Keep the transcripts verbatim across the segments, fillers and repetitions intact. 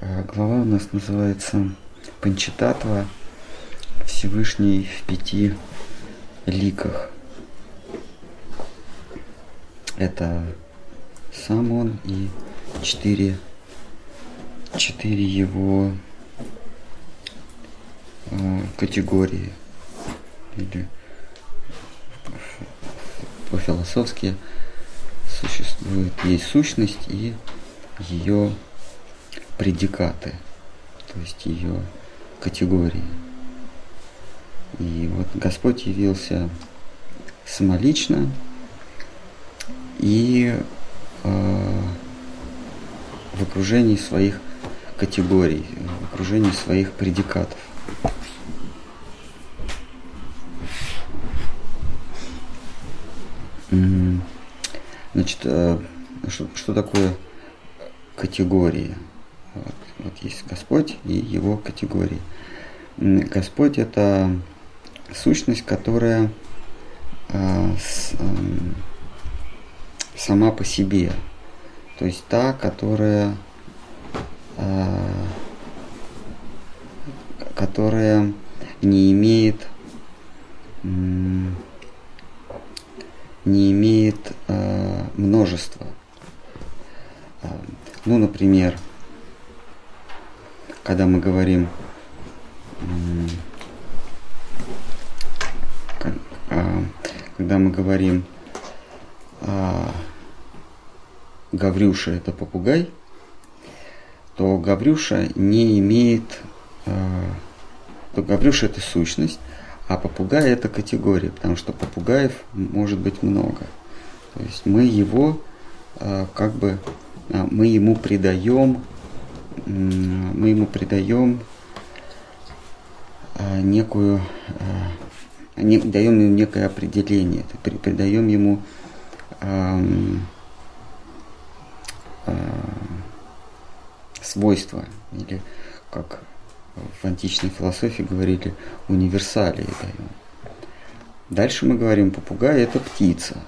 Глава у нас называется Панчататва, Всевышний в пяти ликах. Это сам он и четыре, четыре его э, категории. Или по-философски существует, есть сущность и ее предикаты, то есть ее категории. И вот Господь явился самолично и э, в окружении своих категорий, в окружении своих предикатов. Значит, э, что, что такое категории? Вот, вот есть Господь и его категории. Господь – это сущность, которая э, с, э, сама по себе, то есть та, которая, э, которая не имеет, э, не имеет э, множества. Э, ну, например, когда мы говорим, когда мы говорим Гаврюша это попугай, то Гаврюша не имеет, то Гаврюша это сущность, а попугай это категория, потому что попугаев может быть много. То есть мы его как бы, мы ему придаем мы ему придаем некую, не, даем ему некое определение, придаем ему э, э, свойства, или как в античной философии говорили, универсалии даем. Дальше мы говорим, попугай – это птица.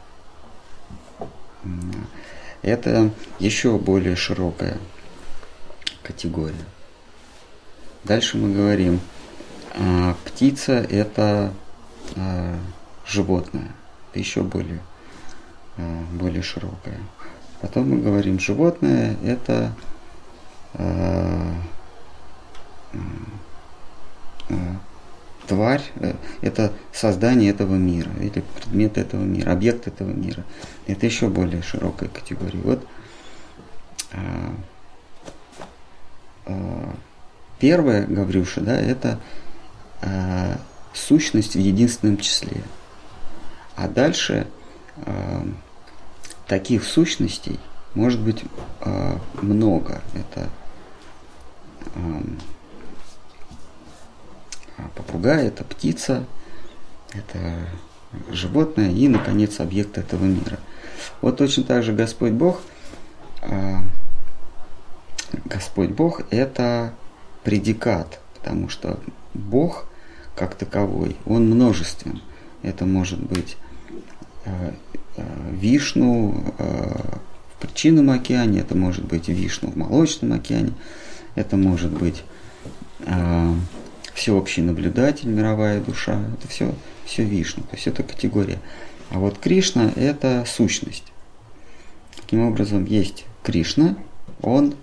Это еще более широкая категория. Дальше мы говорим, а, птица – это а, животное, это еще более, а, более широкое. Потом мы говорим, животное – это а, а, тварь, это создание этого мира, или предмет этого мира, объект этого мира. Это еще более широкая категория. Вот а, первое, Гаврюша, да, это э, сущность в единственном числе. А дальше э, таких сущностей может быть э, много. Это э, попугай, это птица, это животное и, наконец, объект этого мира. Вот точно так же Господь Бог э, Господь Бог – это предикат, потому что Бог, как таковой, Он множествен. Это может быть э, э, Вишну э, в причинном океане, это может быть Вишну в молочном океане, это может быть э, всеобщий наблюдатель, мировая душа, это все, все Вишну, то есть это категория. А вот Кришна – это сущность. Таким образом, есть Кришна, Он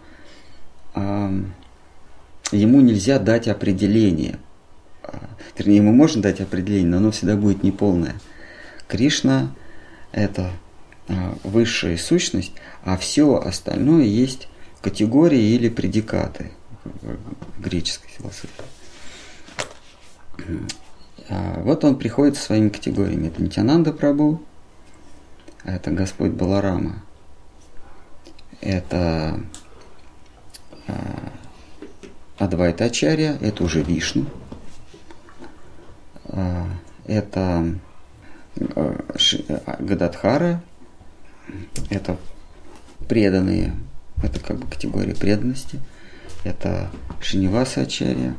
ему нельзя дать определение. Вернее, ему можно дать определение, но оно всегда будет неполное. Кришна – это высшая сущность, а все остальное есть категории или предикаты в греческой философии. Вот он приходит со своими категориями. Это Нитьянанда Прабху, это Господь Баларама, это Адвайта Ачарья, это уже Вишну, это Гададхара, это преданные, это как бы категория преданности, это Шриниваса Ачарья,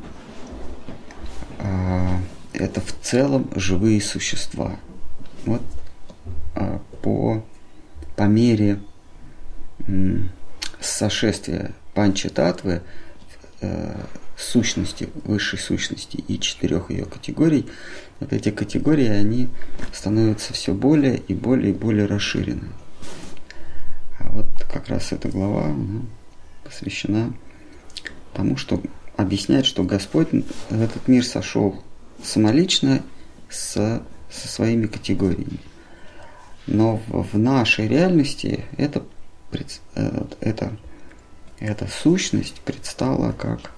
это в целом живые существа. Вот по, по мере сошествия панча-татвы, э, сущности, высшей сущности и четырех ее категорий, вот эти категории, они становятся все более и более и более расширены. А вот как раз эта глава, она посвящена тому, что объясняет, что Господь в этот мир сошел самолично со, со своими категориями. Но в, в нашей реальности эта, эта, эта сущность предстала как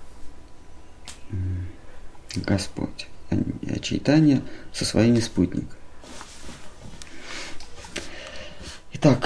Господь, а Чайтанья со своими спутниками. Итак,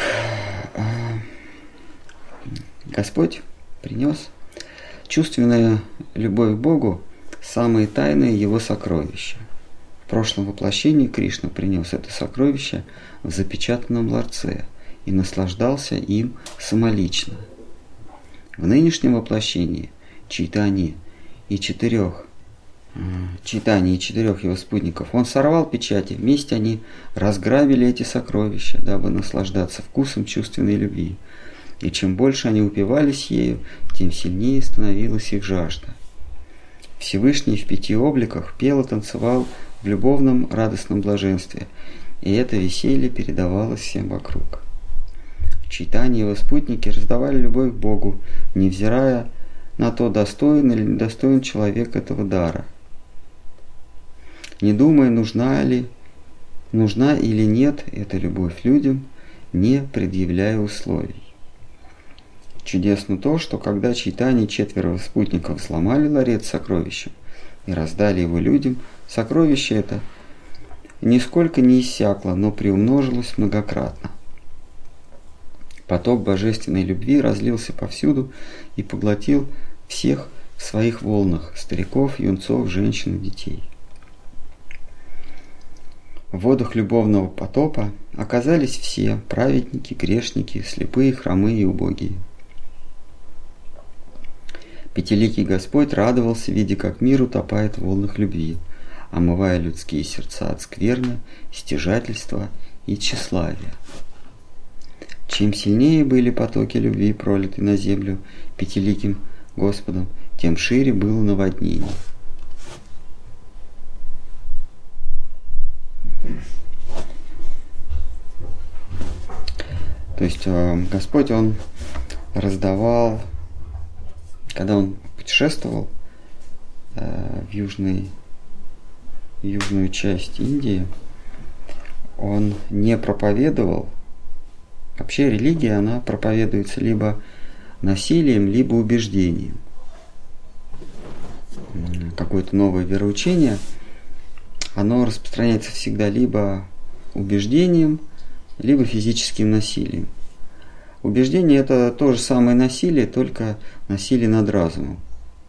Господь принес чувственная любовь к Богу, самые тайные Его сокровища. В прошлом воплощении Кришна принес это сокровище в запечатанном ларце и наслаждался им самолично. В нынешнем воплощении Чайтаньи и четырех Чайтаньи и четырех его спутников он сорвал печати, вместе они разграбили эти сокровища, дабы наслаждаться вкусом чувственной любви. И чем больше они упивались ею, тем сильнее становилась их жажда. Всевышний в пяти обликах пел и танцевал в любовном радостном блаженстве, и это веселье передавалось всем вокруг. Чайтанья и его спутники раздавали любовь к Богу, невзирая на то, достоин или недостоин человек этого дара, не думая, нужна ли, нужна или нет эта любовь людям, не предъявляя условий. Чудесно то, что когда Чайтанья и четверо спутников сломали ларец с сокровищем и раздали его людям, сокровище это нисколько не иссякло, но приумножилось многократно. Поток божественной любви разлился повсюду и поглотил всех в своих волнах, стариков, юнцов, женщин и детей. В водах любовного потопа оказались все праведники, грешники, слепые, хромые и убогие. Пятиликий Господь радовался, видя, как мир утопает в волнах любви, омывая людские сердца от скверны, стяжательства и тщеславия. Чем сильнее были потоки любви, пролиты на землю пятиликим Господом, тем шире было наводнение. То есть Господь, Он раздавал, когда Он путешествовал в, южный, в южную часть Индии, Он не проповедовал. Вообще религия, она проповедуется либо насилием, либо убеждением. Какое-то новое вероучение, оно распространяется всегда либо убеждением, либо физическим насилием. Убеждение – это то же самое насилие, только насилие над разумом.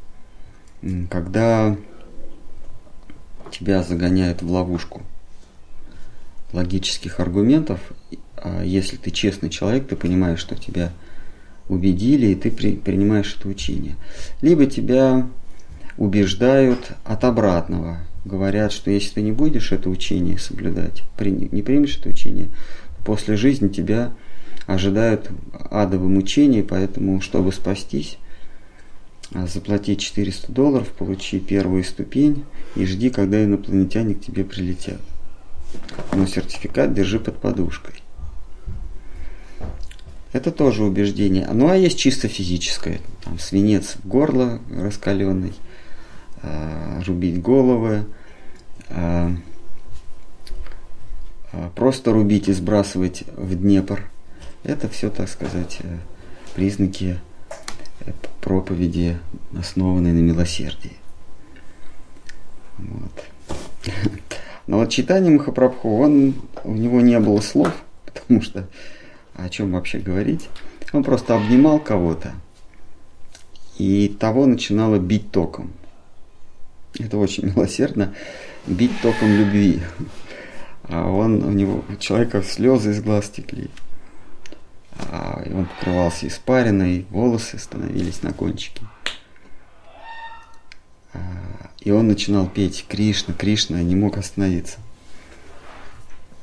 Когда тебя загоняют в ловушку логических аргументов, если ты честный человек, ты понимаешь, что тебя убедили, и ты при, принимаешь это учение. Либо тебя убеждают от обратного. Говорят, что если ты не будешь это учение соблюдать, при, не примешь это учение, после жизни тебя ожидают адовые мучения, поэтому, чтобы спастись, заплати четыреста долларов, получи первую ступень и жди, когда инопланетяне к тебе прилетят. Но сертификат держи под подушкой. Это тоже убеждение. Ну а есть чисто физическое. Там свинец в горло раскаленный, э, рубить головы, э, э, просто рубить и сбрасывать в Днепр. Это все, так сказать, э, признаки проповеди, основанной на милосердии. Вот. Но вот Чайтанья Махапрабху, он, у него не было слов, потому что о чем вообще говорить. Он просто обнимал кого-то, и того начинало бить током. Это очень милосердно, бить током любви. А он, у него, у человека слезы из глаз текли. А, и он покрывался испариной, волосы становились на кончике. А, и он начинал петь «Кришна, Кришна», не мог остановиться.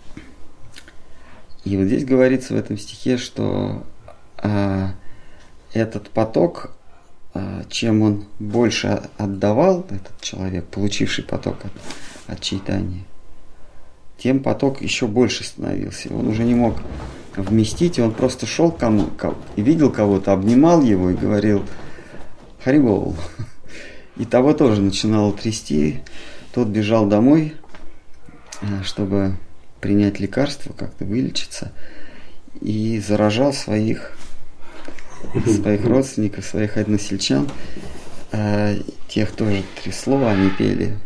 И вот здесь говорится в этом стихе, что а, этот поток, чем он больше отдавал, этот человек, получивший поток от, от чайтаньи, тем поток еще больше становился. Он уже не мог вместить, и он просто шел кому, кому и видел кого-то, обнимал его и говорил «Харибол». И того тоже начинало трясти. Тот бежал домой, чтобы принять лекарство, как-то вылечиться, и заражал своих, своих родственников, своих односельчан. Тех тоже трясло, они пели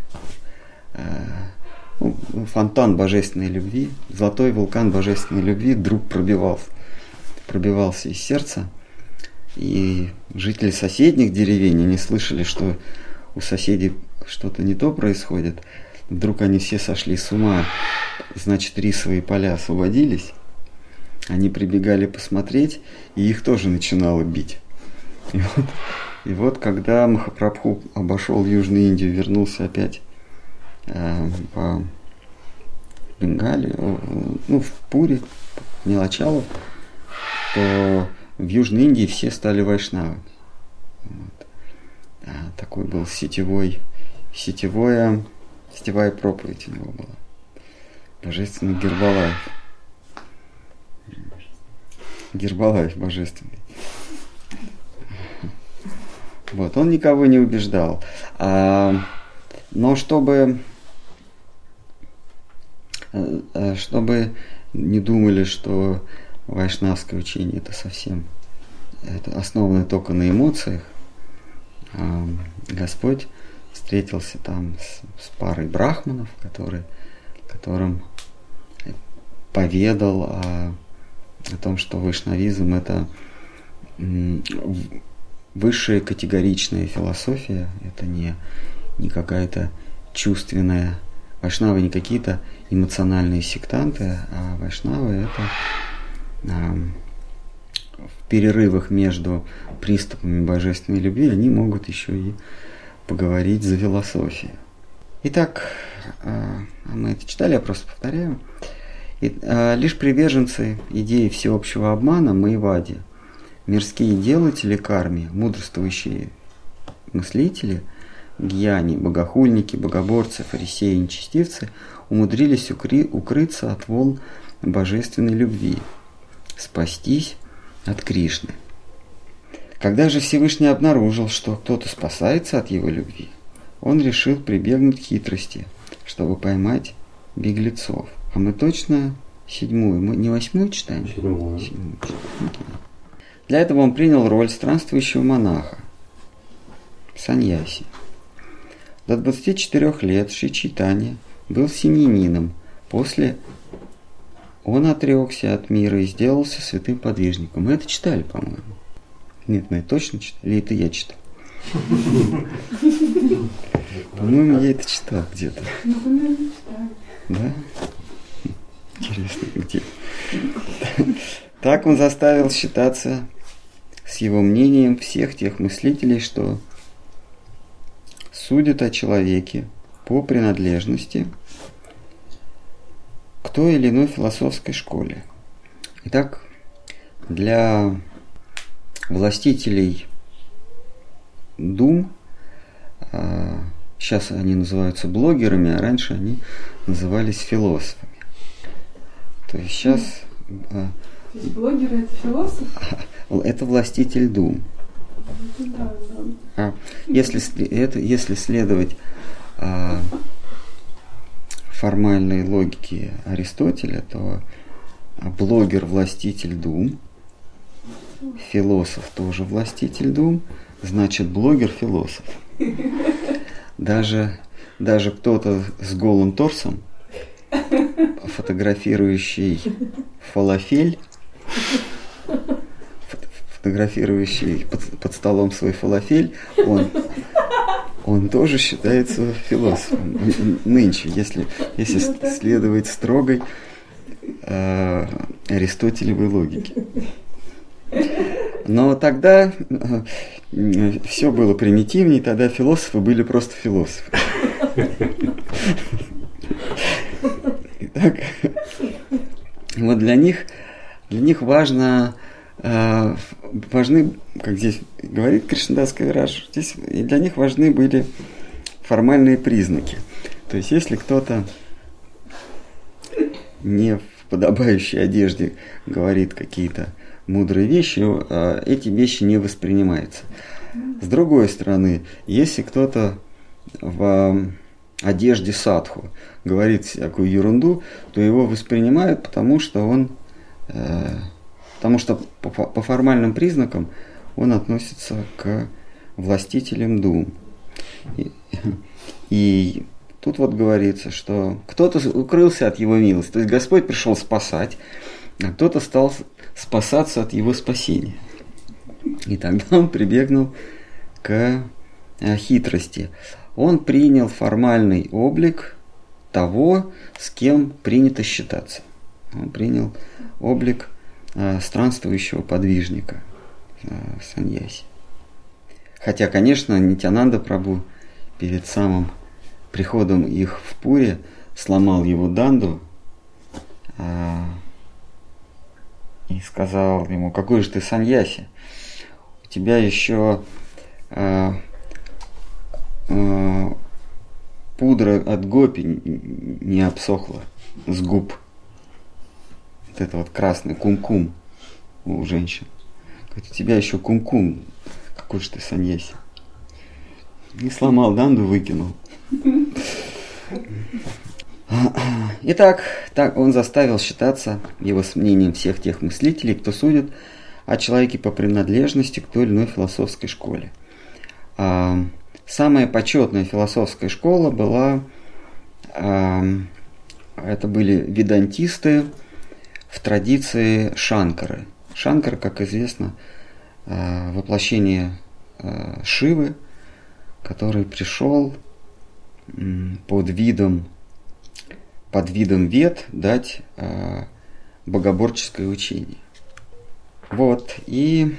ну, фонтан божественной любви, золотой вулкан божественной любви вдруг пробивался, пробивался из сердца. И жители соседних деревень, они слышали, что у соседей что-то не то происходит. Вдруг они все сошли с ума, значит, рисовые поля освободились. Они прибегали посмотреть, и их тоже начинало бить. И вот, и вот когда Махапрабху обошел Южную Индию, вернулся опять э, по Бенгалии, э, ну, в Пури, в Нилачалу, то в Южной Индии все стали вайшнавами. Вот. А, такой был сетевой, сетевое, сетевая проповедь у него была. Божественный Гербалаев. Гербалаев божественный. Вот, он никого не убеждал. А, но чтобы, чтобы не думали, что вайшнавское учение это совсем это основано только на эмоциях, а Господь встретился там с, с парой брахманов, который, которым поведал о, о том, что вайшнавизм это высшая категоричная философия, это не, не какая-то чувственная. Вайшнавы не какие-то эмоциональные сектанты, а вайшнавы это а, в перерывах между приступами божественной любви они могут еще и поговорить за философию. Итак, а, мы это читали, я просто повторяю. И, а, лишь приверженцы идеи всеобщего обмана Майявади, мирские делатели карми, мудрствующие мыслители, гьяни, богохульники, богоборцы, фарисеи и нечестивцы умудрились укры- укрыться от волн божественной любви, спастись от Кришны. Когда же Всевышний обнаружил, что кто-то спасается от его любви, он решил прибегнуть к хитрости, чтобы поймать беглецов. А мы точно седьмую, мы не восьмую читаем? Седьмую. Седьмую читаем. Для этого он принял роль странствующего монаха, саньяси. До двадцати четырёх лет Шри Чайтанья был семьянином. После он отрекся от мира и сделался святым подвижником. Мы это читали, по-моему. Нет, мы это точно читали. Или это я читал? По-моему, я это читал где-то. Ну, вы, наверное, читали. Да? Интересно, где? Так он заставил считаться с его мнением всех тех мыслителей, что судят о человеке по принадлежности к той или иной философской школе. Итак, для властителей дум, сейчас они называются блогерами, а раньше они назывались философами. То есть сейчас... То есть блогеры это философ? Это властитель дум. Да, да. А если, это, если следовать а, формальной логике Аристотеля, то блогер – властитель дум, философ тоже властитель дум, значит блогер – философ. Даже, даже кто-то с голым торсом, фотографирующий фалафель, фотографирующий под, под столом свой фалафель, он, он тоже считается философом. Нынче, если, если следовать строгой э, аристотелевой логике. Но тогда э, все было примитивнее, тогда философы были просто философы. Итак, вот для них, для них важно э, важны, как здесь говорит Кришнадас Кавирадж, здесь для них важны были формальные признаки. То есть, если кто-то не в подобающей одежде говорит какие-то мудрые вещи, э, эти вещи не воспринимаются. С другой стороны, если кто-то в одежде садху говорит всякую ерунду, то его воспринимают, потому что он, э, потому что по, по формальным признакам он относится к властителям дум. И, и тут вот говорится, что кто-то укрылся от его милости, то есть Господь пришел спасать, а кто-то стал спасаться от его спасения. И тогда он прибегнул к э, хитрости. Он принял формальный облик того, с кем принято считаться. Он принял облик э, странствующего подвижника, э, саньяси. Хотя, конечно, Нитьянанда Прабху перед самым приходом их в Пури сломал его данду э, и сказал ему: какой же ты саньяси? У тебя еще э, э, пудра от гопи не обсохла с губ. Вот это вот красный кум-кум у женщин. Говорит, у тебя еще кум-кум. Какой же ты саньяси? И сломал данду, выкинул. Итак, так он заставил считаться его с мнением всех тех мыслителей, кто судит о человеке по принадлежности к той или иной философской школе. А, самая почетная философская школа была, а, это были ведантисты в традиции Шанкары. Шанкара, как известно, а, воплощение а, Шивы, который пришел м, под видом, под видом вед дать а, богоборческое учение. Вот, и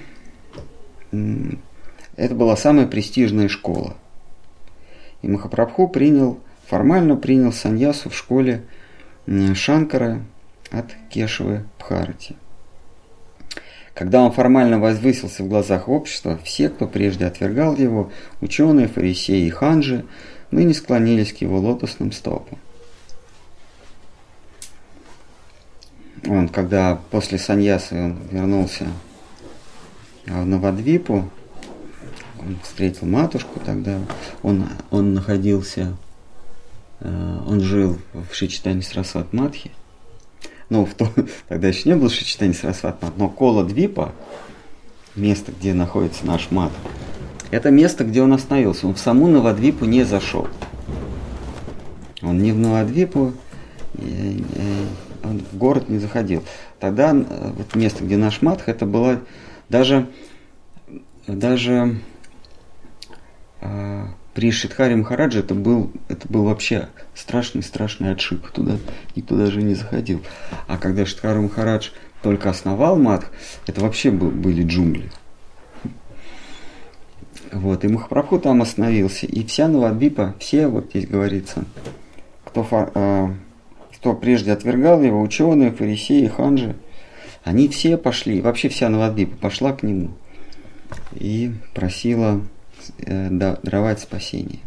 это была самая престижная школа. И Махапрабху принял, формально принял саньясу в школе Шанкара от Кешавы Бхарати. Когда он формально возвысился в глазах общества, все, кто прежде отвергал его, ученые, фарисеи и ханжи, ныне склонились к его лотосным стопам. Он, когда после саньясы он вернулся в Навадвипу, он встретил матушку тогда, он, он находился, он жил в Шри-Чайтанья Сарасвати Матхе, ну, в то, тогда еще не было Шри-Чайтанья Сарасвати Матхе, но Кола-Двипа, место, где находится наш мат, это место, где он остановился, он в саму Навадвипу не зашел. Он не в Навадвипу, он в город не заходил. Тогда вот место, где наш матх, это было даже, даже э, при Шридхаре Махараджи это был, это был вообще страшный-страшный отшиб. Туда никто даже не заходил. А когда Шридхар Махарадж только основал матх, это вообще был, были джунгли. Вот, и Махапрабху там остановился. И вся Навадвипа, все, вот здесь говорится, кто... Э, кто прежде отвергал его, ученые, фарисеи, ханжи, они все пошли, вообще вся Навадвипа пошла к нему и просила э, даровать спасение.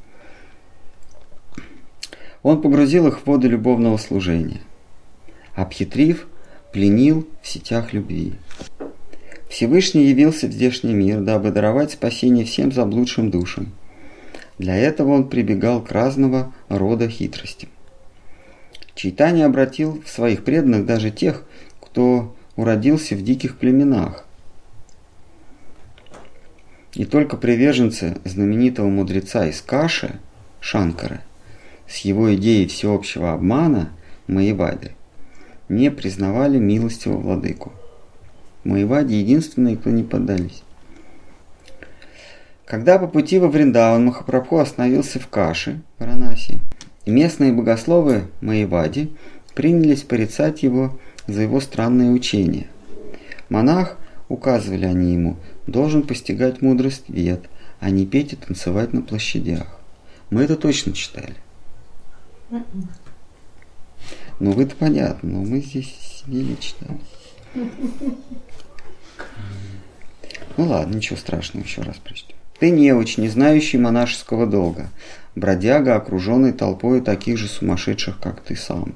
Он погрузил их в воды любовного служения, обхитрив, пленил в сетях любви. Всевышний явился в здешний мир, дабы даровать спасение всем заблудшим душам. Для этого он прибегал к разного рода хитростям. Чайтанья обратил в своих преданных даже тех, кто уродился в диких племенах. И только приверженцы знаменитого мудреца из Каши, Шанкары, с его идеей всеобщего обмана, Маевади, не признавали милостивого владыку. Маевади единственные, кто не поддались. Когда по пути во Вриндаван Махапрабху остановился в Каши, Варанаси, местные богословы Маевади принялись порицать его за его странные учения. Монах, указывали они ему, должен постигать мудрость вед, а не петь и танцевать на площадях. Мы это точно читали. Ну, вы-то понятно, но мы здесь сидели и читали. Ну ладно, ничего страшного, еще раз прочтем. Ты неуч, не знающий монашеского долга, бродяга, окруженный толпой таких же сумасшедших, как ты сам.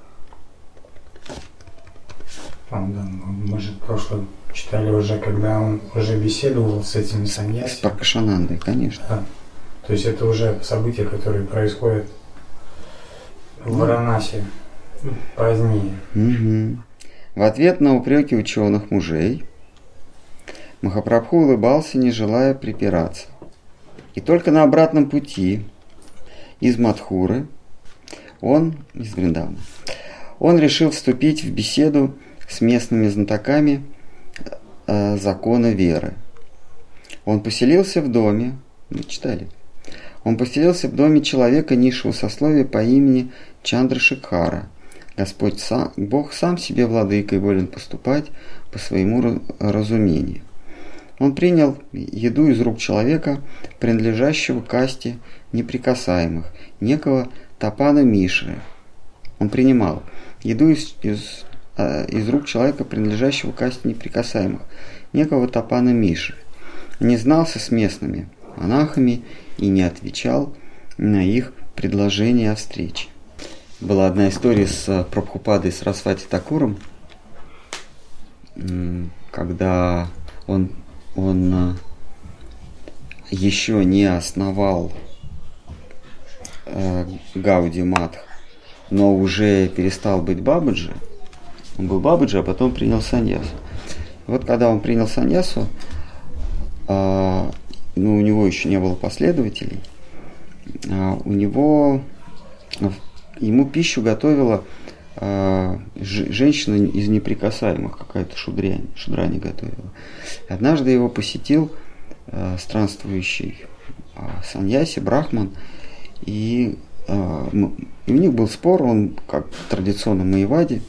А, да, мы же в прошлом читали уже, когда он уже беседовал с этими саньяси. С Паркашанандой, конечно. Да. То есть это уже события, которые происходят в Варанаси позднее. Угу. В ответ на упреки ученых мужей Махапрабху улыбался, не желая припираться. И только на обратном пути из Мадхуры он, из Вриндавана, он решил вступить в беседу с местными знатоками э, закона веры. Он поселился в доме, мы читали, он поселился в доме человека низшего сословия по имени Чандрашикхара. Господь сам, Бог сам себе владыка и волен поступать по своему разумению. Он принял еду из рук человека, принадлежащего касте неприкасаемых, некого Тапана Мишры. Он принимал еду из, из, из рук человека, принадлежащего касте неприкасаемых, некого Тапана Мишры. Не знался с местными монахами и не отвечал на их предложения о встрече. Была одна история с Прабхупадой Сарасвати Такуром, когда он, он еще не основал э, Гауди Матх, но уже перестал быть Бабаджи. Он был Бабаджи, а потом принял саньясу. И вот когда он принял саньясу, э, ну, у него еще не было последователей, э, у него... Ему пищу готовила э, ж, женщина из неприкасаемых, какая-то шудрянь, шудрани готовила. Однажды его посетил э, странствующий э, саньяси, брахман, и, э, и у них был спор, он, как традиционно в Майяваде,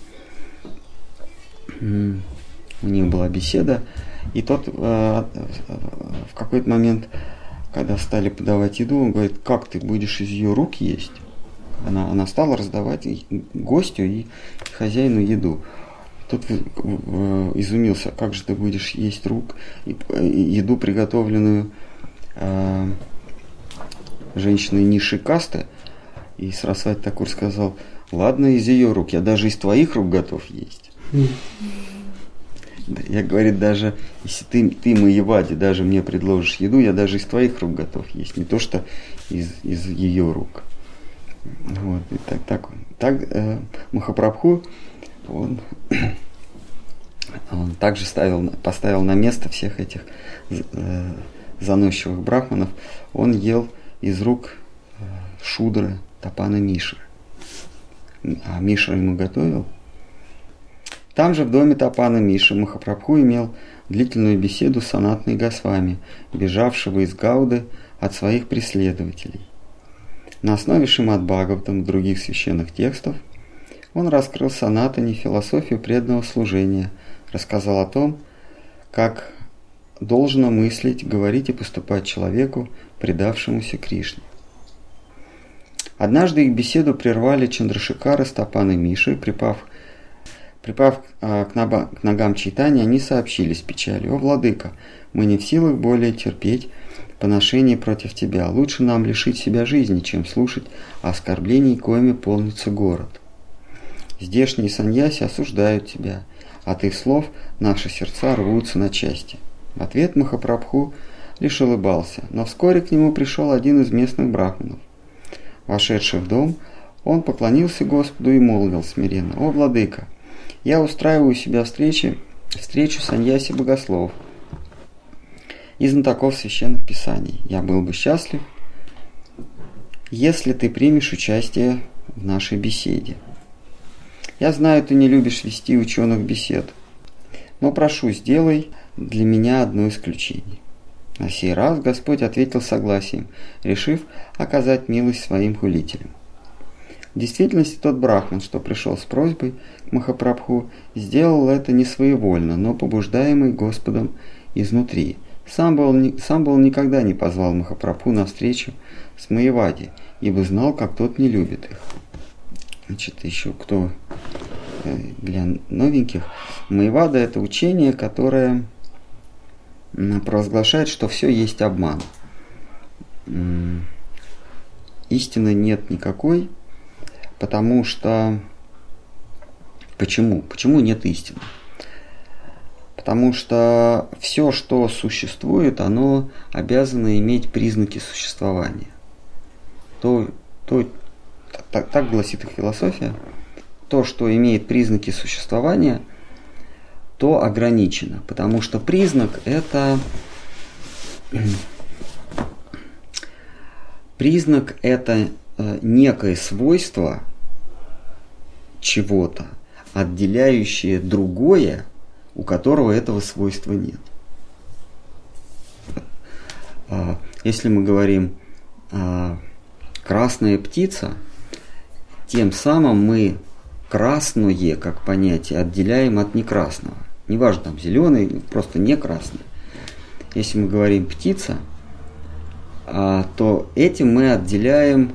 э, у них была беседа, и тот э, в какой-то момент, когда стали подавать еду, он говорит: как ты будешь из ее рук есть? Она, она стала раздавать гостю и хозяину еду. Тот изумился: как же ты будешь есть рук еду, приготовленную э, женщиной низшей касты? И Сарасвати Такур сказал: ладно, из ее рук, я даже из твоих рук готов есть. Я, говорит, даже если ты, ты Майявади, даже мне предложишь еду, я даже из твоих рук готов есть, не то что из, из ее рук. Вот, и так, так, так э, Махапрабху, он, он также ставил, поставил на место всех этих э, заносчивых брахманов. Он ел из рук э, шудры Тапана Мишры. А Мишра ему готовил. Там же в доме Тапана Мишры Махапрабху имел длительную беседу с Санатной Госвами, бежавшего из Гауды от своих преследователей. На основе Шримад Бхагаватам и других священных текстов он раскрыл Санатане философию преданного служения, рассказал о том, как должно мыслить, говорить и поступать человеку, предавшемуся Кришне. Однажды их беседу прервали Чандрашикара с Тапаной Мишей. Припав, припав а, к, наба, к ногам Чайтани, они сообщили с печалью: «О, владыка, мы не в силах более терпеть поношение против тебя. Лучше нам лишить себя жизни, чем слушать оскорблений, коими полнится город. Здешние саньяси осуждают тебя, от их слов наши сердца рвутся на части». В ответ Махапрабху лишь улыбался, но вскоре к нему пришел один из местных брахманов. Вошедший в дом, он поклонился Господу и молвил смиренно: «О, владыка, я устраиваю у себя встречи, встречу саньяси богословов и знатоков священных писаний. Я был бы счастлив, если ты примешь участие в нашей беседе. Я знаю, ты не любишь вести ученых бесед, но прошу, сделай для меня одно исключение». На сей раз Господь ответил согласием, решив оказать милость своим хулителям. В действительности тот брахман, что пришел с просьбой к Махапрабху, сделал это не своевольно, но побуждаемый Господом изнутри. Сам был, сам был никогда не позвал Махапрабху на встречу с Майявади, ибо знал, как тот не любит их. Значит, еще кто для новеньких. Майявада — это учение, которое провозглашает, что все есть обман. Истины нет никакой, потому что... Почему? Почему нет истины? Потому что все, что существует, оно обязано иметь признаки существования. То, то, так, так гласит их философия. То, что имеет признаки существования, то ограничено. Потому что признак – это... Признак – это некое свойство чего-то, отделяющее другое, у которого этого свойства нет. Если мы говорим «красная птица», тем самым мы красное, как понятие, отделяем от некрасного. Неважно, там зеленый, просто не красный. Если мы говорим «птица», то этим мы отделяем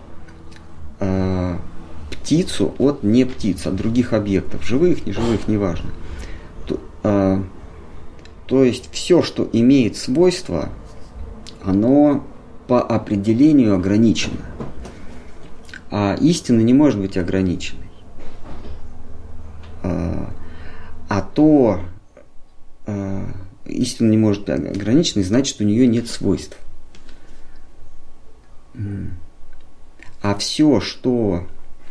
птицу от не птиц, от других объектов, живых, неживых, неважно. То, а, то есть все, что имеет свойства, оно по определению ограничено. А истина не может быть ограниченной. А, а то а, истина не может быть ограниченной, значит, у нее нет свойств. А все, что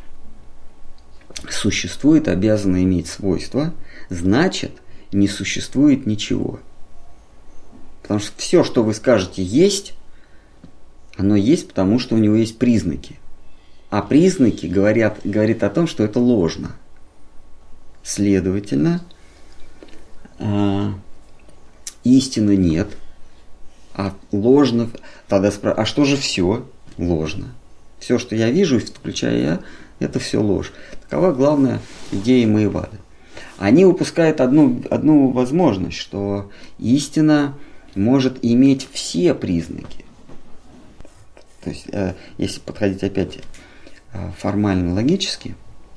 существует, обязано иметь свойства, значит, не существует ничего. Потому что все, что вы скажете есть, оно есть, потому что у него есть признаки. А признаки говорят, говорят о том, что это ложно. Следовательно, а, истины нет, а ложно. Тогда спро... А что же все ложно? Все, что я вижу, включая я, это все ложь. Такова главная идея Майявады. Они упускают одну, одну возможность, что истина может иметь все признаки. То есть, э, если подходить опять э, формально логически,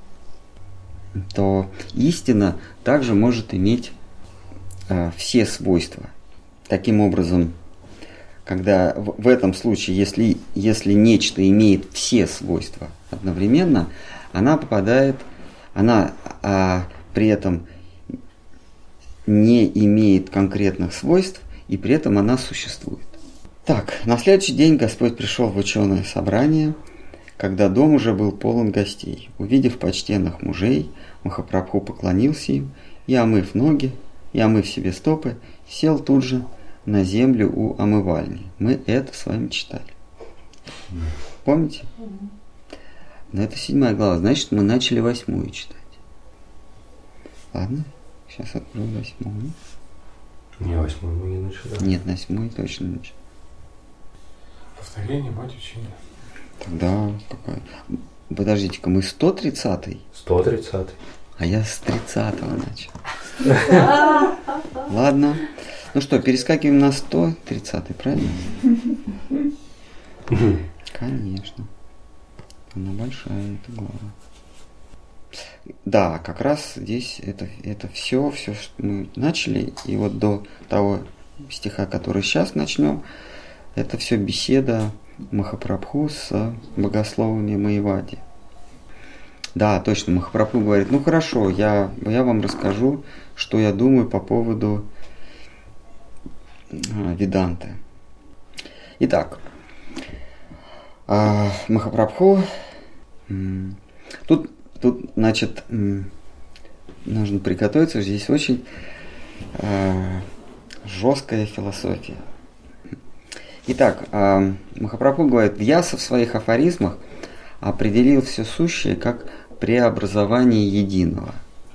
то истина также может иметь э, все свойства. Таким образом, когда в, в этом случае, если, если нечто имеет все свойства одновременно, она попадает, она а, при этом не имеет конкретных свойств, и при этом она существует. Так, на следующий день Господь пришел в ученое собрание, когда дом уже был полон гостей. Увидев почтенных мужей, Махапрабху поклонился им и, омыв ноги, и омыв себе стопы, сел тут же на землю у омывальни. Мы это с вами читали. Помните? Но это седьмая глава, значит, мы начали восьмую читать. Ладно, сейчас открою восьмую. Не, восьмую мы не начали. Нет, восьмую точно начали. Повторение, мать учения. Тогда какая? Подождите-ка, мы сто тридцатый? сто тридцатый. А я с тридцатого начал. Ладно. Ну что, перескакиваем на сто тридцатый, правильно? Конечно. Она большая, эта глава. Да, как раз здесь это, это все, все, что мы начали, и вот до того стиха, который сейчас начнем, это все беседа Махапрабху с богословами Майявади. Да, точно, Махапрабху говорит, ну хорошо, я, я вам расскажу, что я думаю по поводу а, Веданты. Итак, а, Махапрабху, м, тут, тут, значит, м, нужно приготовиться, здесь очень а, жесткая философия. Итак, а, Махапрабху говорит, Вьяса в своих афоризмах определил все сущее как преобразование единого.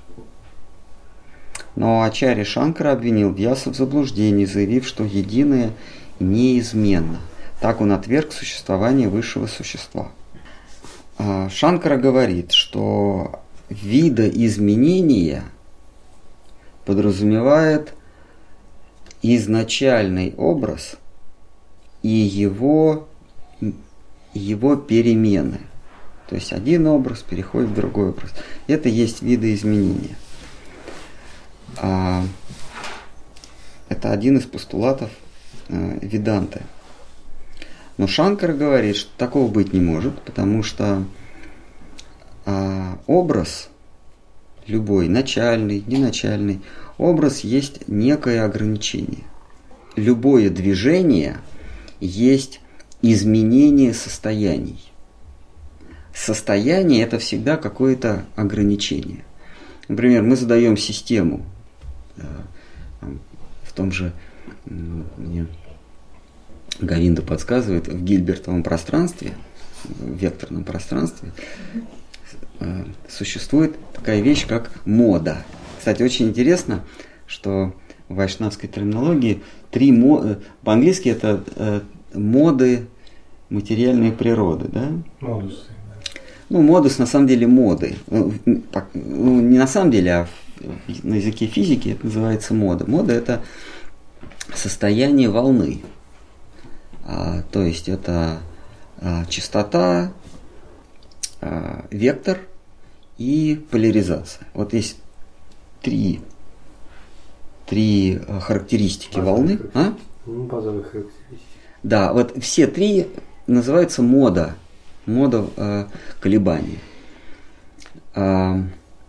Но Ачарья Шанкара обвинил Вьяса в заблуждении, заявив, что единое неизменно. Так он отверг существование высшего существа. А Шанкара говорит, что видоизменение подразумевает изначальный образ и его, его перемены. То есть один образ переходит в другой образ. Это есть видоизменение. А это один из постулатов э, Веданты. Но Шанкара говорит, что такого быть не может, потому что э, образ, любой, начальный, неначальный, образ есть некое ограничение. Любое движение есть изменение состояний. Состояние – это всегда какое-то ограничение. Например, мы задаем систему э, в том же, мне Говинда подсказывает, в гильбертовом пространстве, в векторном пространстве э, существует такая вещь, как мода. Кстати, очень интересно, что в вайшнавской терминологии три моды, по-английски это э, моды материальной природы, да? Модусы. Ну, модус на самом деле моды. Ну, не на самом деле, а на языке физики это называется мода. Мода – это состояние волны. А, то есть это а, частота, а, вектор и поляризация. Вот есть три, три характеристики базовые волны. А? Ну, базовые характеристики. Да, вот все три называются мода. Мода э, колебаний. Э,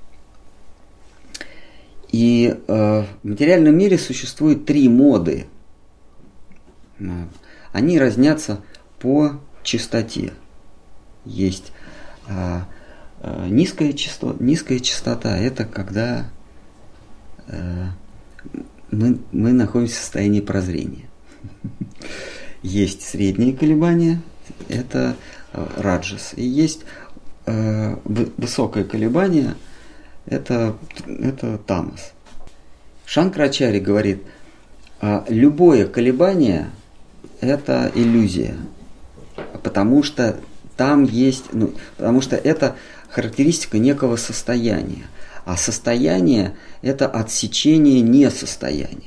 и э, в материальном мире существует три моды. Э, они разнятся по частоте. Есть э, э, низкая, часто, низкая частота. Это когда э, мы, мы находимся в состоянии прозрения. Есть средние колебания. Это раджас. И есть э, высокое колебание, это, это тамас. Шанкарачарья говорит, э, любое колебание – это иллюзия, потому что там есть, ну, потому что это характеристика некого состояния, а состояние – это отсечение несостояния.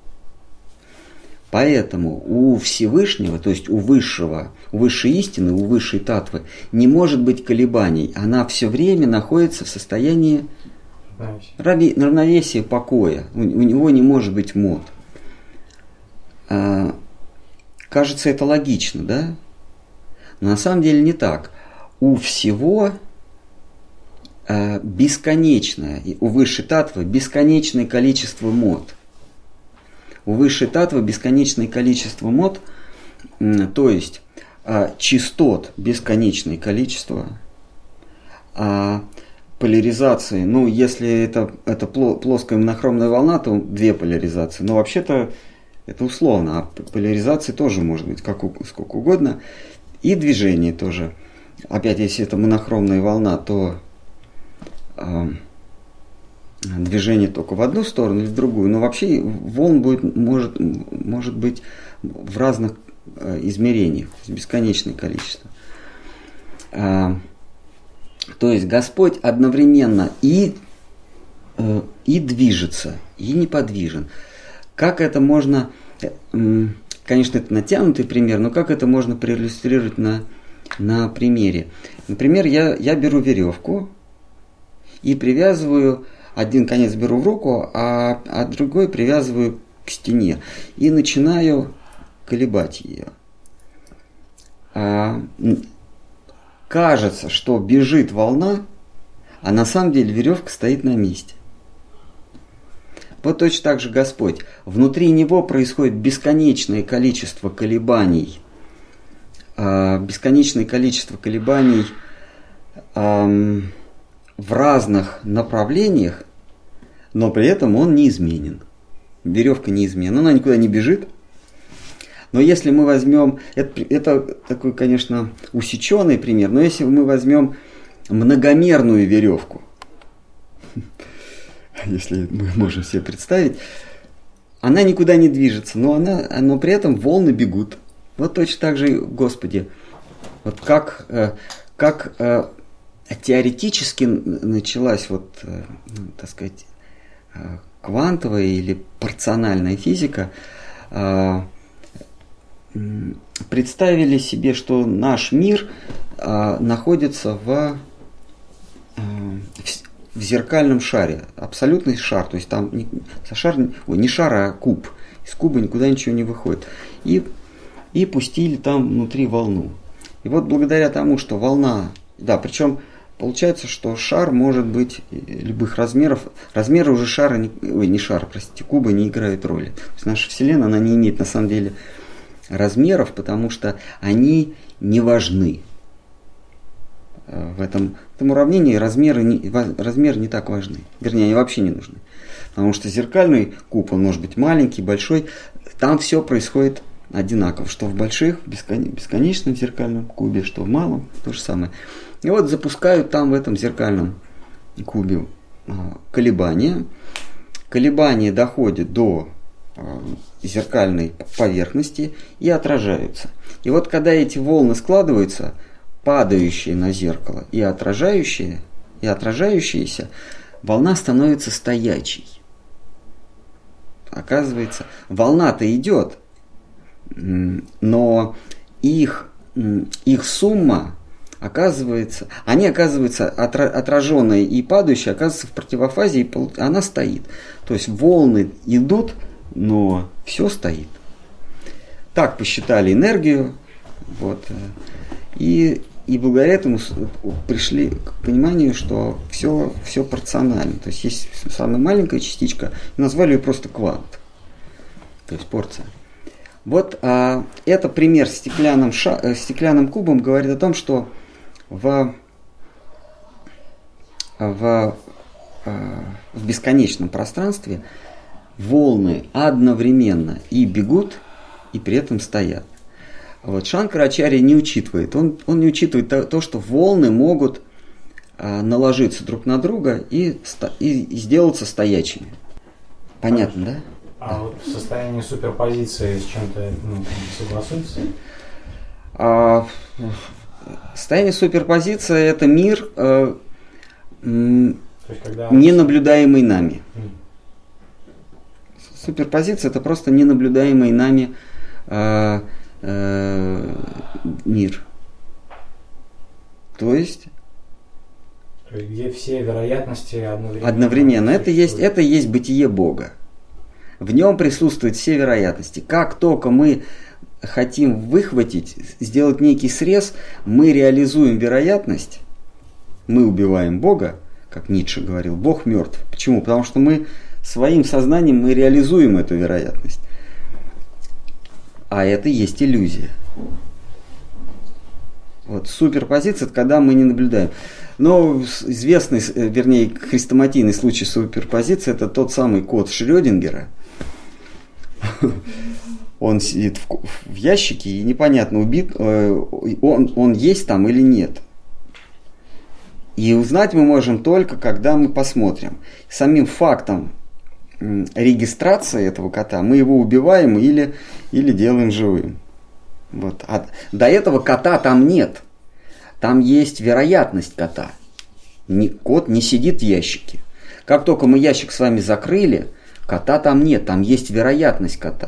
Поэтому у Всевышнего, то есть у высшего, у высшей истины, у высшей татвы не может быть колебаний. Она все время находится в состоянии равновесия, равновесия покоя. У, у него не может быть мод. А, кажется, это логично, да? Но на самом деле не так. У всего а, бесконечное, у высшей татвы бесконечное количество мод. У высшей татвы бесконечное количество мод, то есть а, частот бесконечное количество, а поляризации, ну, если это, это плоская монохромная волна, то две поляризации, но вообще-то это условно, а поляризации тоже может быть как, сколько угодно, и движение тоже. Опять, если это монохромная волна, то а, движение только в одну сторону или в другую, но вообще волн будет, может, может быть в разных э, измерениях, бесконечное количество. А, то есть Господь одновременно и, э, и движется, и неподвижен. Как это можно, э, конечно, это натянутый пример, но как это можно проиллюстрировать на, на примере? Например, я, я беру веревку и привязываю. Один конец беру в руку, а, а другой привязываю к стене. И начинаю колебать ее. А, кажется, что бежит волна, а на самом деле веревка стоит на месте. Вот точно так же Господь. Внутри Него происходит бесконечное количество колебаний. А, бесконечное количество колебаний а, в разных направлениях, но при этом он неизменен. Веревка неизменна, она никуда не бежит. Но если мы возьмем, это, это такой, конечно, усеченный пример, но если мы возьмем многомерную веревку, если мы можем себе представить, она никуда не движется, но, она, но при этом волны бегут. Вот точно так же, Господи, вот как, как теоретически началась вот, ну, так сказать, квантовая или порциональная физика, представили себе, что наш мир находится в, в зеркальном шаре, абсолютный шар, то есть там не шар, ой, не шар, а куб, Из куба никуда ничего не выходит. И, и пустили там внутри волну. И вот благодаря тому, что волна, да, причем получается, что шар может быть любых размеров. Размеры уже шара, не, ой, не шара, простите, куба не играют роли. То есть наша Вселенная, она не имеет на самом деле размеров, потому что они не важны. В этом, в этом уравнении размеры не, размеры не так важны. Вернее, они вообще не нужны. Потому что зеркальный куб, он может быть маленький, большой. Там все происходит одинаково. Что в больших, бесконечном зеркальном кубе, что в малом, то же самое. И вот запускают там в этом зеркальном кубе колебания. Колебания доходят до зеркальной поверхности и отражаются. И вот когда эти волны складываются, падающие на зеркало и отражающие, и отражающиеся, волна становится стоячей. Оказывается, волна-то идет, но их, их сумма оказывается, они оказываются отраженные и падающие, оказываются в противофазе, и она стоит. То есть волны идут, но все стоит. Так посчитали энергию, вот, и И благодаря этому пришли к пониманию, что все, все порционально. То есть есть самая маленькая частичка, назвали ее просто квант, то есть порция. Вот а, это пример с стеклянным, ша, стеклянным кубом говорит о том, что в, в, в бесконечном пространстве волны одновременно и бегут, и при этом стоят. Вот Шанкарачарья не учитывает. Он, он не учитывает то, то, что волны могут а, наложиться друг на друга и, и, и сделаться стоячими. Понятно, да? А да. Вот в состоянии суперпозиции с чем-то ну, согласуется? А, состояние суперпозиции – это мир, э, м, есть, когда... не наблюдаемый нами. Mm. Суперпозиция – это просто ненаблюдаемый нами э, мир. То есть, То есть где все вероятности одновременно. Одновременно. Это есть, это есть бытие Бога. В нем присутствуют все вероятности. Как только мы хотим выхватить, сделать некий срез, мы реализуем вероятность, мы убиваем Бога, как Ницше говорил, Бог мертв. Почему? Потому что мы своим сознанием мы реализуем эту вероятность. А это и есть иллюзия. Вот суперпозиция, это когда мы не наблюдаем. Но известный, вернее, хрестоматийный случай суперпозиции, это тот самый кот Шрёдингера. Он сидит в, в ящике, и непонятно, убит, он, он есть там или нет. И узнать мы можем только, когда мы посмотрим. Самим фактом регистрации этого кота мы его убиваем или, или делаем живым. Вот. А до этого кота там нет. Там есть вероятность кота. Не, кот не сидит в ящике. Как только мы ящик с вами закрыли, кота там нет. Там есть вероятность кота.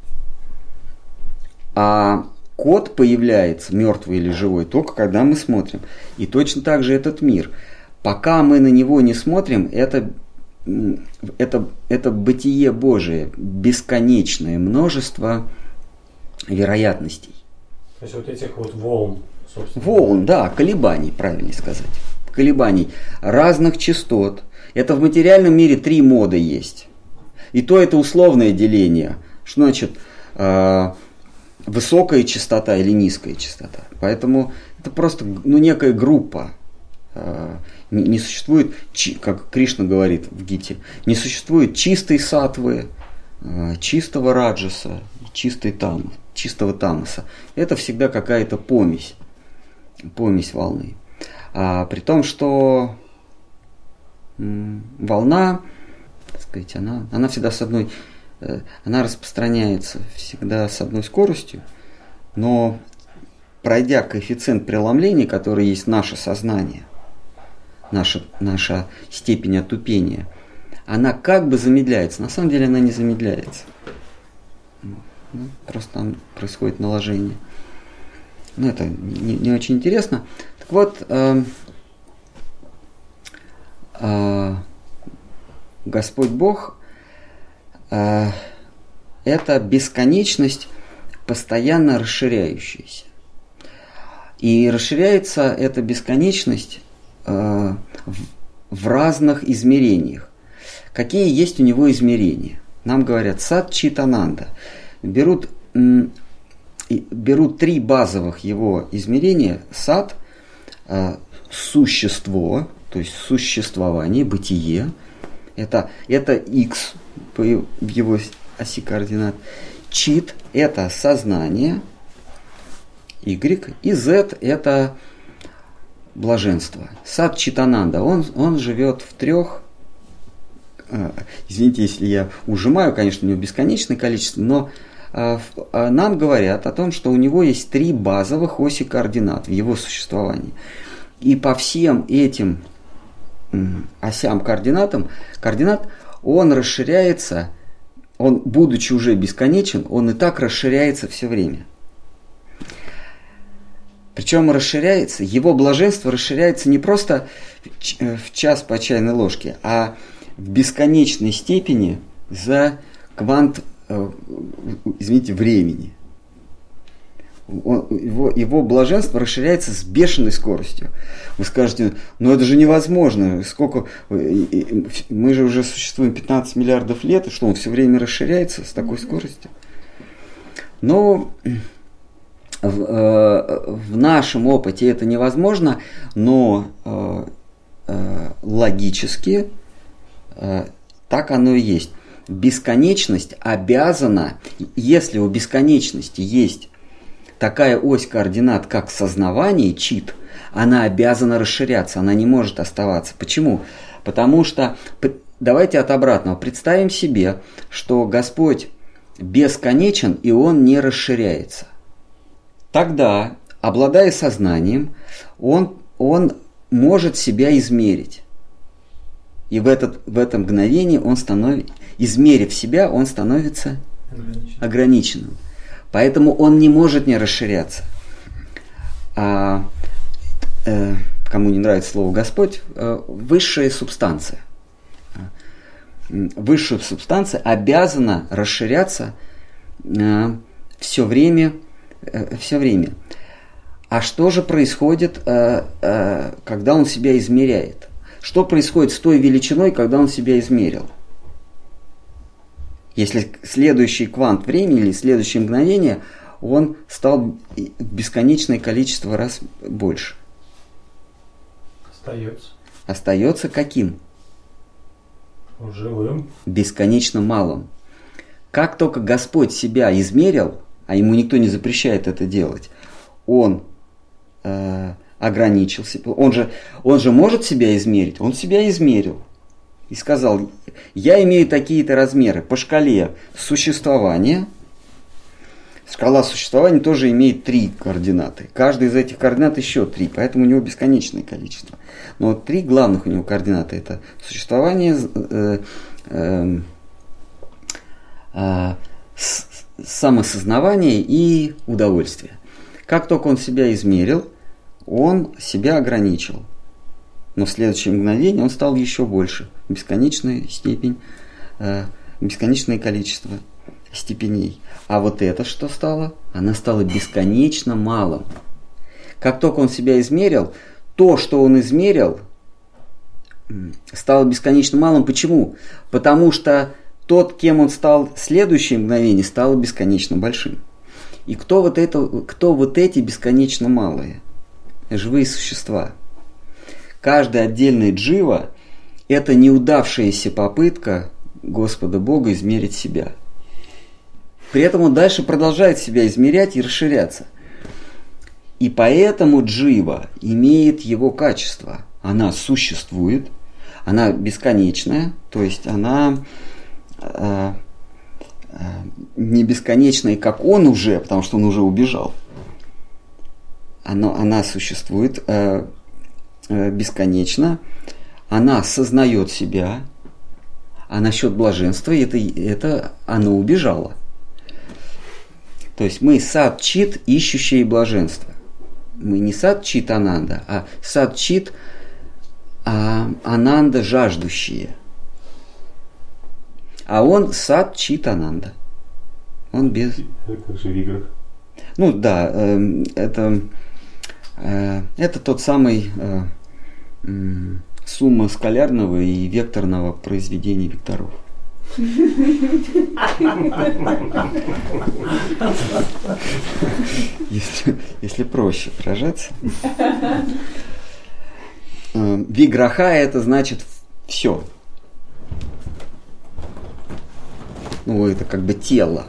А кот появляется, мертвый или живой, только когда мы смотрим. И точно так же этот мир. Пока мы на него не смотрим, это Это, это бытие Божие, бесконечное множество вероятностей. То есть вот этих вот волн, собственно. Волн, да, колебаний, правильнее сказать. Колебаний разных частот. Это в материальном мире три моды есть. И то это условное деление. Что значит э, высокая частота или низкая частота. Поэтому это просто ну, некая группа. Э, Не существует, как Кришна говорит в Гите, не существует чистой саттвы, чистого раджаса, чистой там, чистого тамаса. Это всегда какая-то помесь, помесь волны. А при том, что м, волна, так сказать, она, она всегда с одной, она распространяется всегда с одной скоростью, но пройдя коэффициент преломления, который есть наше сознание, Наша, наша степень отупения, она как бы замедляется. На самом деле она не замедляется. Ну, просто там происходит наложение. Ну, это не, не очень интересно. Так вот, э, э, Господь Бог э, это бесконечность, постоянно расширяющаяся. И расширяется эта бесконечность э, в, в разных измерениях. Какие есть у него измерения? Нам говорят сат чит ананда. Берут, м, берут три базовых его измерения. Сат э, – существо, то есть существование, бытие. Это, это x в его оси координат. Чит – это сознание, y, и z – это блаженство. Сат Читананда, он, он живет в трех, э, извините, если я ужимаю, конечно, у него бесконечное количество, но э, э, нам говорят о том, что у него есть три базовых оси координат в его существовании. И по всем этим э, осям координатам, координат, он расширяется, он, будучи уже бесконечен, он и так расширяется все время. Причем расширяется, его блаженство расширяется не просто в час по чайной ложке, а в бесконечной степени за квант, извините, времени. Он, его, его блаженство расширяется с бешеной скоростью. Вы скажете, ну это же невозможно, сколько, мы же уже существуем пятнадцать миллиардов лет, и что, он все время расширяется с такой скоростью? Но в, э, в нашем опыте это невозможно, но э, э, логически э, так оно и есть. Бесконечность обязана, если у бесконечности есть такая ось координат, как сознавание, чит, она обязана расширяться, она не может оставаться. Почему? Потому что, давайте от обратного, представим себе, что Господь бесконечен и Он не расширяется. Тогда, обладая сознанием, он, он может себя измерить. И в, этот, в это мгновение, он становится, измерив себя, он становится ограниченным. ограниченным. Поэтому он не может не расширяться. А, э, кому не нравится слово Господь, э, высшая субстанция. Высшая субстанция обязана расширяться э, все время, э, все время. А что же происходит, э, э, когда он себя измеряет? Что происходит с той величиной, когда он себя измерил? Если следующий квант времени или следующее мгновение, он стал в бесконечное количество раз больше. Остается. Остается каким? Живым. Бесконечно малым. Как только Господь себя измерил, а ему никто не запрещает это делать, он э, ограничился. Он же, он же может себя измерить? Он себя измерил. И сказал, я имею такие-то размеры по шкале существования. Шкала существования тоже имеет три координаты. Каждый из этих координат еще три, поэтому у него бесконечное количество. Но вот три главных у него координаты – это существование, э, э, э, с, самосознавание и удовольствие. Как только он себя измерил, он себя ограничил. Но в следующее мгновение он стал еще больше. Бесконечная степень, э, бесконечное количество степеней. А вот это что стало? Она стала бесконечно малым. Как только он себя измерил, то, что он измерил, стало бесконечно малым. Почему? Потому что тот, кем он стал в следующее мгновение, стало бесконечно большим. И кто вот, это, кто вот эти бесконечно малые? Живые существа. Каждая отдельная джива – это неудавшаяся попытка Господа Бога измерить себя. При этом он дальше продолжает себя измерять и расширяться. И поэтому джива имеет его качество. Она существует, она бесконечная, то есть она э, э, не бесконечная, как он уже, потому что он уже убежал. Она, она существует э, э, бесконечно, она сознает себя, а насчет блаженства это, это оно убежало. То есть мы сад-чит, ищущие блаженство. Мы не сад-чит ананда, а сад-чит а, ананда, жаждущие. А он сад-чит ананда. Он без... Это как же в играх. Ну да, э, это, э, это тот самый э, э, сумма скалярного и векторного произведения векторов. Если, если проще выражаться. Виграха это значит все. Ну, это как бы тело.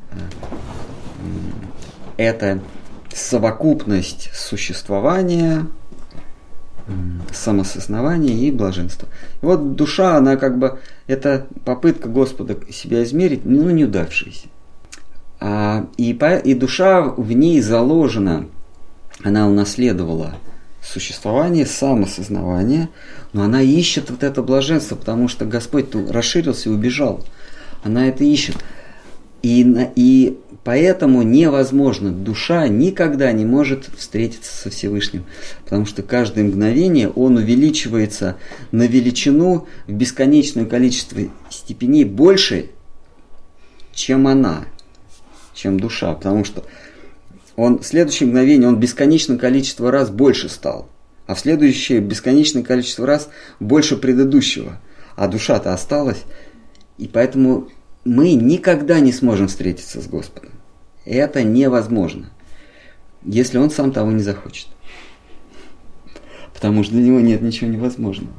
Это совокупность существования, самосознавания и блаженства. И вот душа, она как бы, это попытка Господа себя измерить, ну, неудавшаяся. А, и, по, и душа в ней заложена, она унаследовала существование, самосознавание, но она ищет вот это блаженство, потому что Господь расширился и убежал. Она это ищет. И, и поэтому невозможно, душа никогда не может встретиться со Всевышним, потому что каждое мгновение он увеличивается на величину в бесконечное количество степеней больше, чем она, чем душа, потому что он, в следующее мгновение он бесконечное количество раз больше стал, а в следующее бесконечное количество раз больше предыдущего, а душа-то осталась, и поэтому мы никогда не сможем встретиться с Господом. Это невозможно, если Он сам того не захочет. Потому что для Него нет ничего невозможного.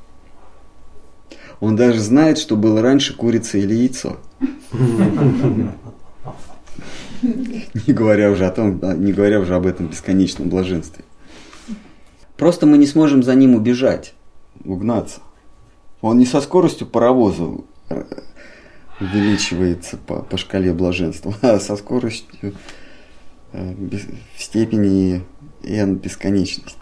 Он даже знает, что было раньше, курица или яйцо. Не говоря уже о том, не говоря уже об этом бесконечном блаженстве. Просто мы не сможем за Ним убежать, угнаться. Он не со скоростью паровоза увеличивается по, по шкале блаженства, а со скоростью э, без, в степени n бесконечности.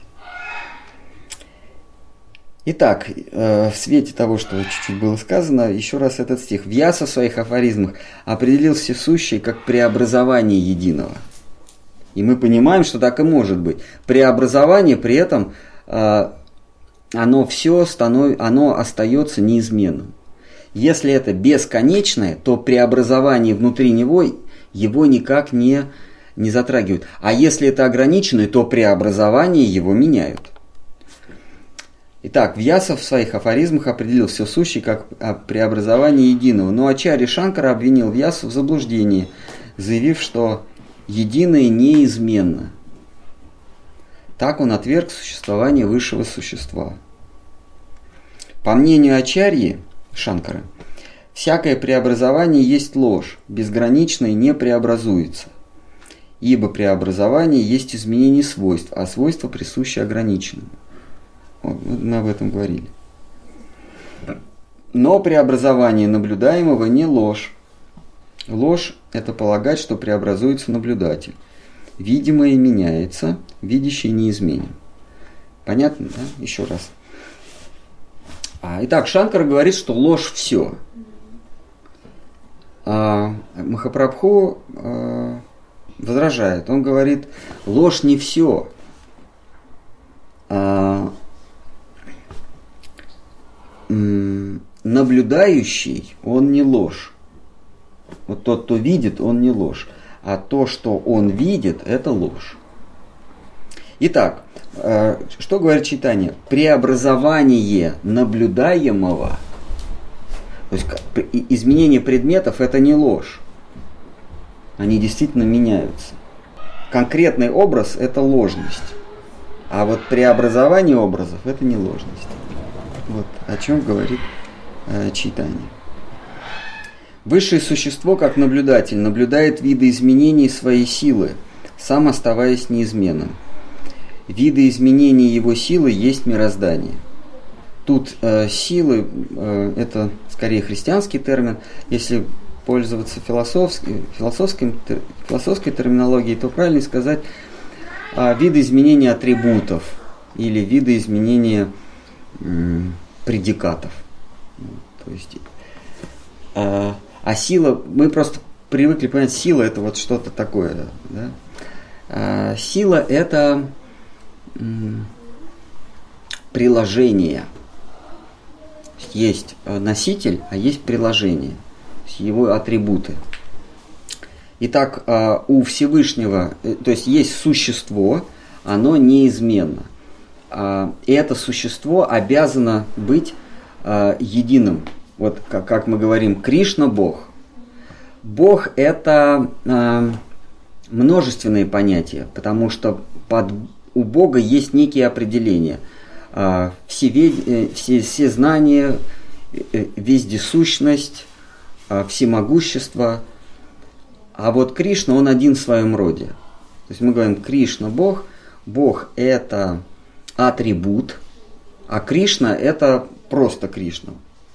Итак, э, в свете того, что чуть-чуть было сказано, еще раз этот стих. Вьяса в своих афоризмах определил всесущий как преобразование единого. И мы понимаем, что так и может быть. Преобразование при этом э, оно все станов... оно остается неизменным. Если это бесконечное, то преобразование внутри него его никак не, не затрагивают. А если это ограниченное, то преобразование его меняют. Итак, Вьяса в своих афоризмах определил все сущее как преобразование единого. Но Ачарья Шанкара обвинил Вьясу в заблуждении, заявив, что единое неизменно. Так он отверг существование высшего существа. По мнению Ачарьи Шанкара, всякое преобразование есть ложь, безграничное не преобразуется, ибо преобразование есть изменение свойств, а свойства присущи ограниченному. Вот, мы об этом говорили. Но преобразование наблюдаемого не ложь. Ложь – это полагать, что преобразуется наблюдатель. Видимое меняется, видящий неизменен. Понятно, да? Еще раз. А, итак, Шанкара говорит, что ложь все. А Махапрабху а, возражает. Он говорит, ложь не все. А, м, наблюдающий, он не ложь. Вот тот, кто видит, он не ложь. А то, что он видит, это ложь. Итак, что говорит Чайтанья? Преобразование наблюдаемого, то есть изменение предметов, это не ложь. Они действительно меняются. Конкретный образ – это ложность. А вот преобразование образов – это не ложность. Вот о чем говорит Чайтанья. Высшее существо, как наблюдатель, наблюдает виды изменений своей силы, сам оставаясь неизменным. Виды изменений его силы есть мироздание. Тут э, силы, э, это скорее христианский термин. Если пользоваться философской, философской, философской терминологией, то правильно сказать э, виды изменения атрибутов или виды изменения э, предикатов. То есть, э, а сила, мы просто привыкли понять, сила это вот что-то такое. Да? А сила это приложение. Есть носитель, а есть приложение, его атрибуты. Итак, у Всевышнего, то есть есть существо, оно неизменно. И это существо обязано быть единым. Вот как мы говорим, Кришна – Бог. Бог – это множественные понятия, потому что под, у Бога есть некие определения. Все, все, все знания, вездесущность, всемогущество. А вот Кришна, он один в своем роде. То есть мы говорим, Кришна – Бог. Бог – это атрибут, а Кришна – это просто Кришна.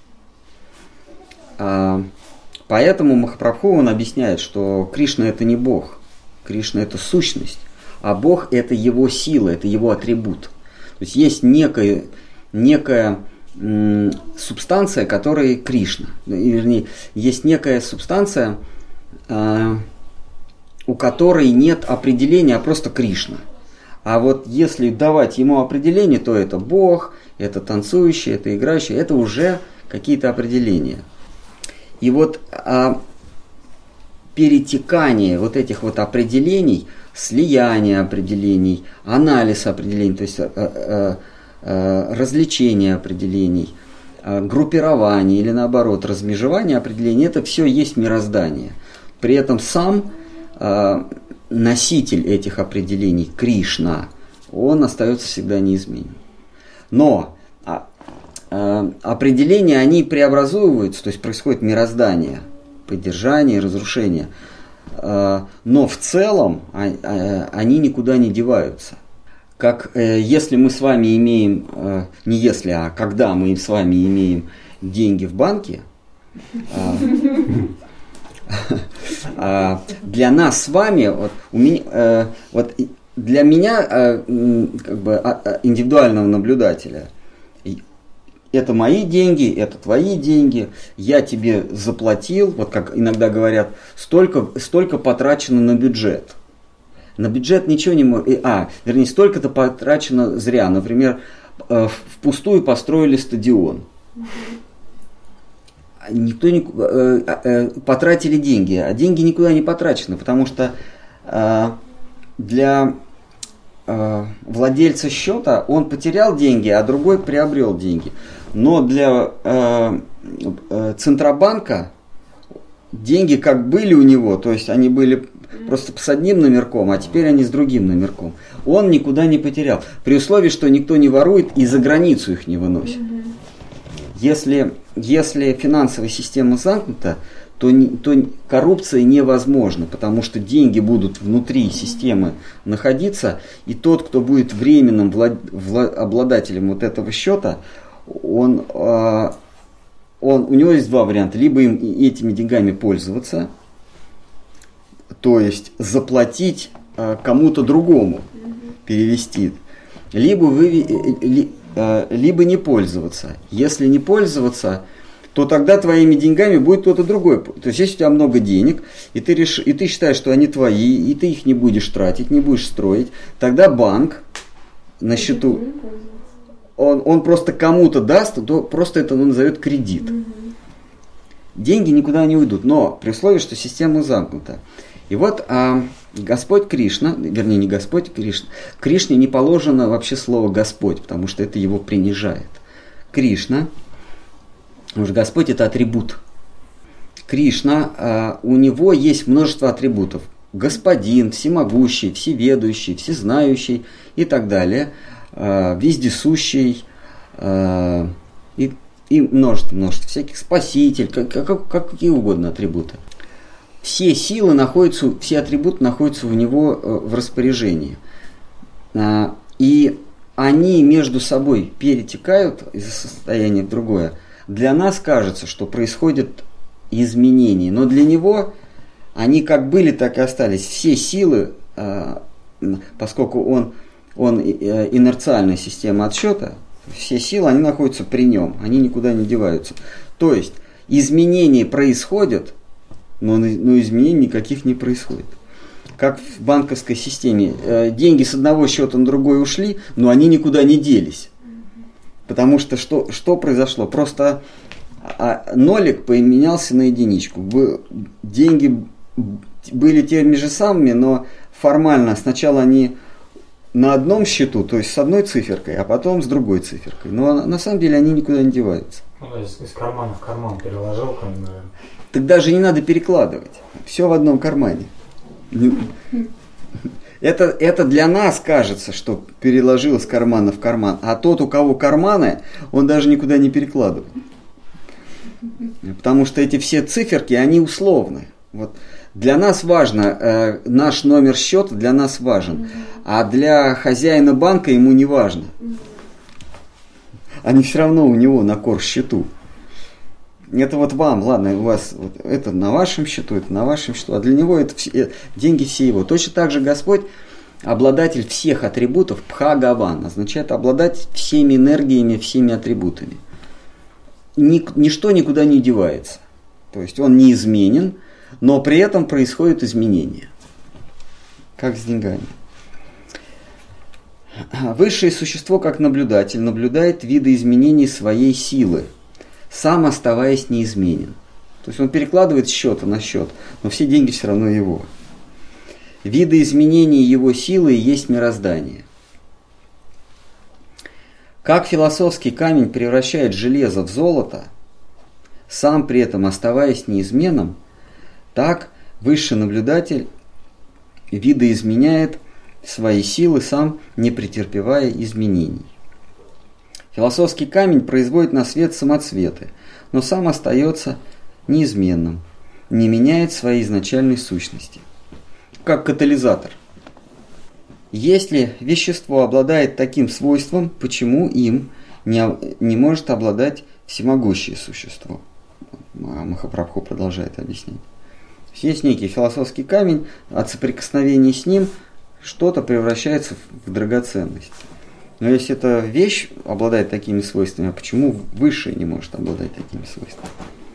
Поэтому Махапрабху, он объясняет, что Кришна – это не Бог. Кришна – это сущность, а Бог – это его сила, это его атрибут. То есть есть некая, некая м, субстанция, которая Кришна. Вернее, есть некая субстанция, э, у которой нет определения, а просто Кришна. А вот если давать ему определение, то это Бог, это танцующий, это играющий, это уже какие-то определения. И вот а, перетекание вот этих вот определений, слияние определений, анализ определений, то есть а, а, а, развлечение определений, а, группирование или наоборот размежевание определений, это все есть мироздание. При этом сам а, носитель этих определений, Кришна, он остается всегда неизменен. Но а, а, определения, они преобразуются, то есть происходит мироздание, поддержание, разрушение. А, но в целом а, а, они никуда не деваются. Как э, если мы с вами имеем, э, не если, а когда мы с вами имеем деньги в банке, для нас с вами, вот, у меня, э, вот для меня, э, как бы индивидуального наблюдателя, это мои деньги, это твои деньги, я тебе заплатил, вот как иногда говорят, столько, столько потрачено на бюджет. На бюджет ничего не может, а, вернее, столько-то потрачено зря. Например, э, впустую построили стадион. Никто не э, э, потратили деньги, а деньги никуда не потрачены, потому что э, для э, владельца счета он потерял деньги, а другой приобрел деньги. Но для э, э, Центробанка деньги как были у него, то есть они были просто с одним номерком, а теперь они с другим номерком. Он никуда не потерял, при условии, что никто не ворует и за границу их не выносит. Если, если финансовая система замкнута, то, то коррупция невозможна, потому что деньги будут внутри системы находиться, и тот, кто будет временным влад, влад, обладателем вот этого счета, он, э, он, у него есть два варианта. Либо им этими деньгами пользоваться, то есть заплатить э, кому-то другому, перевести, либо вы... либо не пользоваться. Если не пользоваться, то тогда твоими деньгами будет кто-то другой. То есть, если у тебя много денег, и ты, реш... и ты считаешь, что они твои, и ты их не будешь тратить, не будешь строить, тогда банк на счету, он, он просто кому-то даст, то просто это он назовет кредит. Деньги никуда не уйдут, но при условии, что система замкнута. И вот а, Господь Кришна, вернее не Господь Кришна, Кришне не положено вообще слово Господь, потому что это его принижает. Кришна, потому что Господь это атрибут. Кришна, а, у него есть множество атрибутов. Господин, всемогущий, всеведущий, всезнающий и так далее, а, вездесущий а, и, и множество, множество всяких, спаситель, как, как, как, какие угодно атрибуты. Все силы находятся, все атрибуты находятся у него в распоряжении. И они между собой перетекают из состояния в другое. Для нас кажется, что происходят изменения, но для него они как были, так и остались. Все силы, поскольку он, он инерциальная система отсчета, все силы, они находятся при нем, они никуда не деваются. То есть изменения происходят, Но, но изменений никаких не происходит. Как в банковской системе. Деньги с одного счета на другой ушли, но они никуда не делись. Потому что что, что произошло? Просто нолик поменялся на единичку. Деньги были теми же самыми, но формально сначала они на одном счету, то есть с одной циферкой, а потом с другой циферкой. Но на самом деле они никуда не деваются. Ну, да, из, из кармана в карман переложил, как бы. Так даже не надо перекладывать. Все в одном кармане. Это, это для нас кажется, что переложил с кармана в карман, а тот, у кого карманы, он даже никуда не перекладывает. Потому что эти все циферки, они условны. Вот. Для нас важно, э, наш номер счета для нас важен, а для хозяина банка ему не важно. Они все равно у него на корсчету. Это вот вам, ладно, у вас вот, это на вашем счету, это на вашем счету, а для него это все, деньги все его. Точно так же Господь, обладатель всех атрибутов, Бхагаван, означает обладать всеми энергиями, всеми атрибутами. Ни, ничто никуда не девается. То есть он неизменен, но при этом происходят изменения. Как с деньгами. Высшее существо, как наблюдатель, наблюдает виды изменений своей силы, сам оставаясь неизменен. То есть он перекладывает с счета на счет, но все деньги все равно его. Виды изменений его силы и есть мироздание. Как философский камень превращает железо в золото, сам при этом оставаясь неизменным, так высший наблюдатель видоизменяет свои силы, сам не претерпевая изменений. Философский камень производит на свет самоцветы, но сам остается неизменным, не меняет своей изначальной сущности. Как катализатор. Если вещество обладает таким свойством, почему им не, не может обладать всемогущее существо? Махапрабху продолжает объяснять. Есть некий философский камень, от соприкосновения с ним что-то превращается в драгоценность. Но если эта вещь обладает такими свойствами, а почему высшее не может обладать такими свойствами?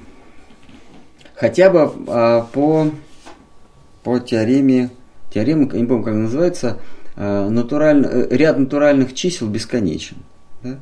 Хотя бы а, по, по теореме, теорема, я не помню, как она называется, а, натураль, ряд натуральных чисел бесконечен. Да?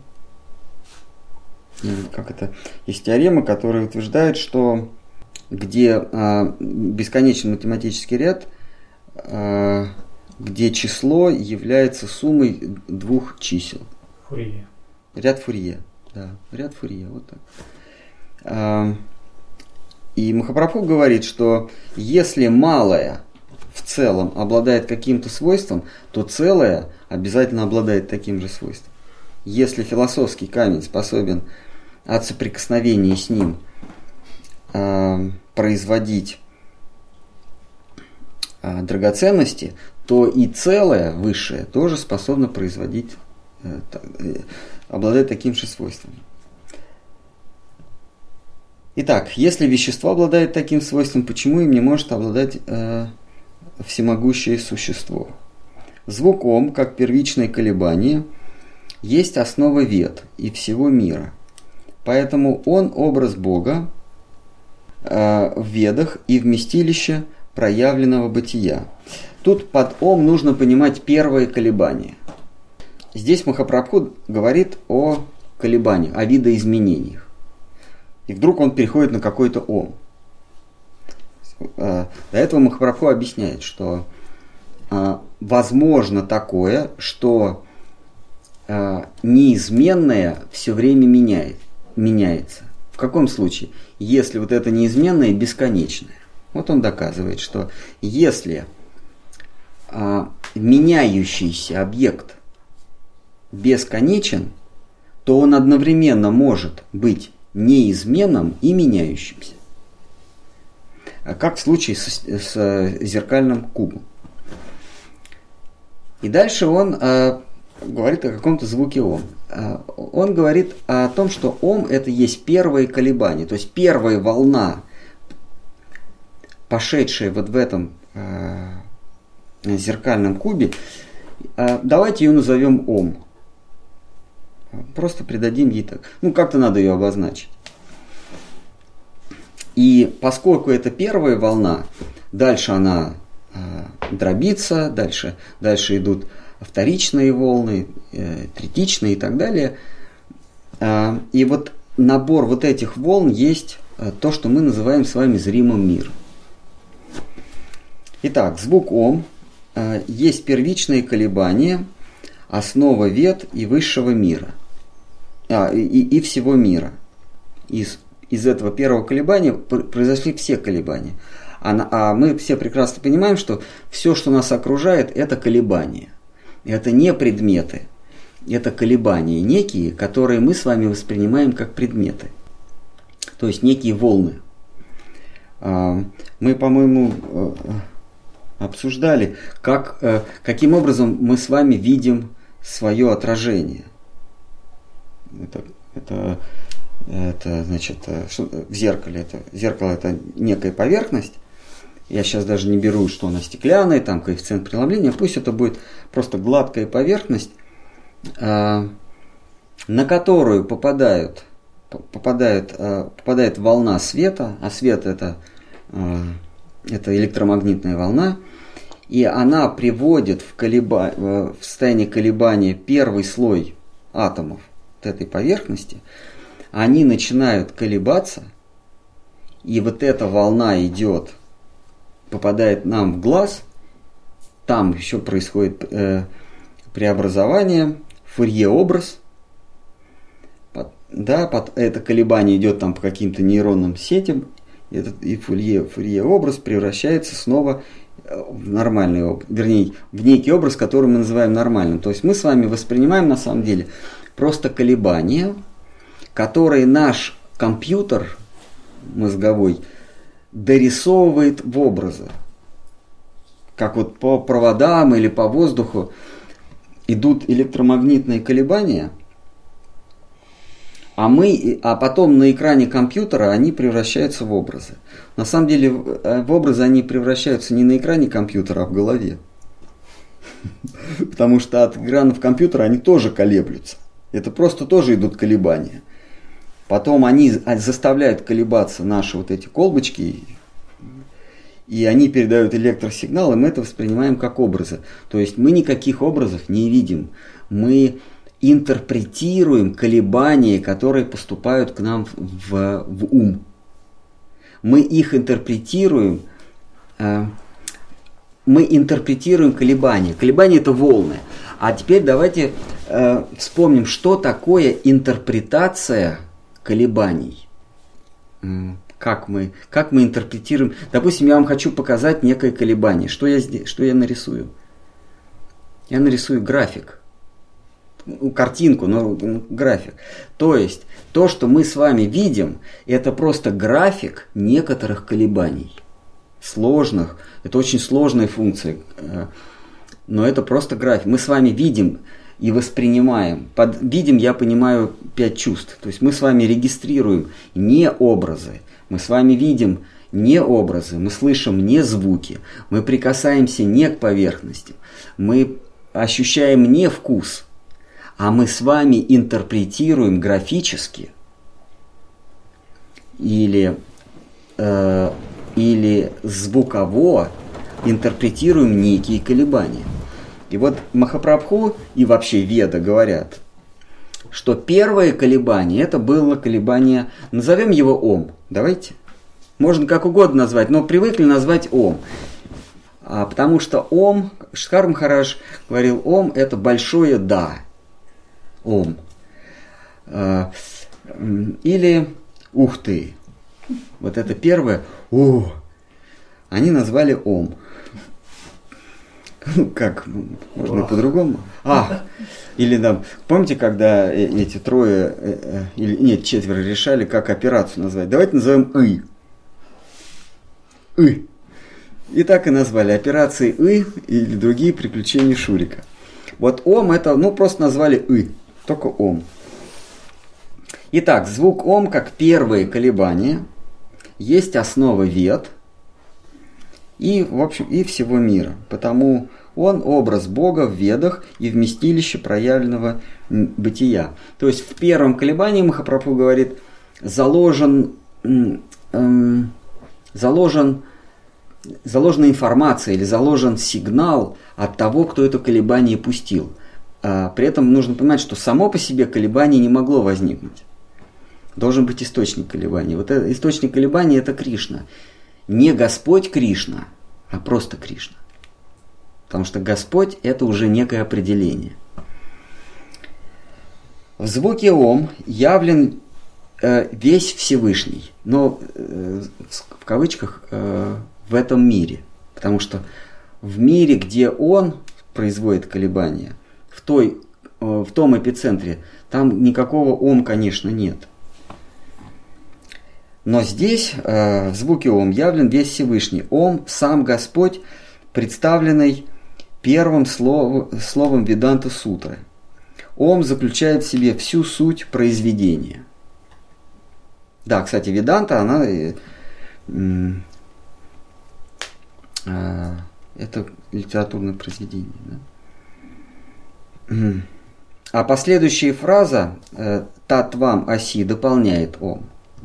Как это? Есть теорема, которая утверждает, что где а, бесконечный математический ряд, а, где число является суммой двух чисел. Фурье. Ряд Фурье. Да, ряд Фурье, вот так. А, и Махапрабху говорит, что если малое в целом обладает каким-то свойством, то целое обязательно обладает таким же свойством. Если философский камень способен от соприкосновения с ним а, производить а, драгоценности, то и целое высшее тоже способно производить, э, э, обладать таким же свойством. Итак, если вещество обладает таким свойством, почему им не может обладать э, всемогущее существо? Звук Ом, как первичное колебание, есть основа вед и всего мира. Поэтому он образ Бога э, в ведах и вместилище проявленного бытия. Тут под Ом нужно понимать первое колебание. Здесь Махапрабху говорит о колебаниях, о видоизменениях. И вдруг он переходит на какой-то Ом. До этого Махапрабху объясняет, что возможно такое, что неизменное все время меняет, меняется. В каком случае? Если вот это неизменное бесконечное. Вот он доказывает, что если а, меняющийся объект бесконечен, то он одновременно может быть неизменным и меняющимся. Как в случае с, с зеркальным кубом. И дальше он а, говорит о каком-то звуке Ом. А, он говорит о том, что Ом это есть первое колебание, то есть первая волна, пошедшая вот в этом а, зеркальном кубе, а, давайте ее назовем Ом. Просто придадим ей так. Ну, как-то надо ее обозначить. И поскольку это первая волна, дальше она э, дробится, дальше, дальше идут вторичные волны, э, третичные и так далее. Э, и вот набор вот этих волн есть э, то, что мы называем с вами зримым миром. Итак, звук Ом э, есть первичные колебания, основа вед и высшего мира. А, и, и всего мира. Из, из этого первого колебания произошли все колебания. А, а мы все прекрасно понимаем, что все, что нас окружает, это колебания. Это не предметы. Это колебания некие, которые мы с вами воспринимаем как предметы. То есть некие волны. Мы, по-моему, обсуждали, как, каким образом мы с вами видим свое отражение. Это, это, это значит, в зеркале. Это, зеркало – это некая поверхность. Я сейчас даже не беру, что она стеклянная, там коэффициент преломления. Пусть это будет просто гладкая поверхность, на которую попадают, попадает, попадает волна света, а свет это, это электромагнитная волна, и она приводит в, колеба, в состояние колебания первый слой атомов вот этой поверхности, они начинают колебаться, и вот эта волна идет, попадает нам в глаз, там еще происходит э, преобразование, Фурье-образ, под, да, под, это колебание идет там по каким-то нейронным сетям, и, этот, и Фурье, Фурье-образ превращается снова в нормальный образ, вернее, в некий образ, который мы называем нормальным. То есть мы с вами воспринимаем на самом деле просто колебания, которые наш компьютер мозговой дорисовывает в образы. Как вот по проводам или по воздуху идут электромагнитные колебания, а, мы, а потом на экране компьютера они превращаются в образы. На самом деле в образы они превращаются не на экране компьютера, а в голове. Потому что от экранов компьютера они тоже колеблются. Это просто тоже идут колебания. Потом они заставляют колебаться наши вот эти колбочки, и они передают электросигнал, и мы это воспринимаем как образы. То есть мы никаких образов не видим. Мы интерпретируем колебания, которые поступают к нам в, в ум. Мы их интерпретируем, э, мы интерпретируем колебания. Колебания – это волны. А теперь давайте э, вспомним, что такое интерпретация колебаний. Как мы, как мы интерпретируем. Допустим, я вам хочу показать некое колебание. Что я, здесь, что я нарисую? Я нарисую график. Картинку, но график. То есть, то, что мы с вами видим, это просто график некоторых колебаний. Сложных. Это очень сложная функция. Но это просто график. Мы с вами видим и воспринимаем. Под видим я понимаю пять чувств. То есть мы с вами регистрируем не образы. Мы с вами видим не образы, мы слышим не звуки, мы прикасаемся не к поверхности, мы ощущаем не вкус, а мы с вами интерпретируем графически или, э, или звуково интерпретируем некие колебания. И вот Махапрабху и вообще Веда говорят, что первое колебание, это было колебание, назовем его Ом, давайте. Можно как угодно назвать, но привыкли назвать Ом. А, потому что Ом, Шкхар Махарадж говорил, Ом это большое Да. Ом. А, или Ух ты. Вот это первое. О. Они назвали Ом. Ну как, можно и по-другому. А, или там, помните, когда эти трое, или нет, четверо решали, как операцию назвать? Давайте назовем И. И. И так и назвали операции И или другие приключения Шурика. Вот Ом это, ну просто назвали И, только Ом. Итак, звук Ом как первые колебания есть основа Вед и, в общем, и всего мира. Потому он образ Бога в Ведах и вместилище проявленного бытия. То есть в первом колебании Махапрабху говорит, заложен, эм, заложен, заложена информация или заложен сигнал от того, кто это колебание пустил. А при этом нужно понимать, что само по себе колебание не могло возникнуть. Должен быть источник колебаний. Вот это, источник колебаний это Кришна. Не Господь Кришна, а просто Кришна. Потому что Господь – это уже некое определение. В звуке Ом явлен э, весь Всевышний, но э, в кавычках э, в этом мире. Потому что в мире, где Он производит колебания, в, той, э, в том эпицентре, там никакого Ом, конечно, нет. Но здесь, э, в звуке Ом, явлен весь Всевышний. Ом, сам Господь, представленный первым слов, словом Веданта Сутры. Ом заключает в себе всю суть произведения. Да, кстати, Веданта, она... Э, э, это литературное произведение. Да? А последующая фраза э, «Татвам Аси» дополняет Ом.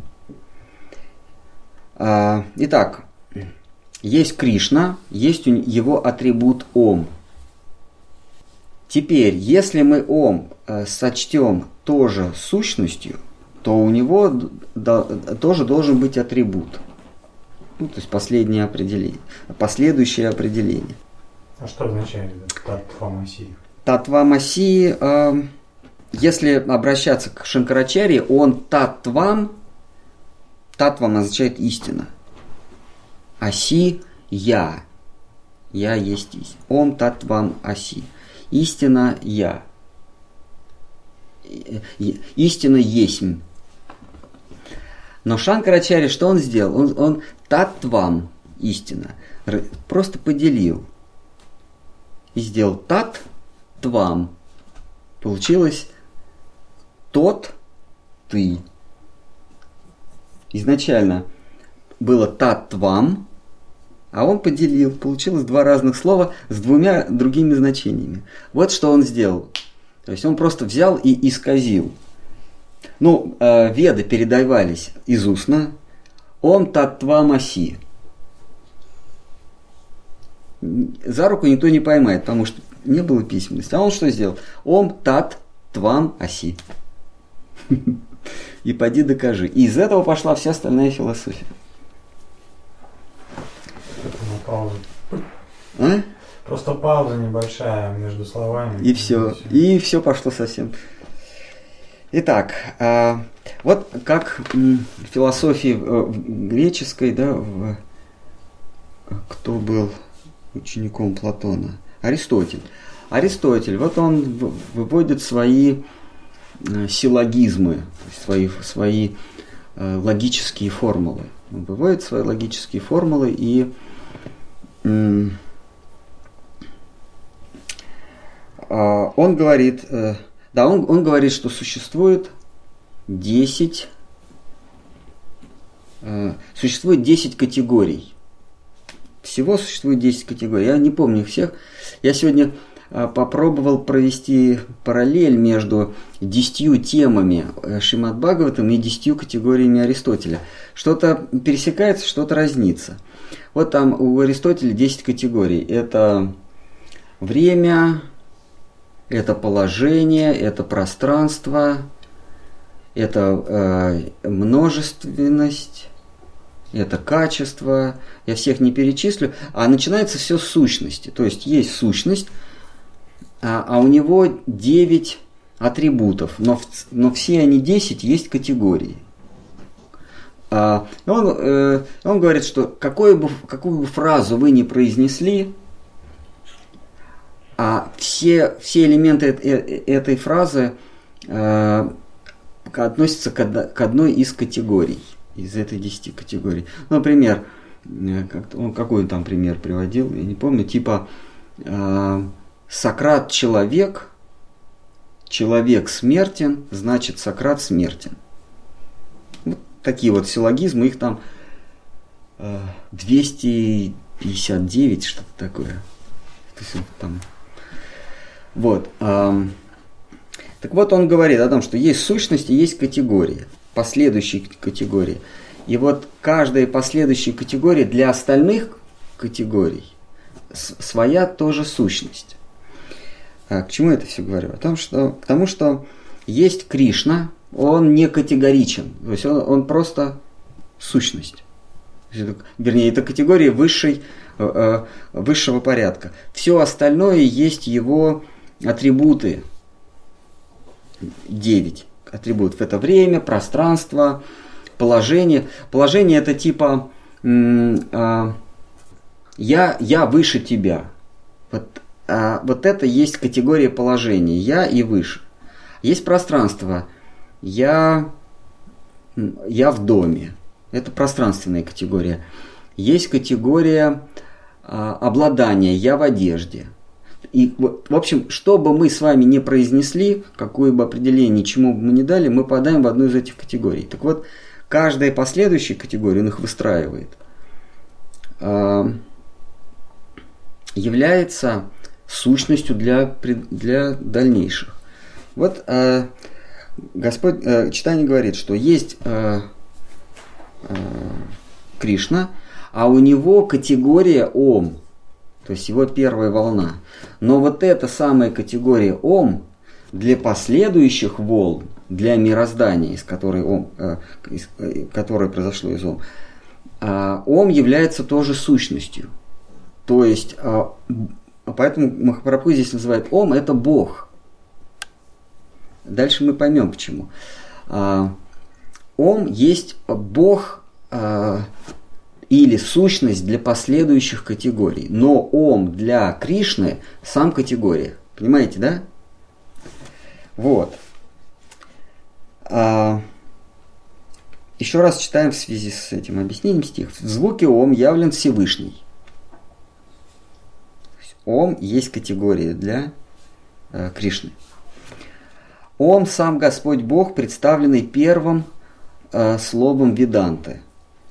Э, итак, есть Кришна, есть его атрибут Ом. Теперь, если мы Ом э, сочтем тоже сущностью, то у него до, тоже должен быть атрибут. Ну, то есть последнее определение, последующее определение. А что означает Татвамаси? Татвамаси, э, если обращаться к Шанкарачарье, он Татвам, Татвам означает истина. Аси – я. Я есть истина. Ом Татвам Аси. Истина – я. Истина есть. Но Шанкарачарья, что он сделал? Он, он Татвам, истина, просто поделил. И сделал Тат-твам. Получилось тот, ты. Изначально было Тат-твам, а он поделил. Получилось два разных слова с двумя другими значениями. Вот что он сделал. То есть он просто взял и исказил. Ну, э, веды передавались из устно. Ом Тат-твам Аси. За руку никто не поймает, потому что не было письменности. А он что сделал? Ом Тат-твам Аси. И поди докажи. И из этого пошла вся остальная философия. Пауза. А? Просто пауза небольшая между словами. И все. И все пошло совсем. Итак, а, вот как в философии греческой, да, в, кто был учеником Платона? Аристотель. Аристотель, вот он выводит свои силлогизмы, свои, свои логические формулы. Он выводит свои логические формулы и м, он говорит, да, он, он говорит, что существует десять, существует десять категорий. Всего существует десять категорий. Я не помню их всех. Я сегодня попробовал провести параллель между десятью темами Шримад Бхагаватам и десятью категориями Аристотеля. Что-то пересекается, что-то разнится. Вот там у Аристотеля десять категорий. Это время, это положение, это пространство, это э, множественность, это качество. Я всех не перечислю. А начинается все с сущности. То есть есть сущность, а, а у него девять атрибутов, но, в, но все они десять есть категории. А, он, э, он говорит, что какую бы, какую бы фразу вы ни произнесли, а все, все элементы этой фразы э, относятся к одной из категорий, из этой десяти категорий. Ну, например, он какой он там пример приводил, я не помню, типа э, Сократ человек, человек смертен, значит Сократ смертен. Вот такие вот силлогизмы, их там э, двести пятьдесят девять, что-то такое. То есть, там... Вот. Э, так вот, он говорит о том, что есть сущность и есть категории, последующие категории. И вот каждая последующая категория для остальных категорий своя тоже сущность. А к чему я это все говорю? О том, что, потому что есть Кришна, он не категоричен, то есть он, он просто сущность. Вернее, это категория высшей, э, высшего порядка. Все остальное есть его атрибуты. Девять атрибутов. Это время, пространство, положение. Положение это типа м- а, я, я выше тебя. Вот, а, вот это есть категория положения. Я и выше. Есть пространство. Я, я в доме. Это пространственная категория. Есть категория а, обладания. Я в одежде. И, в общем, что бы мы с вами не произнесли, какое бы определение, чему бы мы ни дали, мы попадаем в одну из этих категорий. Так вот, каждая последующая категория, он их выстраивает, является сущностью для, для дальнейших. Вот Господь, читание говорит, что есть Кришна, а у него категория Ом. То есть его первая волна. Но вот эта самая категория Ом для последующих волн, для мироздания, из которой Ом, э, из, э, которое произошло из Ом, э, Ом является тоже сущностью. То есть, э, поэтому Махапрабху здесь называет Ом это Бог. Дальше мы поймем почему. Э, Ом есть Бог, э, или сущность для последующих категорий. Но Ом для Кришны сам категория. Понимаете, да? Вот. А, еще раз читаем в связи с этим объяснением стих. В звуке Ом явлен Всевышний. Ом есть категория для а, Кришны. Ом сам Господь Бог, представленный первым а, словом Веданты.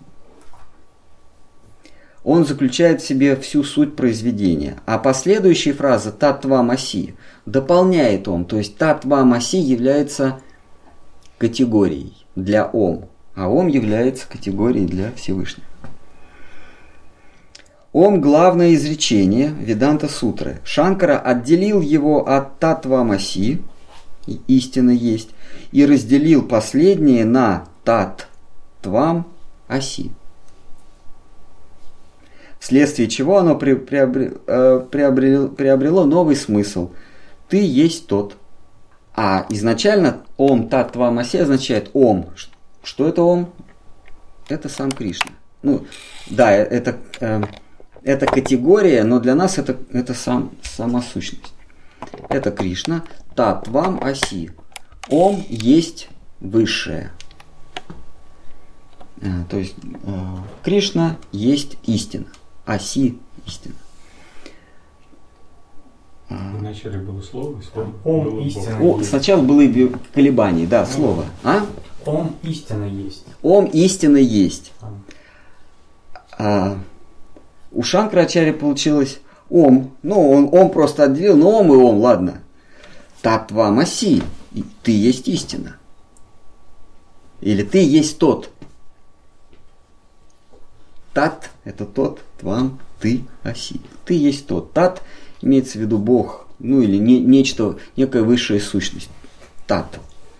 Он заключает в себе всю суть произведения. А последующая фраза «Таттвамаси» дополняет Ом. То есть Таттвамаси является категорией для Ом. А Ом является категорией для Всевышнего. Ом – главное изречение Веданта Сутры. Шанкара отделил его от Таттвамаси, истина есть, и разделил последнее на Таттвам-аси. Вследствие чего оно приобрело, приобрело, приобрело новый смысл. Ты есть тот. А изначально Ом Таттвамаси означает Ом. Что это Ом? Это сам Кришна. Ну, да, это, э, это категория, но для нас это, это сам, сама сущность. Это Кришна. Таттвамаси. Ом есть высшее. Э, то есть э, Кришна есть истина. Аси истина. Вначале было слово, и слово Ом было истина. Бог. О, сначала было колебания, да, слово. А? Ом истина есть. Ом истина есть. А, у Шанкарачарьи получилось Ом. Ну, он Ом просто отделил, но Ом и Ом, ладно. Таттвамаси. Ты есть истина. Или ты есть тот. Тат – это тот, твам, ты, аси. Ты есть тот. Тат имеется в виду Бог, ну или не, нечто, некая высшая сущность. Тат.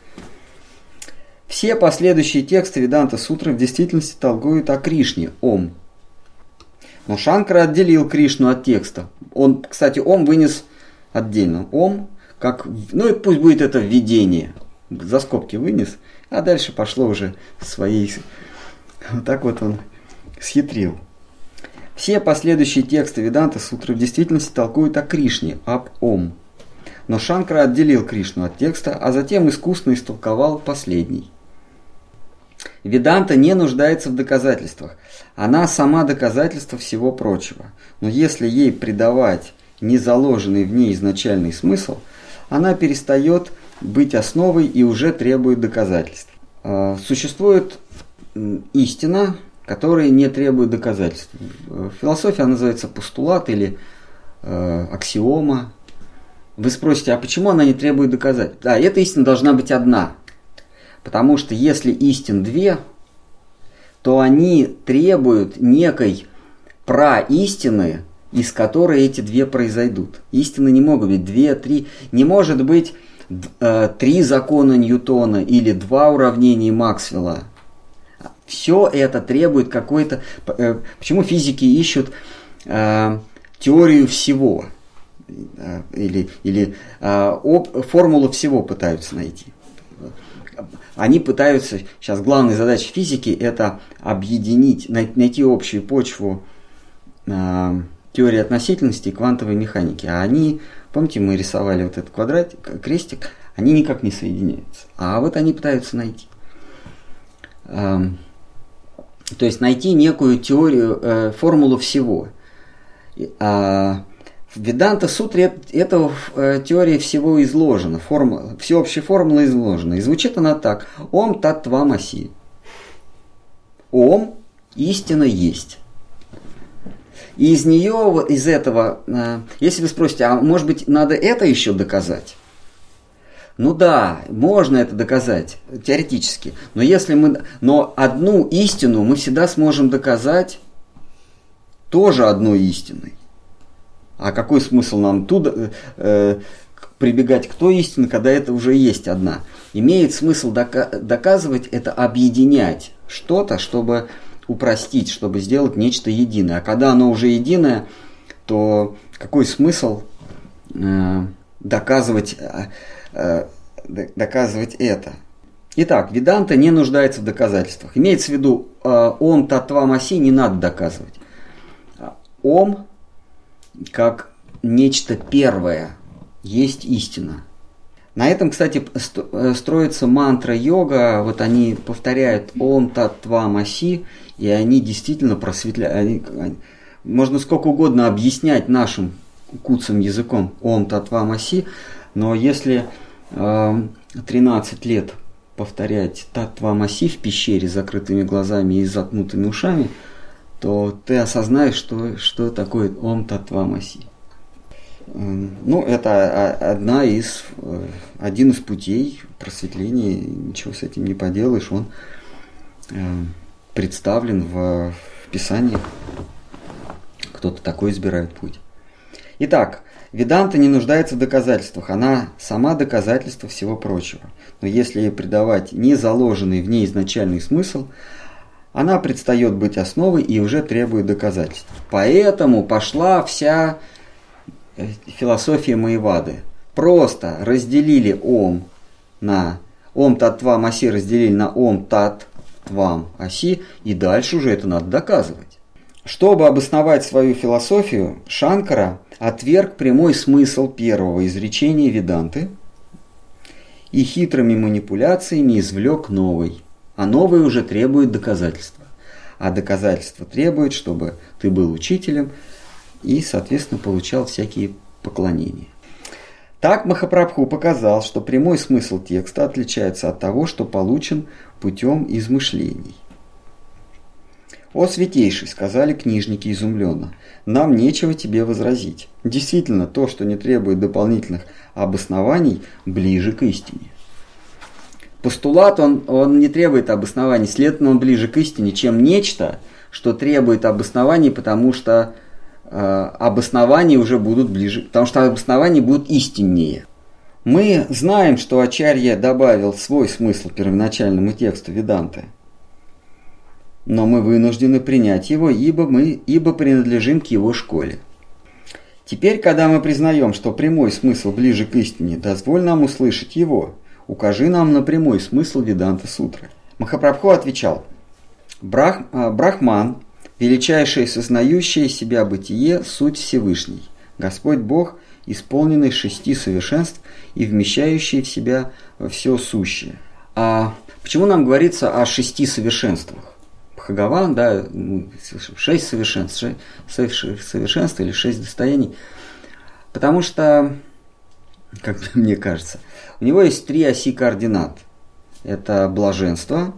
Все последующие тексты Веданта Сутры в действительности толкуют о Кришне, Ом. Но Шанкара отделил Кришну от текста. Он, кстати, Ом вынес отдельно. Ом, как, ну и пусть будет это введение. За скобки вынес, а дальше пошло уже своей... Вот так вот он... схитрил. Все последующие тексты Веданта Сутры в действительности толкуют о Кришне, об Ом. Но Шанкара отделил Кришну от текста, а затем искусно истолковал последний. Веданта не нуждается в доказательствах. Она сама доказательство всего прочего. Но если ей придавать незаложенный в ней изначальный смысл, она перестает быть основой и уже требует доказательств. Существует истина, которые не требуют доказательств. В философии она называется постулат или э, аксиома. Вы спросите, а почему она не требует доказательств? Да, эта истина должна быть одна. Потому что если истин две, то они требуют некой праистины, из которой эти две произойдут. Истины не могут быть две, три. Не может быть э, три закона Ньютона или два уравнения Максвелла. Все это требует какой-то... Почему физики ищут э, теорию всего. Э, или или э, об, формулу всего пытаются найти. Они пытаются, сейчас главная задача физики это объединить, найти общую почву э, теории относительности и квантовой механики. А они, помните, мы рисовали вот этот квадратик, крестик, они никак не соединяются. А вот они пытаются найти. Э, то есть найти некую теорию, э, формулу всего. А в Веданта-сутре эта э, теория всего изложена, формула, всеобщая формула изложена. И звучит она так. Ом таттвам аси. Ом истина есть. И из нее, из этого, э, если вы спросите, а может быть надо это еще доказать? Ну да, можно это доказать, теоретически. Но если мы, но одну истину мы всегда сможем доказать тоже одной истиной. А какой смысл нам туда э, прибегать к той истине, когда это уже есть одна? Имеет смысл дока- доказывать это, объединять что-то, чтобы упростить, чтобы сделать нечто единое. А когда оно уже единое, то какой смысл э, доказывать, э, э, доказывать это? Итак, Веданта не нуждается в доказательствах. Имеется в виду, э, Ом Таттвам Аси не надо доказывать. Ом как нечто первое, есть истина. На этом, кстати, строится мантра йога. Вот они повторяют Ом Таттвам Аси, и они действительно просветляют. Они, они, можно сколько угодно объяснять нашим куцым языком Ом Таттвам Аси, но если э, тринадцать лет повторять Таттвам Аси в пещере с закрытыми глазами и заткнутыми ушами, то ты осознаешь, что, что такое Ом Таттвам Аси. Ну, это одна из, один из путей просветления, ничего с этим не поделаешь, он представлен в, в Писании. Кто-то такой избирает путь. Итак, Веданта не нуждается в доказательствах, она сама доказательство всего прочего. Но если ей придавать незаложенный в ней изначальный смысл, она предстает быть основой и уже требует доказательств. Поэтому пошла вся философия Майявады. Просто разделили Ом на Ом Таттвам Аси, разделили на Ом Таттвам Аси, и дальше уже это надо доказывать. Чтобы обосновать свою философию, Шанкара отверг прямой смысл первого изречения Веданты и хитрыми манипуляциями извлек новый. А новое уже требует доказательства. А доказательства требует, чтобы ты был учителем и, соответственно, получал всякие поклонения. Так Махапрабху показал, что прямой смысл текста отличается от того, что получен путем измышлений. «О, святейший!» — сказали книжники изумленно. «Нам нечего тебе возразить. Действительно, то, что не требует дополнительных обоснований, ближе к истине». Постулат, он, он не требует обоснований, следовательно, он ближе к истине, чем нечто, что требует обоснований, потому что э, обоснования уже будут ближе, потому что обоснования будут истиннее. Мы знаем, что Ачарья добавил свой смысл первоначальному тексту Веданты, но мы вынуждены принять его, ибо мы ибо принадлежим к его школе. Теперь, когда мы признаем, что прямой смысл ближе к истине, дозволь нам услышать его. Укажи нам на прямой смысл Веданта-сутры. Махапрабху отвечал: Брах, Брахман, величайшее сознающее себя бытие, суть Всевышний, Господь Бог, исполненный шести совершенств и вмещающий в себя все сущее. А почему нам говорится о шести совершенствах? Бхагаван, да, шесть совершенств, шесть совершенств или шесть достояний. Потому что, как мне кажется, у него есть три оси координат. Это блаженство,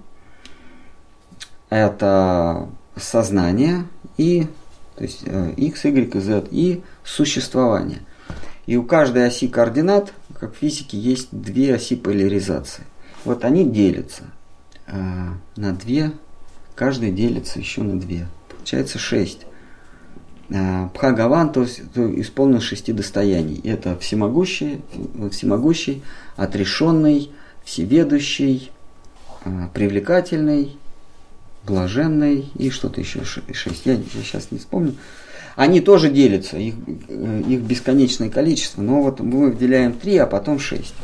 это сознание и, то есть x, y и z, и существование. И у каждой оси координат, как в физике, есть две оси поляризации. Вот они делятся на две, каждая делится еще на две. Получается шесть. Бхагаван, то есть исполнен шести достояний. Это всемогущий, всемогущий, отрешенный, всеведущий, привлекательный, блаженный и что-то еще шесть. Я сейчас не вспомню. Они тоже делятся, их, их бесконечное количество, но вот мы выделяем три, а потом шесть.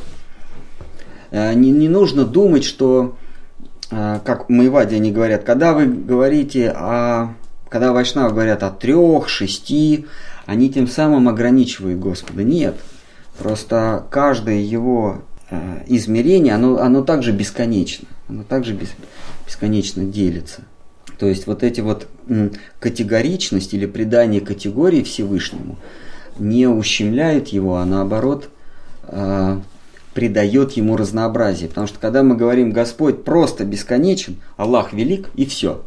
Не, не нужно думать, что, как майвади они говорят, когда вы говорите о, когда вайшнавы говорят о трех, шести, они тем самым ограничивают Господа. Нет, просто каждое его измерение, оно, оно также бесконечно, оно также бес, бесконечно делится. То есть вот эти вот категоричность или придание категории Всевышнему не ущемляет его, а наоборот э, придает ему разнообразие. Потому что когда мы говорим «Господь просто бесконечен», «Аллах велик» и все,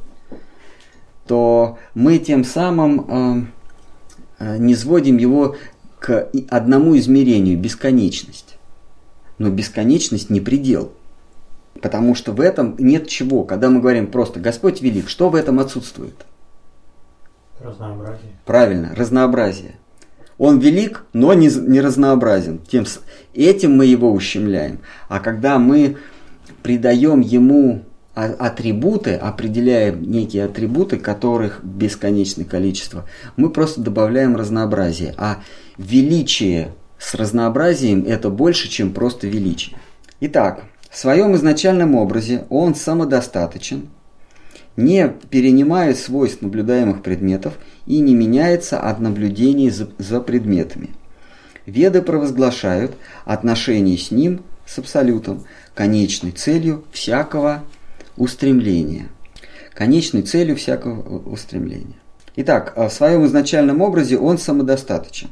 то мы тем самым э, не сводим его к одному измерению – бесконечность. Но бесконечность не предел. Потому что в этом нет чего. Когда мы говорим просто «Господь велик», что в этом отсутствует? Разнообразие. Правильно, разнообразие. Он велик, но не, не разнообразен. Тем, этим мы его ущемляем. А когда мы придаем ему атрибуты, определяем некие атрибуты, которых бесконечное количество, мы просто добавляем разнообразие. А величие с разнообразием – это больше, чем просто величие. Итак, в своем изначальном образе он самодостаточен, не перенимает свойств наблюдаемых предметов и не меняется от наблюдений за, за предметами. Веды провозглашают отношение с ним, с абсолютом, конечной целью всякого устремления. Конечной целью всякого устремления. Итак, в своем изначальном образе он самодостаточен,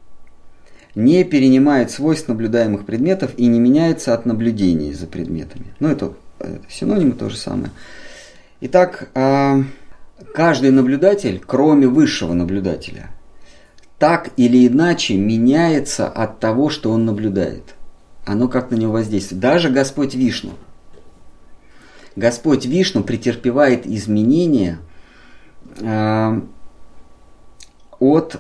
не перенимает свойств наблюдаемых предметов и не меняется от наблюдений за предметами. Ну, это, это синонимы то же самое. Итак, каждый наблюдатель, кроме высшего наблюдателя, так или иначе меняется от того, что он наблюдает. Оно как на него воздействует. Даже Господь Вишну. Господь Вишну претерпевает изменения от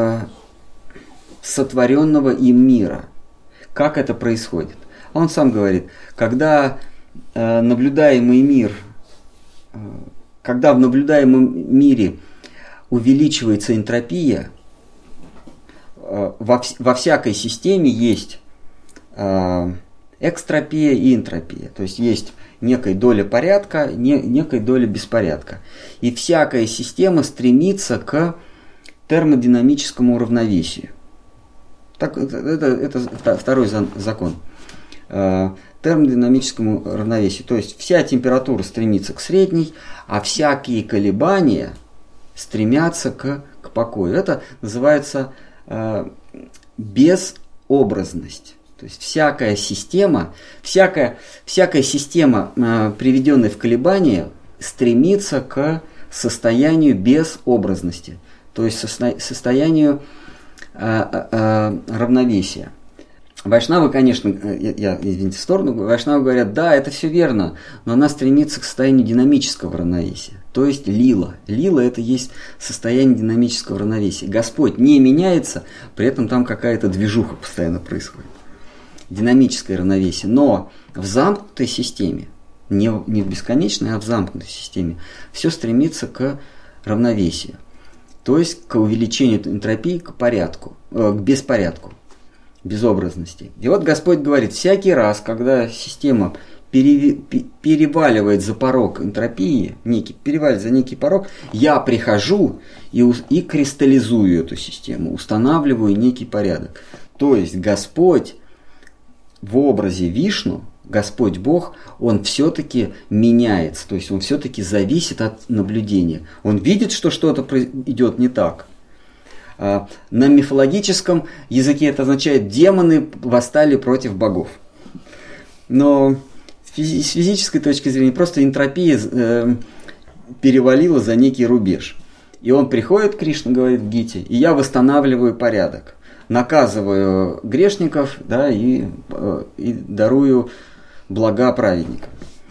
сотворенного им мира. Как это происходит? Он сам говорит, когда э, наблюдаемый мир, э, когда в наблюдаемом мире увеличивается энтропия, э, во, во всякой системе есть э, экстропия и энтропия. То есть есть некая доля порядка, не, некая доля беспорядка. И всякая система стремится к термодинамическому равновесию. Так, это, это, это второй закон. Термодинамическому равновесию. То есть вся температура стремится к средней, а всякие колебания стремятся к, к покою. Это называется э, безобразность. То есть всякая система, всякая, всякая система, э, приведенная в колебания, стремится к состоянию безобразности. То есть состо, состоянию равновесия. Вайшнавы, конечно, я, я извините, в сторону, вайшнавы говорят, да, это все верно, но она стремится к состоянию динамического равновесия, то есть лила. Лила – это есть состояние динамического равновесия. Господь не меняется, при этом там какая-то движуха постоянно происходит. Динамическое равновесие. Но в замкнутой системе, не, не в бесконечной, а в замкнутой системе, все стремится к равновесию. То есть к увеличению энтропии, к порядку, э, к беспорядку, безобразности. И вот Господь говорит, всякий раз, когда система пере, переваливает за порог энтропии, некий, переваливает за некий порог, я прихожу и, и кристаллизую эту систему, устанавливаю некий порядок. То есть Господь в образе Вишну, Господь Бог, Он все-таки меняется, то есть Он все-таки зависит от наблюдения. Он видит, что что-то идет не так. На мифологическом языке это означает, демоны восстали против богов. Но с физической точки зрения просто энтропия перевалила за некий рубеж. И он приходит, Кришна говорит в Гите, и я восстанавливаю порядок. Наказываю грешников, да, и, и дарую блага праведникам.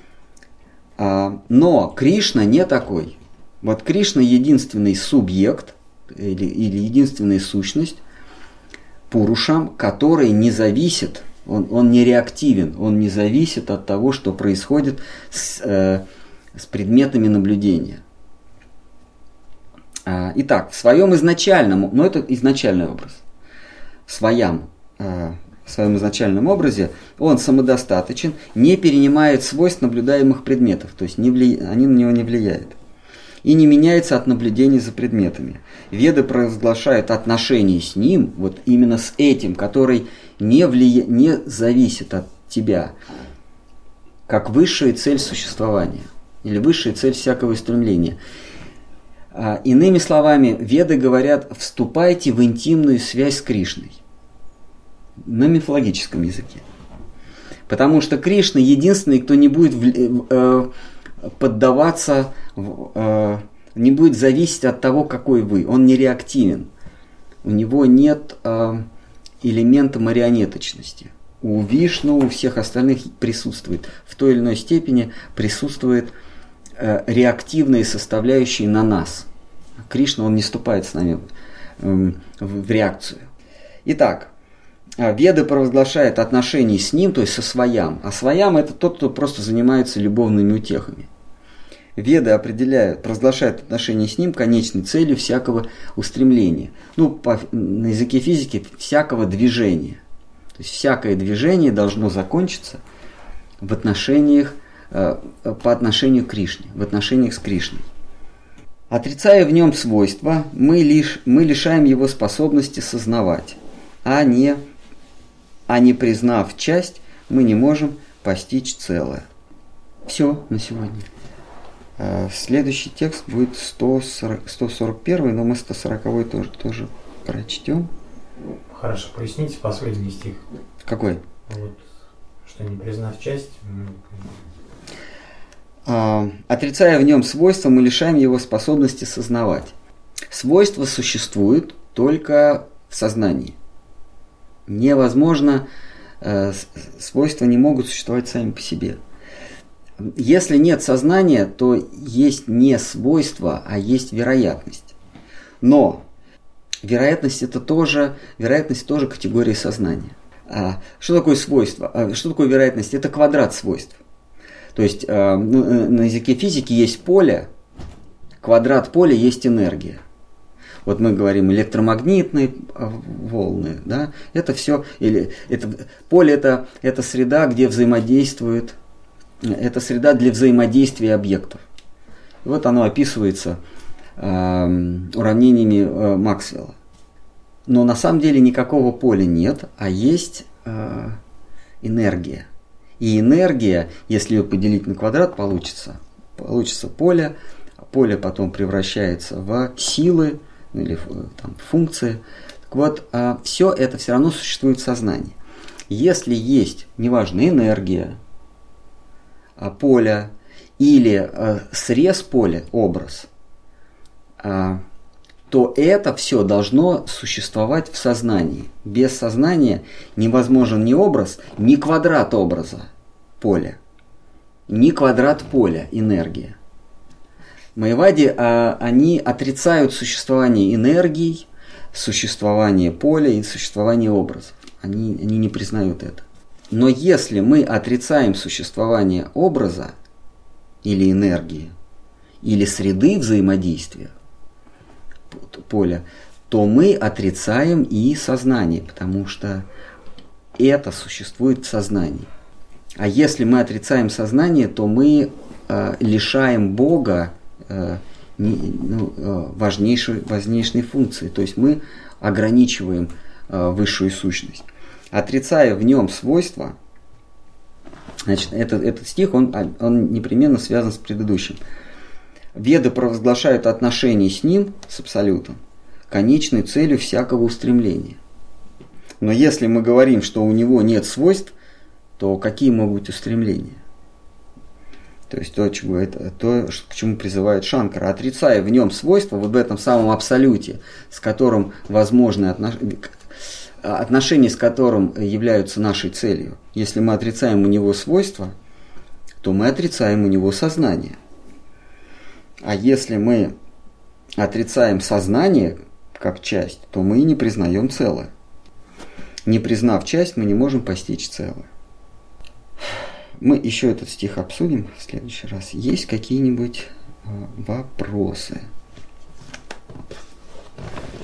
Но Кришна не такой. Вот Кришна единственный субъект или, или единственная сущность Пурушам, который не зависит, он, он не реактивен, он не зависит от того, что происходит с, э, с предметами наблюдения. Итак, в своем изначальном, но это изначальный образ, в своем, в своем изначальном образе он самодостаточен, не перенимает свойств наблюдаемых предметов, то есть не вли... они на него не влияют, и не меняется от наблюдений за предметами. Веды провозглашают отношения с ним, вот именно с этим, который не, влия... не зависит от тебя, как высшая цель существования, или высшая цель всякого стремления. Иными словами, Веды говорят, вступайте в интимную связь с Кришной. На мифологическом языке. Потому что Кришна единственный, кто не будет поддаваться, не будет зависеть от того, какой вы. Он не реактивен. У него нет элемента марионеточности. У Вишну, у всех остальных присутствует, в той или иной степени присутствует реактивные составляющие на нас. Кришна, он не вступает с нами в реакцию. Итак, Веды провозглашают отношения с ним, то есть со своям. А своям это тот, кто просто занимается любовными утехами. Веды определяют, провозглашают отношения с ним конечной целью всякого устремления. Ну, по, на языке физики, всякого движения. То есть всякое движение должно закончиться в отношениях, э, по отношению к Кришне, в отношениях с Кришной. Отрицая в нем свойства, мы, лишь, мы лишаем его способности сознавать, а не, а не признав часть, мы не можем постичь целое. Все на сегодня. Следующий текст будет сто сорок первый, но мы сто сороковой тоже, тоже прочтем. Хорошо, поясните последний стих. Какой? Вот, что не признав часть... Отрицая в нем свойства, мы лишаем его способности сознавать. Свойства существуют только в сознании. Невозможно, э, свойства не могут существовать сами по себе. Если нет сознания, то есть не свойство, а есть вероятность. Но вероятность это тоже, вероятность тоже категория сознания. А что такое свойство? А что такое вероятность? Это квадрат свойств. То есть э, на языке физики есть поле, квадрат поля есть энергия. Вот мы говорим электромагнитные волны, да? Это все, или это, поле это, это среда, где взаимодействуют, это среда для взаимодействия объектов. И вот оно описывается э, уравнениями э, Максвелла. Но на самом деле никакого поля нет, а есть э, энергия. И энергия, если ее поделить на квадрат, получится, получится поле. Поле потом превращается в силы, или там, функции. Так вот, а, все это все равно существует в сознании. Если есть, неважно, энергия, а, поле или а, срез поля, образ, а, то это все должно существовать в сознании. Без сознания невозможен ни образ, ни квадрат образа поля, ни квадрат поля энергия. Майявади, а, они отрицают существование энергии, существование поля и существование образов. Они, они не признают это. Но если мы отрицаем существование образа или энергии, или среды взаимодействия поля, то мы отрицаем и сознание, потому что это существует в сознании. А если мы отрицаем сознание, то мы э, лишаем Бога э, не, ну, э, важнейшей, важнейшей функции, то есть мы ограничиваем э, высшую сущность. Отрицая в нем свойства, значит, этот, этот стих, он, он непременно связан с предыдущим. Веды провозглашают отношения с ним, с абсолютом, конечной целью всякого устремления. Но если мы говорим, что у него нет свойств, то какие могут быть устремления? То есть то, чего это, то, к чему призывает Шанкара, отрицая в нем свойства, вот в этом самом абсолюте, с которым возможны отношения, отношения с которым являются нашей целью. Если мы отрицаем у него свойства, то мы отрицаем у него сознание. А если мы отрицаем сознание как часть, то мы не признаем целое. Не признав часть, мы не можем постичь целое. Мы еще этот стих обсудим в следующий раз. Есть какие-нибудь вопросы?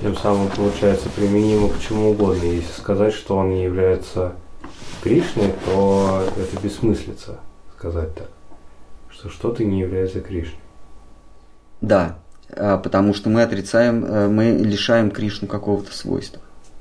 тем самым получается применимо к чему угодно. Если сказать, что он не является Кришной, то это бессмыслица сказать так, что что-то не является Кришной. Да, потому что мы отрицаем, мы лишаем Кришну какого-то свойства.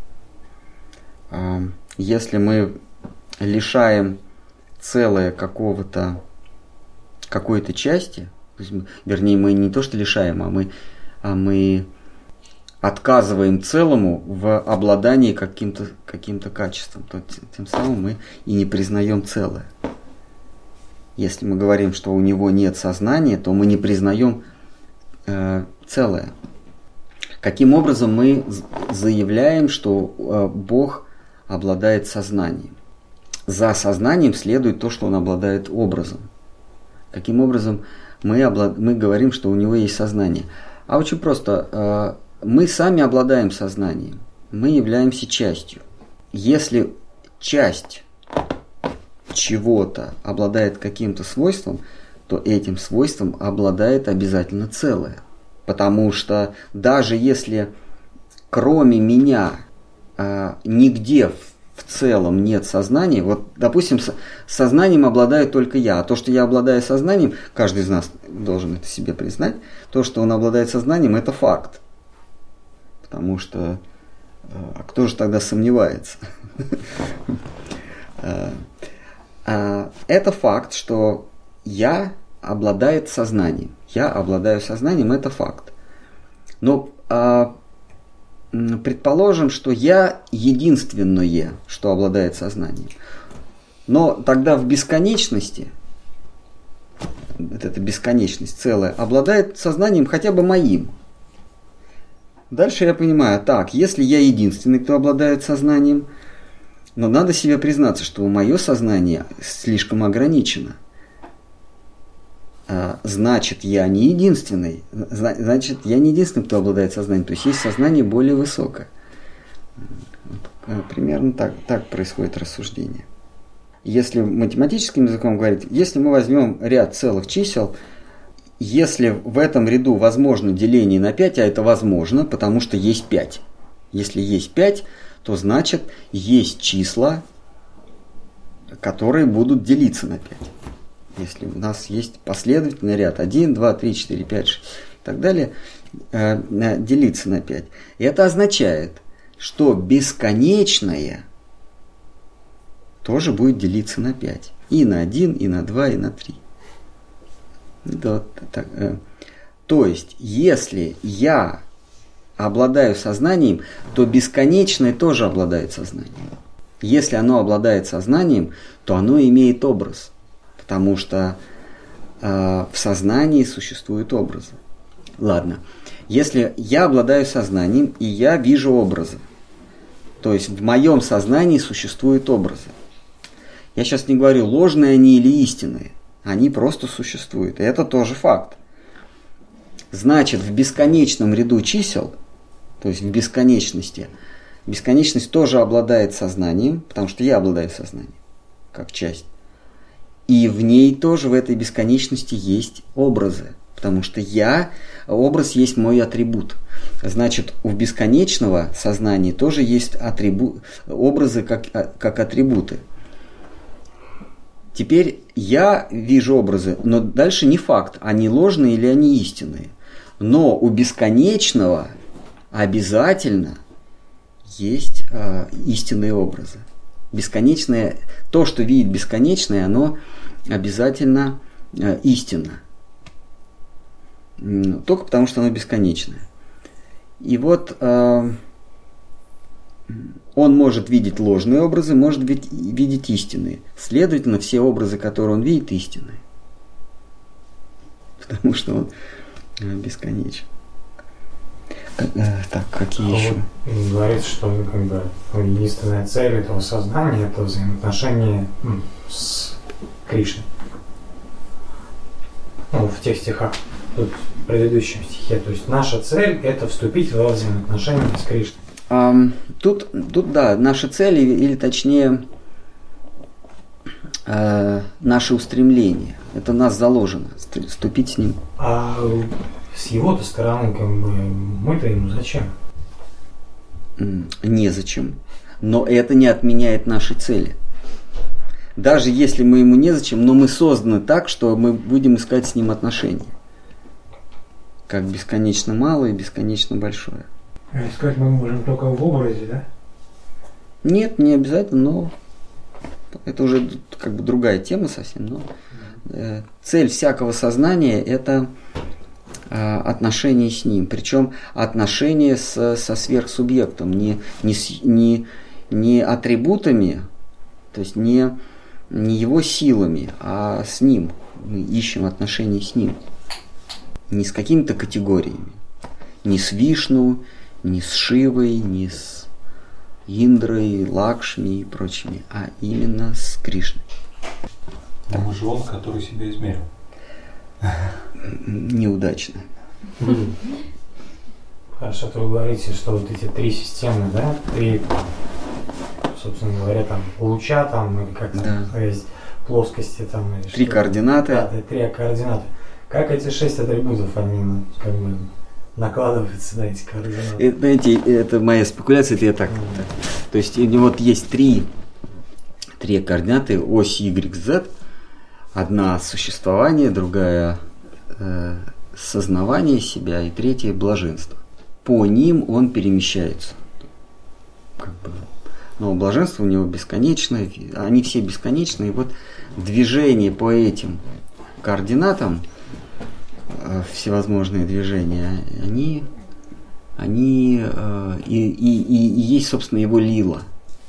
Если мы лишаем целое какого-то, какой-то части, вернее, мы не то что лишаем, а мы, а мы отказываем целому в обладании каким-то, каким-то качеством, то тем самым мы и не признаем целое. Если мы говорим, что у него нет сознания, то мы не признаем э, целое. Каким образом мы заявляем, что э, Бог обладает сознанием? За сознанием следует то, что он обладает образом. Каким образом мы, облад... мы говорим, что у него есть сознание? А очень просто. Э, мы сами обладаем сознанием. Мы являемся частью. Если часть чего-то обладает каким-то свойством, то этим свойством обладает обязательно целое. Потому что даже если кроме меня э, нигде в, в целом нет сознания, вот, допустим, с сознанием обладаю только я, а то, что я обладаю сознанием, каждый из нас должен это себе признать, то, что он обладает сознанием, это факт. Потому что, э, а кто же тогда сомневается? Это факт, что я обладает сознанием. Я обладаю сознанием, это факт. Но а, предположим, что я единственное, что обладает сознанием. Но тогда в бесконечности, вот эта бесконечность целая, обладает сознанием хотя бы моим. Дальше я понимаю, так, если я единственный, кто обладает сознанием, но надо себе признаться, что мое сознание слишком ограничено. Значит, я не единственный. Значит, я не единственный, кто обладает сознанием. То есть есть сознание более высокое. Примерно так, так происходит рассуждение. Если математическим языком говорить, если мы возьмем ряд целых чисел, если в этом ряду возможно деление на пять, а это возможно, потому что есть пять. Если есть пять, то значит есть числа, которые будут делиться на пять. Если у нас есть последовательный ряд один, два, три, четыре, пять, шесть и так далее, э, делиться на пять. И это означает, что бесконечное тоже будет делиться на пять. И на один, и на два, и на три. Да, так, э. То есть, если я обладаю сознанием, то бесконечное тоже обладает сознанием. Если оно обладает сознанием, то оно имеет образ. Потому что э, в сознании существуют образы. Ладно. Если я обладаю сознанием, и я вижу образы, то есть в моем сознании существуют образы. Я сейчас не говорю, ложные они или истинные. Они просто существуют. И это тоже факт. Значит, в бесконечном ряду чисел, то есть в бесконечности, бесконечность тоже обладает сознанием, потому что я обладаю сознанием, как часть. И в ней тоже, в этой бесконечности, есть образы, потому что я, образ есть мой атрибут. Значит, у бесконечного сознания тоже есть атрибу, образы как, как атрибуты. Теперь я вижу образы, но дальше не факт, они ложные или они истинные. Но у бесконечного обязательно есть э, истинные образы. Бесконечное, то, что видит бесконечное, оно обязательно э, истинно. Только потому, что оно бесконечное. И вот э, он может видеть ложные образы, может видеть истинные. Следовательно, все образы, которые он видит, истинные. Потому что он бесконечен. Так, какие а еще? Вот говорится, что ну, как бы, единственная цель этого сознания – это взаимоотношения ну, с Кришной. Ну, в тех стихах, тут в предыдущем стихе. То есть наша цель – это вступить во взаимоотношения с Кришной. Um, тут, тут, да, наша цель, или, или точнее, э, наше устремление. Это в нас заложено, вступить с ним. А с его-то стороны, как бы, мы-то ему зачем? незачем, но это не отменяет нашей цели. Даже если мы ему незачем, но мы созданы так, что мы будем искать с ним отношения. Как бесконечно малое и бесконечно большое. А искать мы можем только в образе, да? Нет, не обязательно, но это уже как бы другая тема совсем. Но э, цель всякого сознания – это э, отношение с ним. Причем отношение с, со сверхсубъектом, не, не, с, не, не атрибутами, то есть не, не его силами, а с ним. Мы ищем отношения с ним. Не с какими-то категориями. Не с Вишну, не с Шивой, не с Индрой, Лакшми и прочими, а именно с Кришной. Там же он, который себя измерил. Неудачно. Хорошо, то вы говорите, что вот эти три системы, да, три, собственно говоря, там луча там, или как там, Да. есть плоскости там. Или Три что-то. координаты. Да, да, три координаты. Как эти шесть атрибутов, они ну, как бы накладываются на эти координаты? Это, знаете, это моя спекуляция, это я так. Mm. так. То есть у него вот есть три, три координаты, ось Y, Z. Одна существование, другая э, сознавание себя и третья блаженство. По ним он перемещается. Как бы, но блаженство у него бесконечное, они все бесконечные. И вот движение по этим координатам, э, всевозможные движения, они, они э, и, и, и, и есть, собственно, его лила.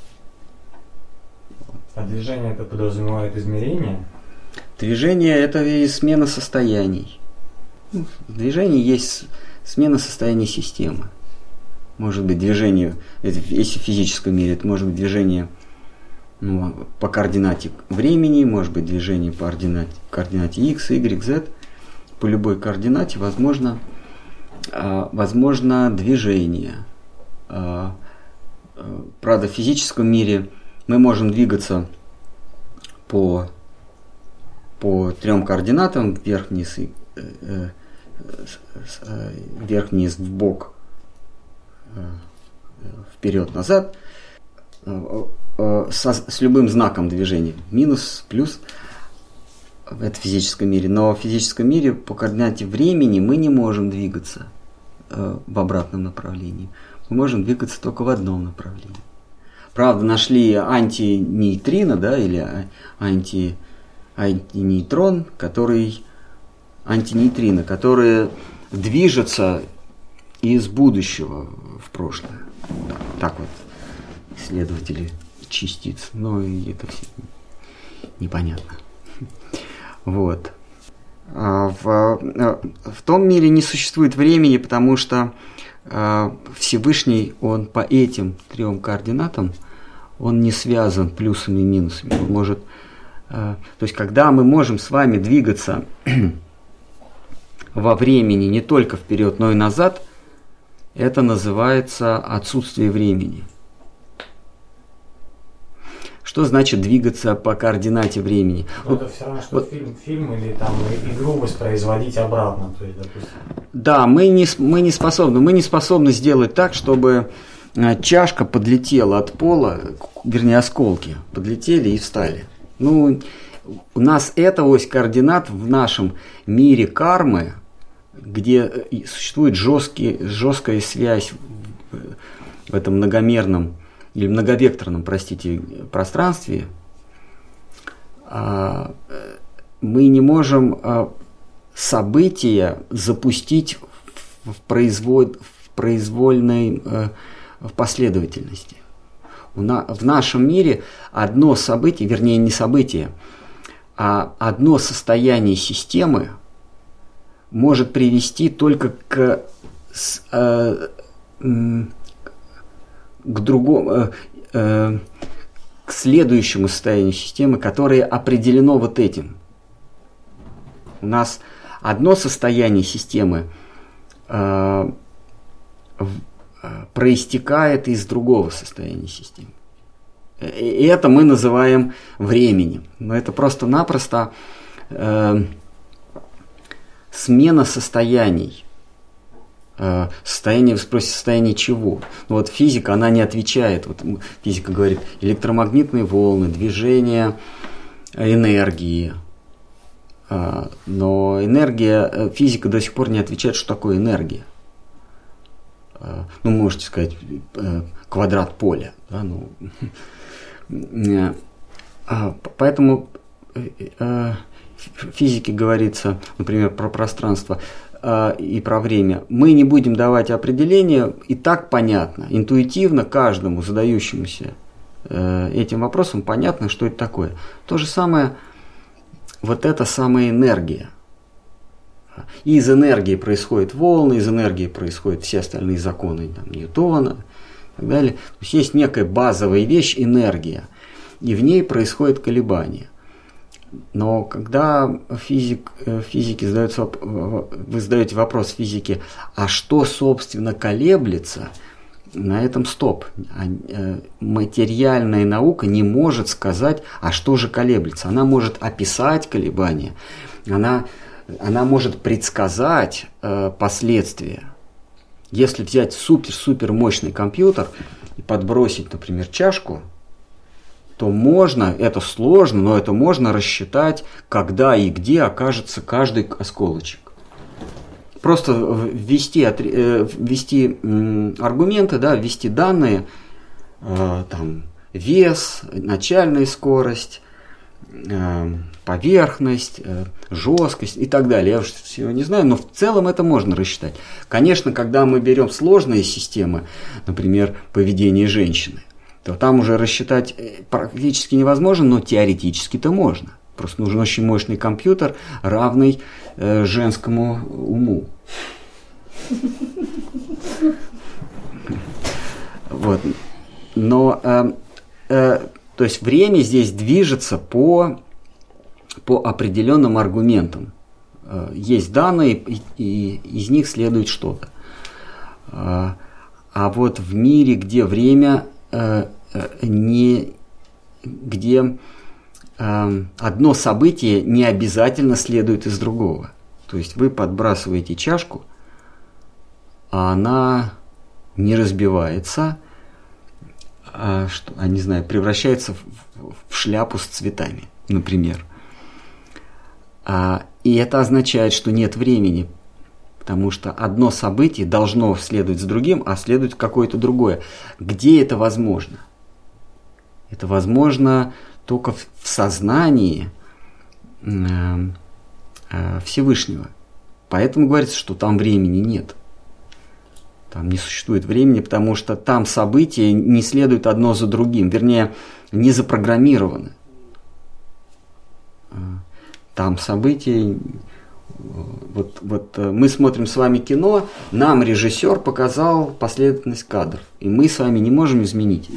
А движение это подразумевает измерение? Движение – это и смена состояний. Движение есть смена состояния системы. Может быть движение, если в физическом мире, это может быть движение ну, по координате времени, может быть движение по координате, координате x, y, z. По любой координате возможно, возможно движение. Правда, в физическом мире мы можем двигаться по, по трем координатам, вверх, вниз, и, э, э, вверх, вниз, вбок, э, вперед, назад, э, э, со, с любым знаком движения, минус, плюс, это в физическом мире. Но в физическом мире по координате времени мы не можем двигаться э, в обратном направлении. Мы можем двигаться только в одном направлении. Правда, нашли антинейтрино, да, или анти, антинейтрон, который антинейтрино, которые движутся из будущего в прошлое. Так, так вот исследователи частиц. Но это все непонятно. Вот. А в, в том мире не существует времени, потому что Всевышний, он по этим трем координатам, он не связан плюсами и минусами. Он может, то есть, когда мы можем с вами двигаться во времени не только вперед, но и назад, это называется отсутствие времени. Что значит двигаться по координате времени? Но вот, это все равно, что вот, фильм, фильм или там игру воспроизводить обратно. То есть, допустим. Да, мы не, мы не способны. Мы не способны сделать так, чтобы чашка подлетела от пола, вернее, осколки подлетели и встали. Ну, у нас эта ось координат в нашем мире кармы, где существует жесткий, жесткая связь в этом многомерном или многовекторном, простите, пространстве, мы не можем события запустить в, произволь, в произвольной в последовательности. В нашем мире одно событие, вернее не событие, а одно состояние системы может привести только к, к другому, к следующему состоянию системы, которое определено вот этим. У нас одно состояние системы э, проистекает из другого состояния системы. И это мы называем временем. Но это просто-напросто э, смена состояний Состояние, вы спросите, состояние чего? Ну, вот физика, она не отвечает. Вот физика говорит, электромагнитные волны, движение энергии. Но энергия, физика до сих пор не отвечает, что такое энергия. Ну, можете сказать, квадрат поля. Да, ну. Поэтому в физике говорится, например, про пространство и про время. Мы не будем давать определения, и так понятно, интуитивно каждому задающемуся этим вопросом понятно, что это такое. То же самое, вот эта самая энергия. И из энергии происходят волны, из энергии происходят все остальные законы там, Ньютона и так далее. То есть есть некая базовая вещь, энергия, и в ней происходит колебание. Но когда физик, физики задаются, вы задаете вопрос физике, а что, собственно, колеблется, на этом стоп. Материальная наука не может сказать, а что же колеблется. Она может описать колебания, она, она может предсказать э, последствия. Если взять супер-супер мощный компьютер и подбросить, например, чашку, то можно, это сложно, но это можно рассчитать, когда и где окажется каждый осколочек. Просто ввести, ввести аргументы, да, ввести данные, там, вес, начальная скорость, поверхность, жесткость и так далее. Я уже всего не знаю, но в целом это можно рассчитать. Конечно, когда мы берем сложные системы, например, поведение женщины, то там уже рассчитать практически невозможно, но теоретически-то можно. Просто нужен очень мощный компьютер, равный э, женскому уму. Вот. Но, э, э, то есть время здесь движется по, по определенным аргументам. Э, есть данные, и, и из них следует что-то. Э, а вот в мире, где время э, э, не, где одно событие не обязательно следует из другого. То есть вы подбрасываете чашку, а она не разбивается, а, что, а не знаю, превращается в, в шляпу с цветами, например. А, и это означает, что нет времени, потому что одно событие должно следовать за другим, а следует какое-то другое. Где это возможно? Это возможно только в сознании Всевышнего. Поэтому говорится, что там времени нет. Там не существует времени, потому что там события не следуют одно за другим. Вернее, не запрограммированы. Там события... Вот, вот мы смотрим с вами кино, нам режиссер показал последовательность кадров. И мы с вами не можем изменить.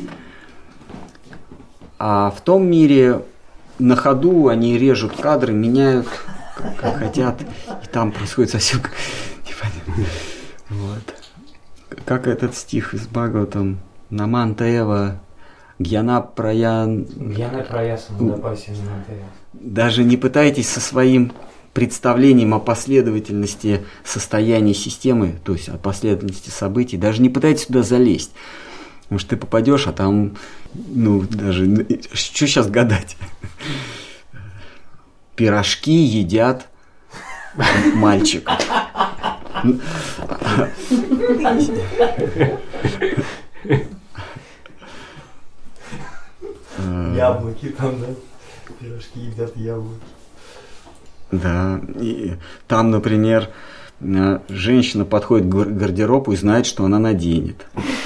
А в том мире на ходу они режут кадры, меняют, как, как хотят, и там происходит совсем непонятно. Вот. Как этот стих из Бхагаватам, Наманта Эва, Гьяна Праян... Гьяна Прая Самудапаси Наманта Эва. Даже не пытайтесь со своим представлением о последовательности состояния системы, то есть о последовательности событий, даже не пытайтесь туда залезть. Может, ты попадешь, а там, ну, даже, что сейчас гадать? Пирожки едят мальчика. Яблоки там, да? Пирожки едят яблоки. Да, и там, например, женщина подходит к гардеробу и знает, что она наденет.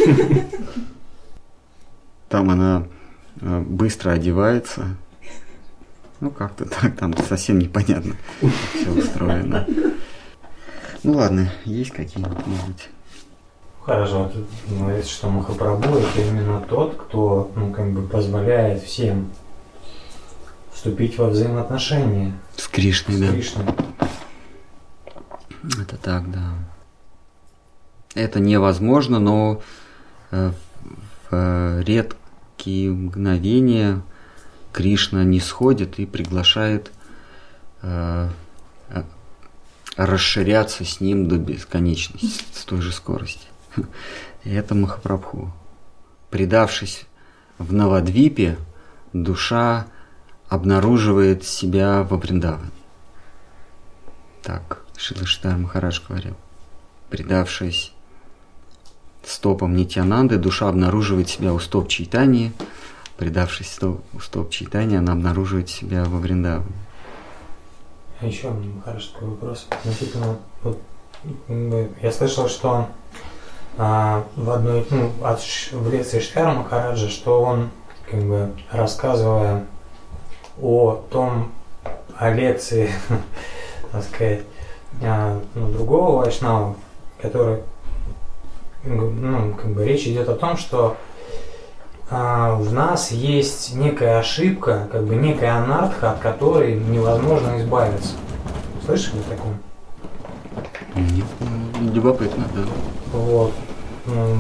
Там она быстро одевается. Ну, как-то так, там совсем непонятно все устроено. Ну ладно, есть какие-нибудь, может быть. Хорошо, тут говорится, что Махапрабху это именно тот, кто, ну, как бы позволяет всем вступить во взаимоотношения с Кришной, с да. Кришной. Это так, да. Это невозможно, но э, в редкие мгновения Кришна не сходит и приглашает э, расширяться с ним до бесконечности, с той же скорости. И это Махапрабху. Предавшись в Навадвипе, душа обнаруживает себя во Вриндаване. Так Шрила Шридхар Махарадж говорил. Предавшись стопам Нитьянанды, душа обнаруживает себя у стоп Чайтаньи. Предавшись у стоп Чайтаньи, она обнаруживает себя во Вриндаване. А еще Махарадж такой вопрос. Относительно, вот, я слышал, что а, в одной, ну, от, в лекции Шридхара Махараджа, что он, как бы, рассказывая о том, о лекции, так сказать, а, ну, другого вайшнава, который, ну, как бы, речь идет о том, что а, в нас есть некая ошибка, как бы некая анартха, от которой невозможно избавиться. Слышали о таком? Нет, ну, любопытно, да. Вот. Ну,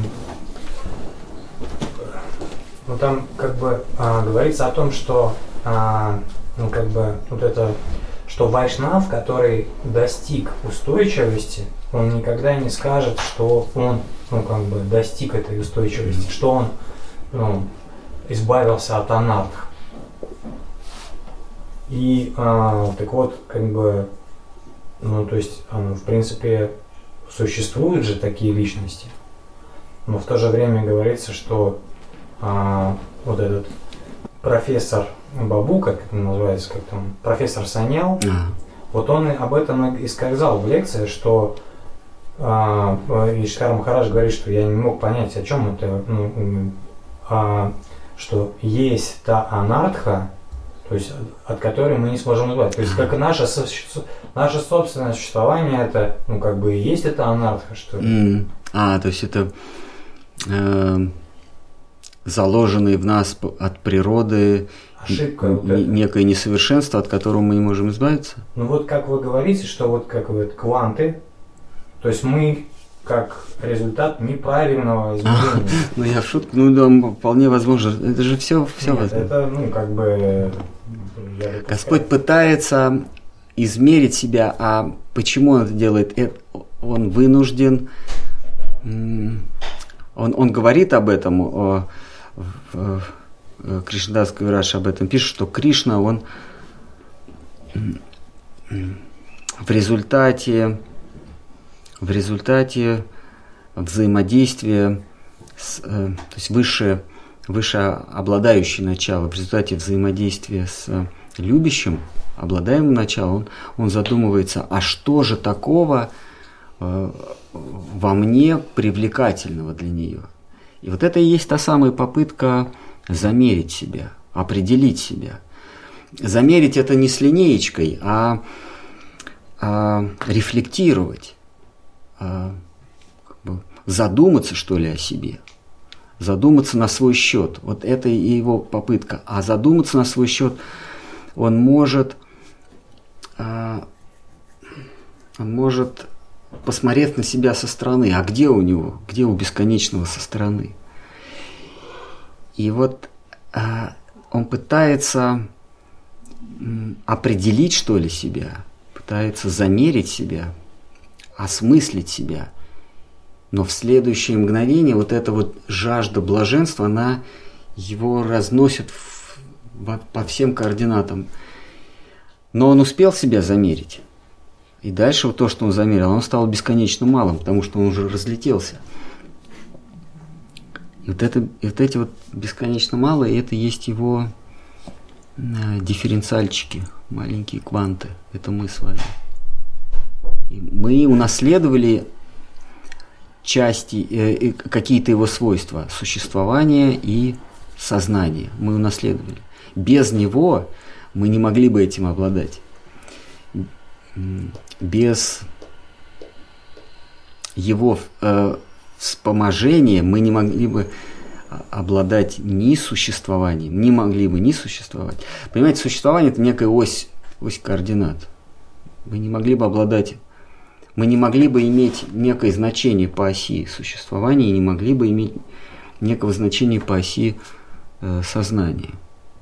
ну там как бы а, говорится о том, что а, ну как бы вот это, что вайшнав, который достиг устойчивости, он никогда не скажет, что он, ну как бы достиг этой устойчивости, что он, ну, избавился от анартх. И а, так вот, как бы, ну то есть, а, в принципе, существуют же такие личности. Но в то же время говорится, что а, вот этот профессор Бабу, как это называется, как там, профессор Саньял, А. вот он об этом и сказал в лекции, что а, и Шридхар Махарадж говорит, что я не мог понять, о чем это, ну, а, что есть та анартха, то есть от, от которой мы не сможем избавиться. То есть как и наше, наше собственное существование, это, ну как бы и есть эта анартха, что ли. Mm. А, то есть это э, заложенный в нас от природы ошибка. н- Вот это. некое несовершенство, от которого мы не можем избавиться? Ну вот как вы говорите, что вот как вот кванты, то есть мы как результат неправильного измерения. Ну я в шутку, ну да, вполне возможно. Это же все, все Нет, возможно. это, ну, как бы... я бы Господь сказал, пытается измерить себя, а почему он это делает? Это, он вынужден, м, он, он говорит об этом, о, в, в, Кришнадас Кавирадж об этом пишет, что Кришна, он м, в результате, в результате взаимодействия с, э, то есть высшее, высшее обладающее начало, в результате взаимодействия с любящим, обладаемым началом, он, он задумывается, а что же такого э, во мне привлекательного для нее? И вот это и есть та самая попытка замерить себя, определить себя. Замерить это не с линеечкой, а, а рефлектировать, а, как бы задуматься, что ли, о себе. Задуматься на свой счет. Вот это и его попытка. А задуматься на свой счет он может, а, он может посмотреть на себя со стороны. А где у него? Где у бесконечного со стороны? И вот а, он пытается м, определить, что ли, себя, пытается замерить себя, осмыслить себя. Но в следующее мгновение вот эта вот жажда блаженства, она его разносит в, в, по всем координатам. Но он успел себя замерить. И дальше вот то, что он замерил, он стал бесконечно малым, потому что он уже разлетелся. И вот, это, и вот эти вот бесконечно малые, это есть его э, дифференциальчики, маленькие кванты. Это мы с вами. И мы унаследовали части, э, какие-то его свойства существования и сознания. Мы унаследовали. Без него мы не могли бы этим обладать. Без его э, вспоможения мы не могли бы обладать ни существованием, не могли бы ни существовать. Понимаете, существование – это некая ось, ось координат. Мы не могли бы обладать, мы не могли бы иметь некое значение по оси существования и не могли бы иметь некого значения по оси э, сознания.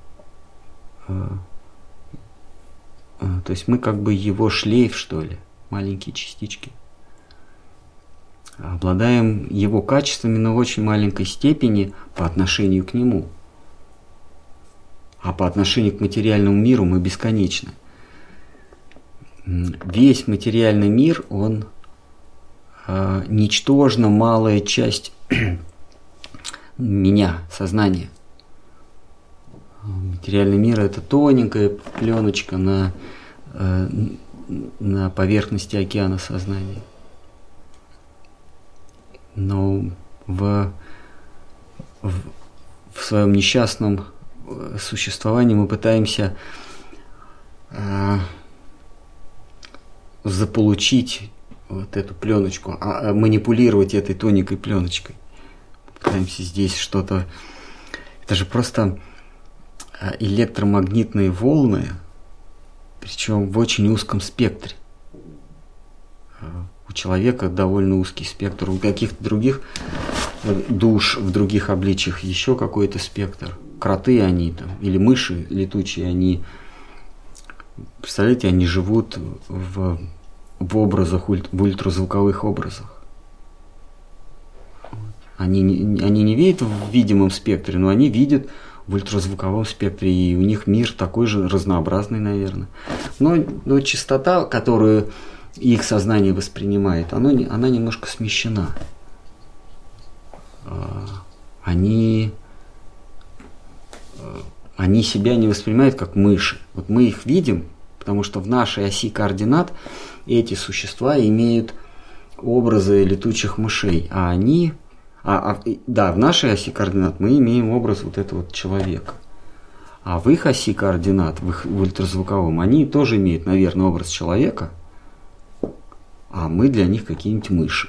Э, э, то есть мы как бы его шлейф, что ли. маленькие частички. Обладаем его качествами, но в очень маленькой степени по отношению к нему. А по отношению к материальному миру мы бесконечны. Весь материальный мир, он э, ничтожно малая часть меня, сознания. Материальный мир – это тоненькая пленочка на, э, на поверхности океана сознания. Но в, в, в своем несчастном существовании мы пытаемся э, заполучить вот эту пленочку, а, манипулировать этой тоненькой пленочкой. Пытаемся здесь что-то... Это же просто электромагнитные волны, причем в очень узком спектре. У человека довольно узкий спектр, у каких-то других душ в других обличиях еще какой-то спектр. Кроты они там, или мыши летучие, они, представляете, они живут в, в образах, в ультразвуковых образах. Они, они не видят в видимом спектре, но они видят в ультразвуковом спектре, и у них мир такой же разнообразный, наверное. Но, но частота, которую их сознание воспринимает, оно, она немножко смещена. Они, они себя не воспринимают как мыши. Вот мы их видим, потому что в нашей оси координат эти существа имеют образы летучих мышей, а они... А, а, да, в нашей оси координат мы имеем образ вот этого вот человека. А в их оси координат, в их в ультразвуковом, они тоже имеют, наверное, образ человека, а мы для них какие-нибудь мыши.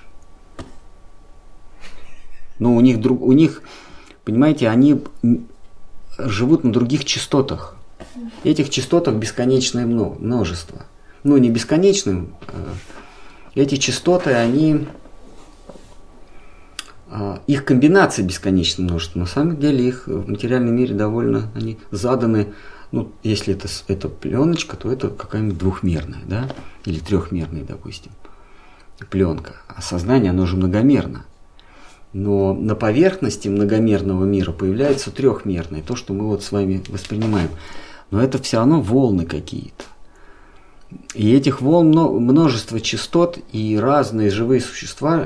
Но у них, друг, у них, понимаете, они живут на других частотах. Этих частотах бесконечное множество. Ну, не бесконечное. Эти частоты, они... Их комбинации бесконечное множество. На самом деле их в материальном мире довольно они заданы. Ну, если это, это пленочка, то это какая-нибудь двухмерная, да? Или трехмерная, допустим, пленка. А сознание, оно же многомерно. Но на поверхности многомерного мира появляется трехмерное, то, что мы вот с вами воспринимаем. Но это все равно волны какие-то. И этих волн множество частот, и разные живые существа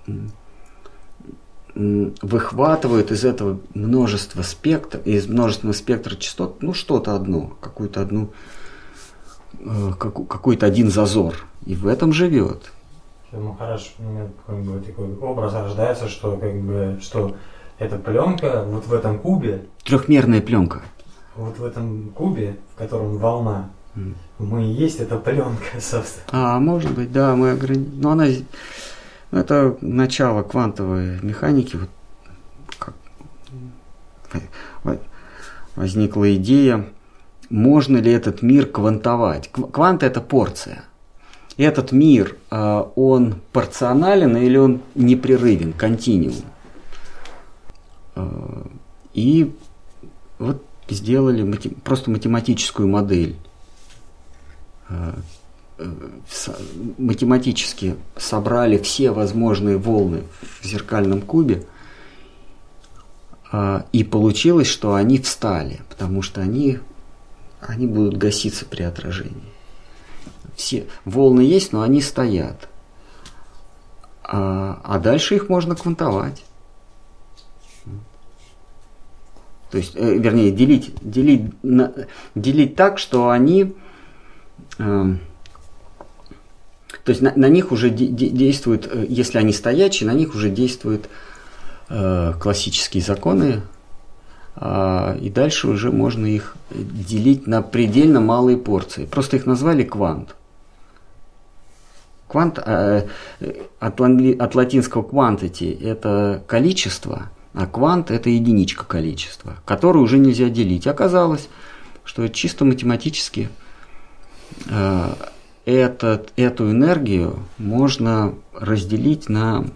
выхватывают из этого множества спектра, из множественного спектра частот, ну что-то одно, какую-то одну, какой-то один зазор, и в этом живет. Ну хорошо, у меня как бы такой образ рождается, что как бы что эта пленка вот в этом кубе. Трехмерная пленка. Вот в этом кубе, в котором волна, mm. мы и есть эта пленка, собственно. А, может быть, да, мы ограничены. Но она. Это начало квантовой механики. Вот как возникла идея, можно ли этот мир квантовать. Квант – это порция. Этот мир, он порционален или он непрерывен, континуум. И вот сделали просто математическую модель. Математически собрали все возможные волны в зеркальном кубе, и получилось, что они встали, потому что они, они будут гаситься при отражении. Все волны есть, но они стоят. А, а дальше их можно квантовать. То есть, э, вернее, делить, делить, на, делить так, что они... Э, То есть на, на них уже де, де, действуют, если они стоячие, на них уже действуют э, классические законы, э, и дальше уже можно их делить на предельно малые порции. Просто их назвали квант. Квант э, от, от латинского quantity – это количество, а квант – это единичка количества, которое уже нельзя делить. Оказалось, что чисто математически э, Этот, эту энергию можно разделить на,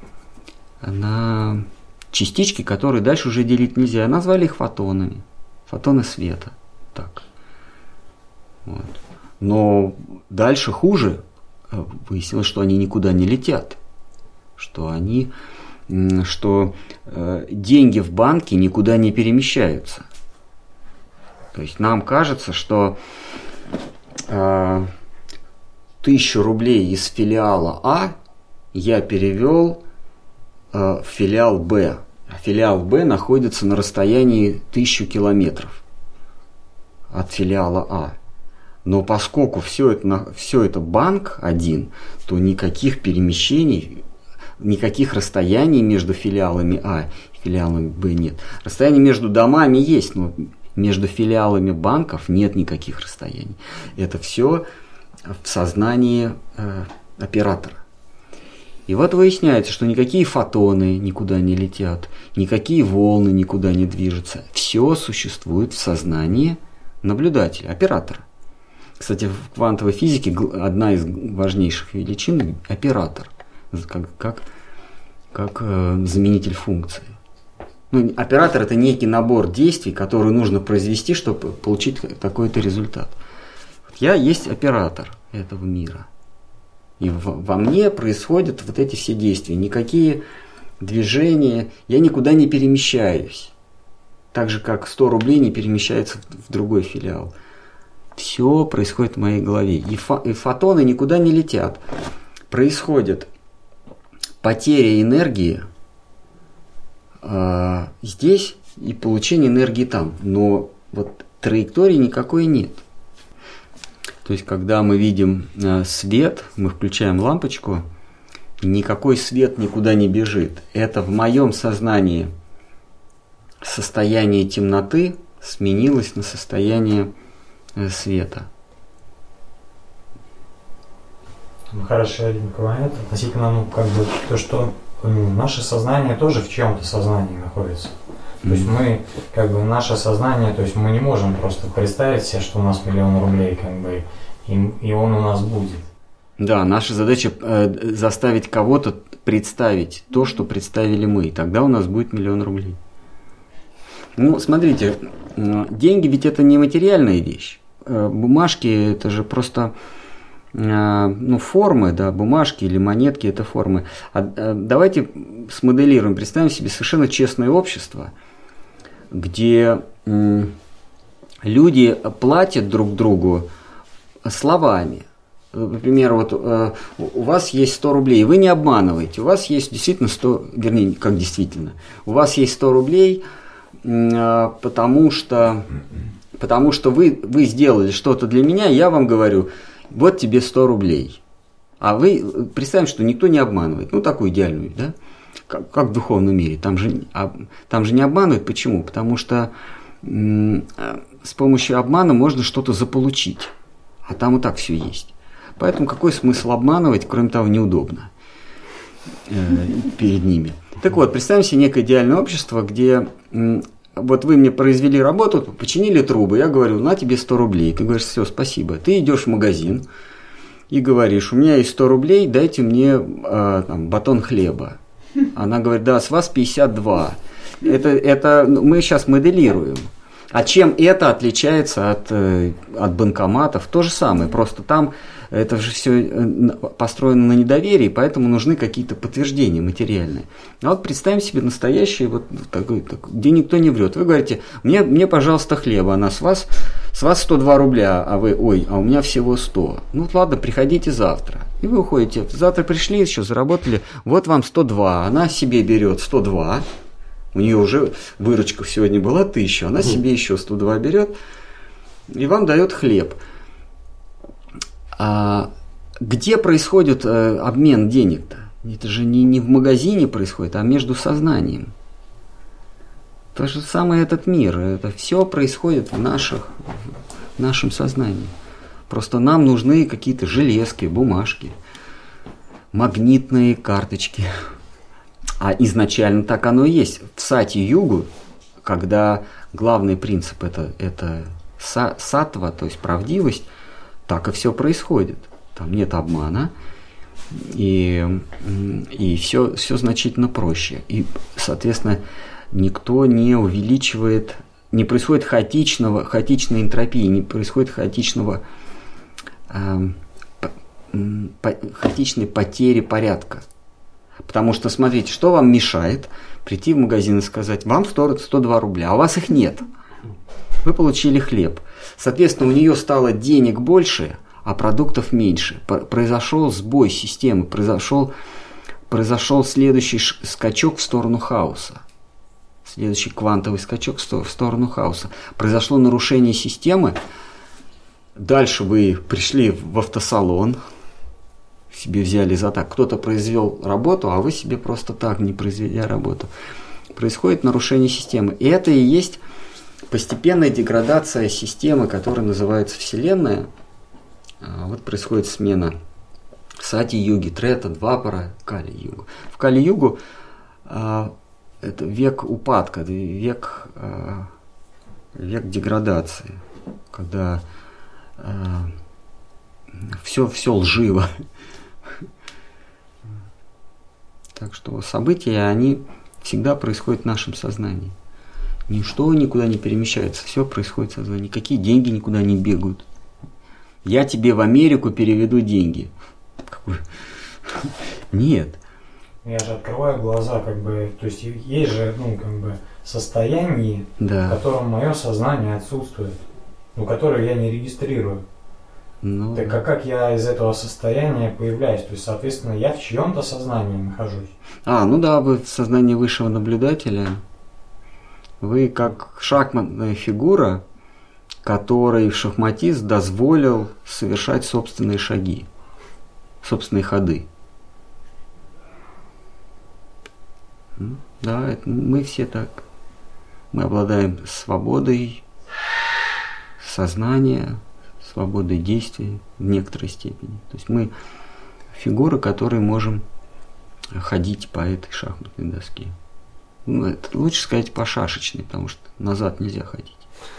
на частички, которые дальше уже делить нельзя. Назвали их фотонами. Фотоны света. Так. Вот. Но дальше хуже. выяснилось, что они никуда не летят, что они, что э, деньги в банке никуда не перемещаются. То есть нам кажется, что э, тысячу рублей из филиала А я перевел э, в филиал Б. А филиал Б находится на расстоянии тысячи километров от филиала А. Но поскольку все это, все это банк один, то никаких перемещений, никаких расстояний между филиалами А и филиалами Б нет. Расстояние между домами есть, но между филиалами банков нет никаких расстояний. Это все в сознании э, оператора. И вот выясняется, что никакие фотоны никуда не летят, никакие волны никуда не движутся. Все существует в сознании наблюдателя, оператора. Кстати, в квантовой физике одна из важнейших величин – оператор, как, как, как э, заменитель функции. Ну, оператор – это некий набор действий, которые нужно произвести, чтобы получить такой-то результат. Вот я есть оператор этого мира. И в, во мне происходят вот эти все действия. Никакие движения, я никуда не перемещаюсь. Так же, как сто рублей не перемещается в, в другой филиал. Все происходит в моей голове. И, фо, и фотоны никуда не летят. Происходит потеря энергии э, здесь и получение энергии там. Но вот траектории никакой нет. То есть, когда мы видим э, свет, мы включаем лампочку, никакой свет никуда не бежит. Это в моем сознании состояние темноты сменилось на состояние света. Ну, хорошо, один момент. Относительно, ну, как бы, то, что ну, наше сознание тоже в чьем-то сознании находится. То есть мы, как бы, наше сознание, то есть мы не можем просто представить себе, что у нас миллион рублей, как бы, и, и он у нас будет. Да, наша задача э, заставить кого-то представить то, что представили мы, и тогда у нас будет миллион рублей. Ну, смотрите, деньги ведь это не материальная вещь. Бумажки это же просто ну, формы, да, бумажки или монетки это формы. А давайте смоделируем, представим себе совершенно честное общество, где люди платят друг другу словами. Например, вот у вас есть сто рублей, вы не обманываете, у вас есть действительно сто, вернее, как действительно, у вас есть сто рублей, потому что, потому что вы, вы сделали что-то для меня, я вам говорю, вот тебе сто рублей. А вы представим, что никто не обманывает. Ну, такую идеальную, да? Как, как в духовном мире. Там же, а, там же не обманывают. Почему? Потому что м- с помощью обмана можно что-то заполучить. А там и так все есть. Поэтому какой смысл обманывать, кроме того, неудобно э, перед ними. Так вот, представим себе некое идеальное общество, где м- вот вы мне произвели работу, починили трубы, я говорю, на тебе сто рублей. Ты говоришь, все, спасибо. Ты идешь в магазин и говоришь, у меня есть сто рублей, дайте мне э, там, батон хлеба. Она говорит, да, с вас пятьдесят два. Это, это мы сейчас моделируем. А чем это отличается от, от банкоматов? То же самое, просто там это же все построено на недоверии, поэтому нужны какие-то подтверждения материальные. А вот представим себе настоящий, вот такой, такой, где никто не врет. Вы говорите, мне, мне пожалуйста, хлеба, она с вас, с вас сто два рубля, а вы, ой, а у меня всего сто. Ну вот ладно, приходите завтра. И вы уходите, завтра пришли, еще заработали, вот вам сто два, она себе берет сто два. У нее уже выручка сегодня была тысяча, она себе еще сто два берет и вам дает хлеб. А где происходит э, обмен денег-то? Это же не, не в магазине происходит, а между сознанием. То же самое этот мир. Это все происходит в, наших, в нашем сознании. Просто нам нужны какие-то железки, бумажки, магнитные карточки. А изначально так оно и есть. В сати-югу, когда главный принцип это, это саттва, то есть правдивость, так и все происходит. Там нет обмана, и, и все, все значительно проще. И, соответственно, никто не увеличивает, не происходит хаотичного, хаотичной энтропии, не происходит хаотичного э, хаотичной потери порядка. Потому что, смотрите, что вам мешает прийти в магазин и сказать, вам стоит сто два рубля, а у вас их нет. Вы получили хлеб. Соответственно, у нее стало денег больше, а продуктов меньше. Произошел сбой системы, произошел, произошел следующий скачок в сторону хаоса. Следующий квантовый скачок в сторону хаоса. Произошло нарушение системы. Дальше вы пришли в автосалон, себе взяли за так. Кто-то произвел работу, а вы себе просто так, не произведя работу. Происходит нарушение системы. И это и есть постепенная деградация системы, которая называется Вселенная. Вот происходит смена Сати-юги, Трета, Двапара, Кали-югу. В Кали-югу а, это век упадка, век, а, век деградации, когда а, все, все лживо. Так что события, они всегда происходят в нашем сознании. Ничто никуда не перемещается, все происходит в сознании. Никакие деньги никуда не бегают. Я тебе в Америку переведу деньги. Нет. Я же открываю глаза, как бы, то есть есть же, ну, как бы, состояние, да. в котором мое сознание отсутствует, ну, которое я не регистрирую. Ну, так а как я из этого состояния появляюсь? То есть, соответственно, я в чьем-то сознании нахожусь. А, ну да, вы в сознании высшего наблюдателя. Вы как шахматная фигура, которой шахматист дозволил совершать собственные шаги, собственные ходы. Да, это, мы все так. Мы обладаем свободой сознания, свободой действий в некоторой степени. То есть мы фигуры, которые можем ходить по этой шахматной доске. Ну, это лучше сказать по шашечной, потому что назад нельзя ходить.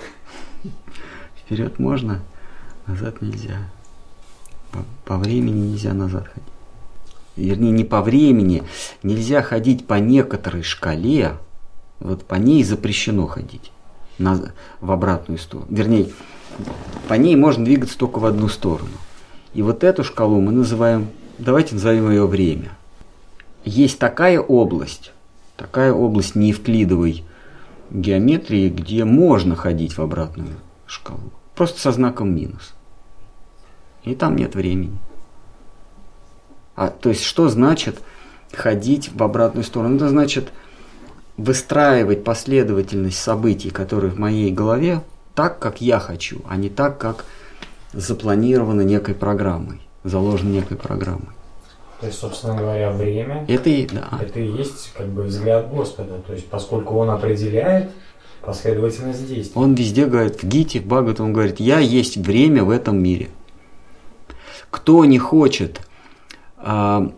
Вперед можно, назад нельзя. По, по времени нельзя назад ходить. Вернее, не по времени. Нельзя ходить по некоторой шкале. Вот по ней запрещено ходить на, в обратную сторону. Вернее, по ней можно двигаться только в одну сторону. И вот эту шкалу мы называем, давайте назовем ее время. Есть такая область, такая область неевклидовой геометрии, где можно ходить в обратную шкалу. Просто со знаком минус. И там нет времени. А, то есть, что значит ходить в обратную сторону? Это значит выстраивать последовательность событий, которые в моей голове, так, как я хочу, а не так, как запланировано некой программой, заложено некой программой. То есть, собственно говоря, время это и, да. это и есть как бы взгляд Господа. То есть, поскольку Он определяет последовательность действий. Он везде говорит, в Гите, в Бхагаватам, он говорит, я есть время в этом мире. Кто не хочет а,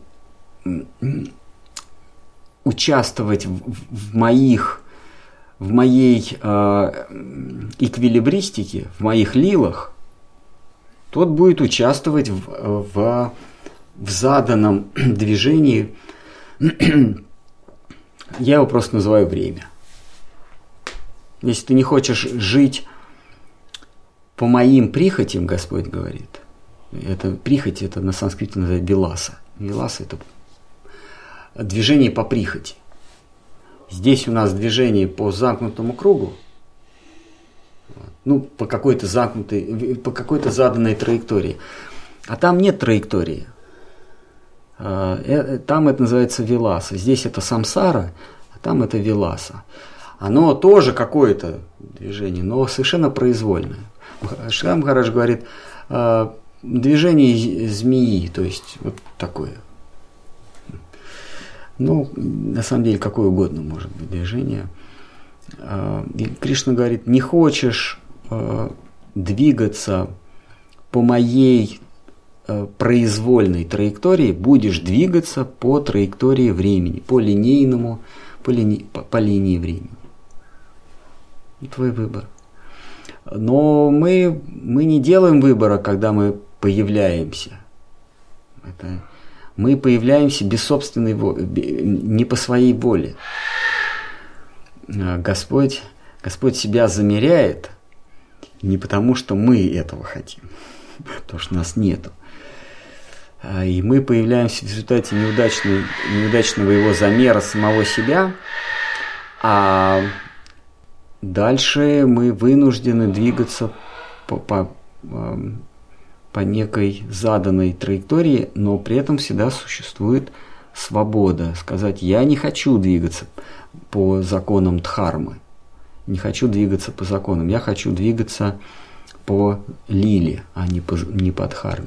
участвовать в, в моих, в моей а, эквилибристике, в моих лилах, тот будет участвовать в, в, в заданном движении. Я его просто называю время. Если ты не хочешь жить по моим прихотям, Господь говорит, это прихоть, это на санскрите называют виласа. Виласа – это движение по прихоти. Здесь у нас движение по замкнутому кругу, ну, по какой-то замкнутой, по какой-то заданной траектории. А там нет траектории. Там это называется виласа. Здесь это самсара, а там это виласа. Оно тоже какое-то движение, но совершенно произвольное. Шри Махарадж говорит, движение змеи, то есть вот такое. Ну, на самом деле, какое угодно может быть движение. И Кришна говорит, не хочешь двигаться по моей произвольной траектории, будешь двигаться по траектории времени, по линейному, по, лини, по, по линии времени. Твой выбор. Но мы, мы не делаем выбора, когда мы появляемся. Это, мы появляемся без собственной воли, не по своей воле. Господь, Господь себя замеряет не потому, что мы этого хотим, потому что нас нету. и мы появляемся в результате неудачной, неудачного его замера самого себя, а дальше мы вынуждены двигаться по, по, по некой заданной траектории, но при этом всегда существует свобода. Сказать, я не хочу двигаться по законам дхармы, не хочу двигаться по законам, я хочу двигаться по лиле, а не по, не по дхарме.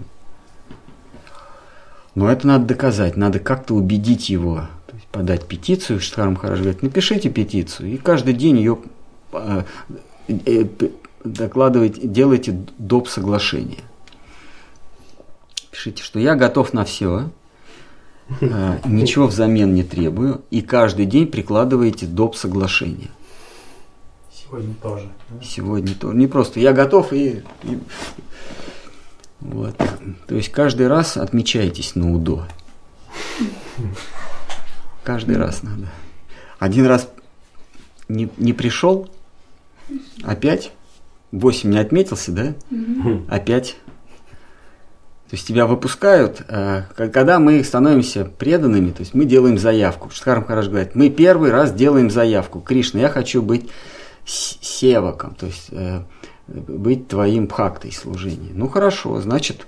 Но это надо доказать, надо как-то убедить его, то есть подать петицию. Штхар Махарадж говорит, напишите петицию, и каждый день ее э, э, докладывайте, делайте доп. Соглашение. Пишите, что я готов на все, э, ничего взамен не требую, и каждый день прикладываете доп. Соглашение. Сегодня тоже. Да? Сегодня тоже. Не просто я готов и... и вот. То есть каждый раз отмечайтесь на УДО. Каждый раз надо. Один раз не, не пришел, опять, восемь не отметился, да? Опять. То есть тебя выпускают, когда мы становимся преданными, то есть мы делаем заявку. Штхар Махарадж говорит, мы первый раз делаем заявку. Кришна, я хочу быть севаком, то есть быть твоим бхактой служения. Ну хорошо, значит,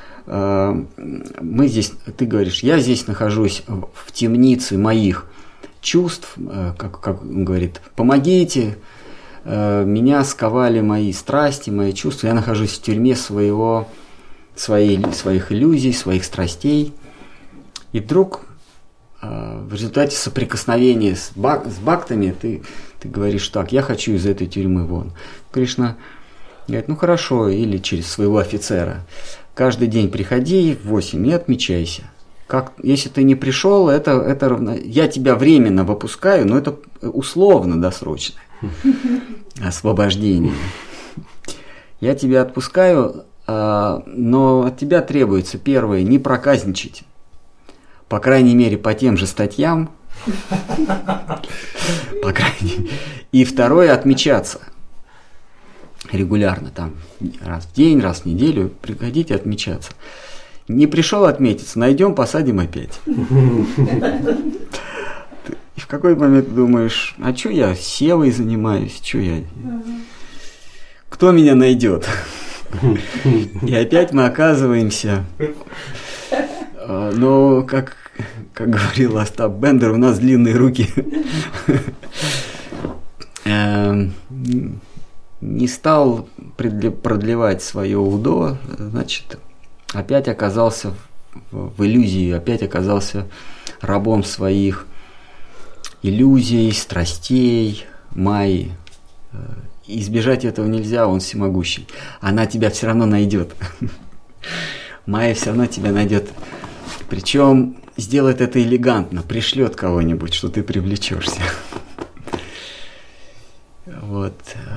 мы здесь, ты говоришь, я здесь нахожусь в темнице моих чувств, как, как он говорит, помогите, меня сковали мои страсти, мои чувства, я нахожусь в тюрьме своего, своей, своих иллюзий, своих страстей, и вдруг в результате соприкосновения с, бак, с бхактами ты, ты говоришь так, я хочу из этой тюрьмы вон. Кришна говорит, ну хорошо, или через своего офицера. Каждый день приходи в восемь и отмечайся. Как, если ты не пришел, это, это равно... Я тебя временно выпускаю, но это условно досрочное освобождение. Я тебя отпускаю, но от тебя требуется, первое, не проказничать. По крайней мере, по тем же статьям. По крайней мере. И второе, отмечаться. Регулярно, там, раз в день, раз в неделю, приходите отмечаться. Не пришел отметиться, найдем, посадим опять. И в какой момент думаешь, а что я севой занимаюсь, что я... Кто меня найдет? И опять мы оказываемся... Но, как, как говорил Остап Бендер, у нас длинные руки. Не стал продлевать свое УДО, значит, опять оказался в, в иллюзии, опять оказался рабом своих иллюзий, страстей, майи. Избежать этого нельзя, он всемогущий. Она тебя все равно найдет. Майя все равно тебя найдет. Причем сделает это элегантно, пришлет кого-нибудь, что ты привлечешься. Вот.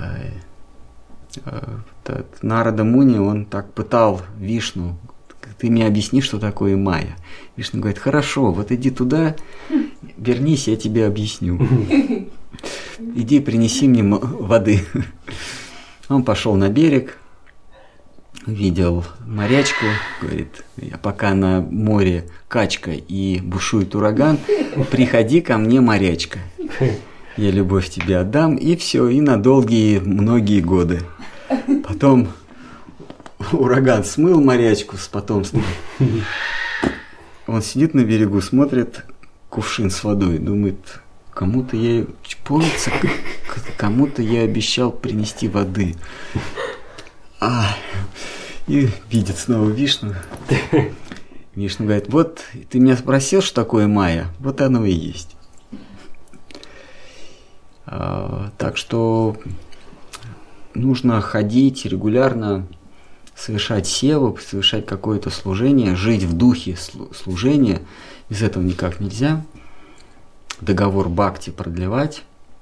Нарада Муни, он так пытал Вишну, ты мне объясни, что такое майя. Вишну говорит, хорошо, вот иди туда, вернись, я тебе объясню. Иди, принеси мне воды. Он пошел на берег, видел морячку, говорит, я пока на море качка и бушует ураган, приходи ко мне, морячка. Я любовь тебе отдам, и все, и на долгие многие годы. Потом ураган смыл морячку с потомством. Он сидит на берегу, смотрит кувшин с водой, думает, кому-то я, помнится, кому-то я обещал принести воды. А, и видит снова Вишну. Вишну говорит, вот ты меня спросил, что такое майя, вот оно и есть. А, так что нужно ходить регулярно, совершать севу, совершать какое-то служение, жить в духе служения. Без этого никак нельзя. Договор бхакти продлевать,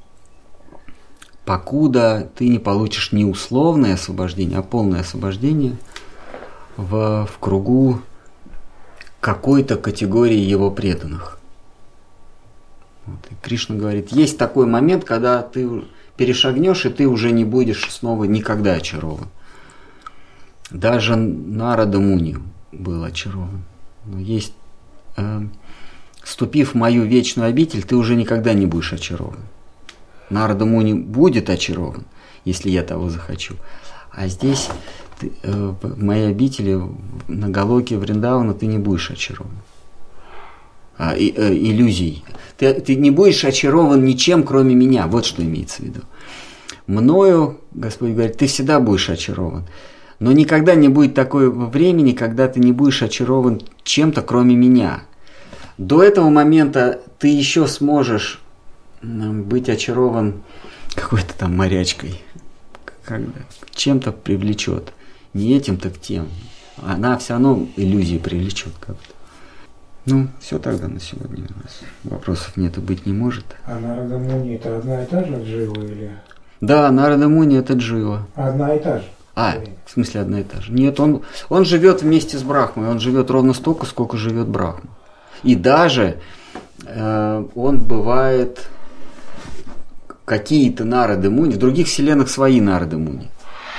покуда ты не получишь не условное освобождение, а полное освобождение в, в кругу какой-то категории его преданных. Вот. И Кришна говорит, есть такой момент, когда ты перешагнешь, и ты уже не будешь снова никогда очарован. Даже Нарада Муни был очарован. Но есть, э, вступив в мою вечную обитель, ты уже никогда не будешь очарован. Нарада Муни будет очарован, если я того захочу. А здесь, ты, э, в моей обители, на Галоке Вриндавана, ты не будешь очарован. А, и, э, иллюзий. Ты, ты не будешь очарован ничем, кроме меня. Вот что имеется в виду. Мною, Господь говорит, ты всегда будешь очарован. Но никогда не будет такого времени, когда ты не будешь очарован чем-то, кроме меня. До этого момента ты еще сможешь быть очарован какой-то там морячкой. Когда чем-то привлечет. Не этим, так тем. Она все равно иллюзии привлечет как-то. Ну, все тогда на сегодня у нас. Вопросов нет и быть не может. А Нарада Муни это одна и та же Джива или? Да, Нарада Муни это Джива. Одна и та же. А, в смысле одна и та же. Нет, он, он живет вместе с Брахмой. Он живет ровно столько, сколько живет Брахма. И даже э, он бывает какие-то Нарады Муни, в других вселенных свои Нарады Муни.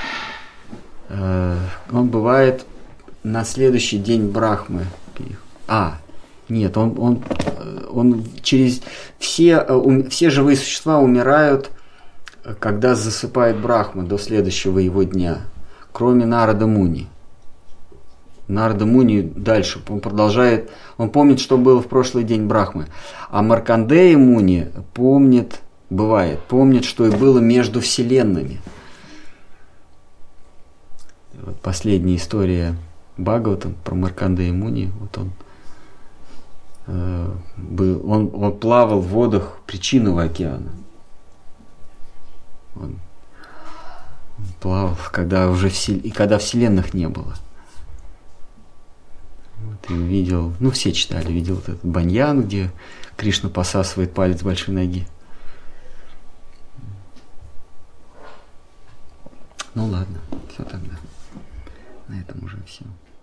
Э, он бывает на следующий день Брахмы. А, нет, он, он, он через все, все живые существа умирают, когда засыпает Брахма до следующего его дня, кроме Нарада Муни. Нарада Муни дальше, он продолжает, он помнит, что было в прошлый день Брахмы. А Маркандея Муни помнит, бывает, помнит, что и было между вселенными. Вот последняя история Бхагаватам про Маркандея Муни, вот он, э, был, он, он плавал в водах Причинного океана. Он плавал, когда уже всел... и когда вселенных не было. Вот, и увидел, ну все читали, видел вот этот баньян, где Кришна посасывает палец большой ноги. Ну ладно, все тогда. На этом уже все.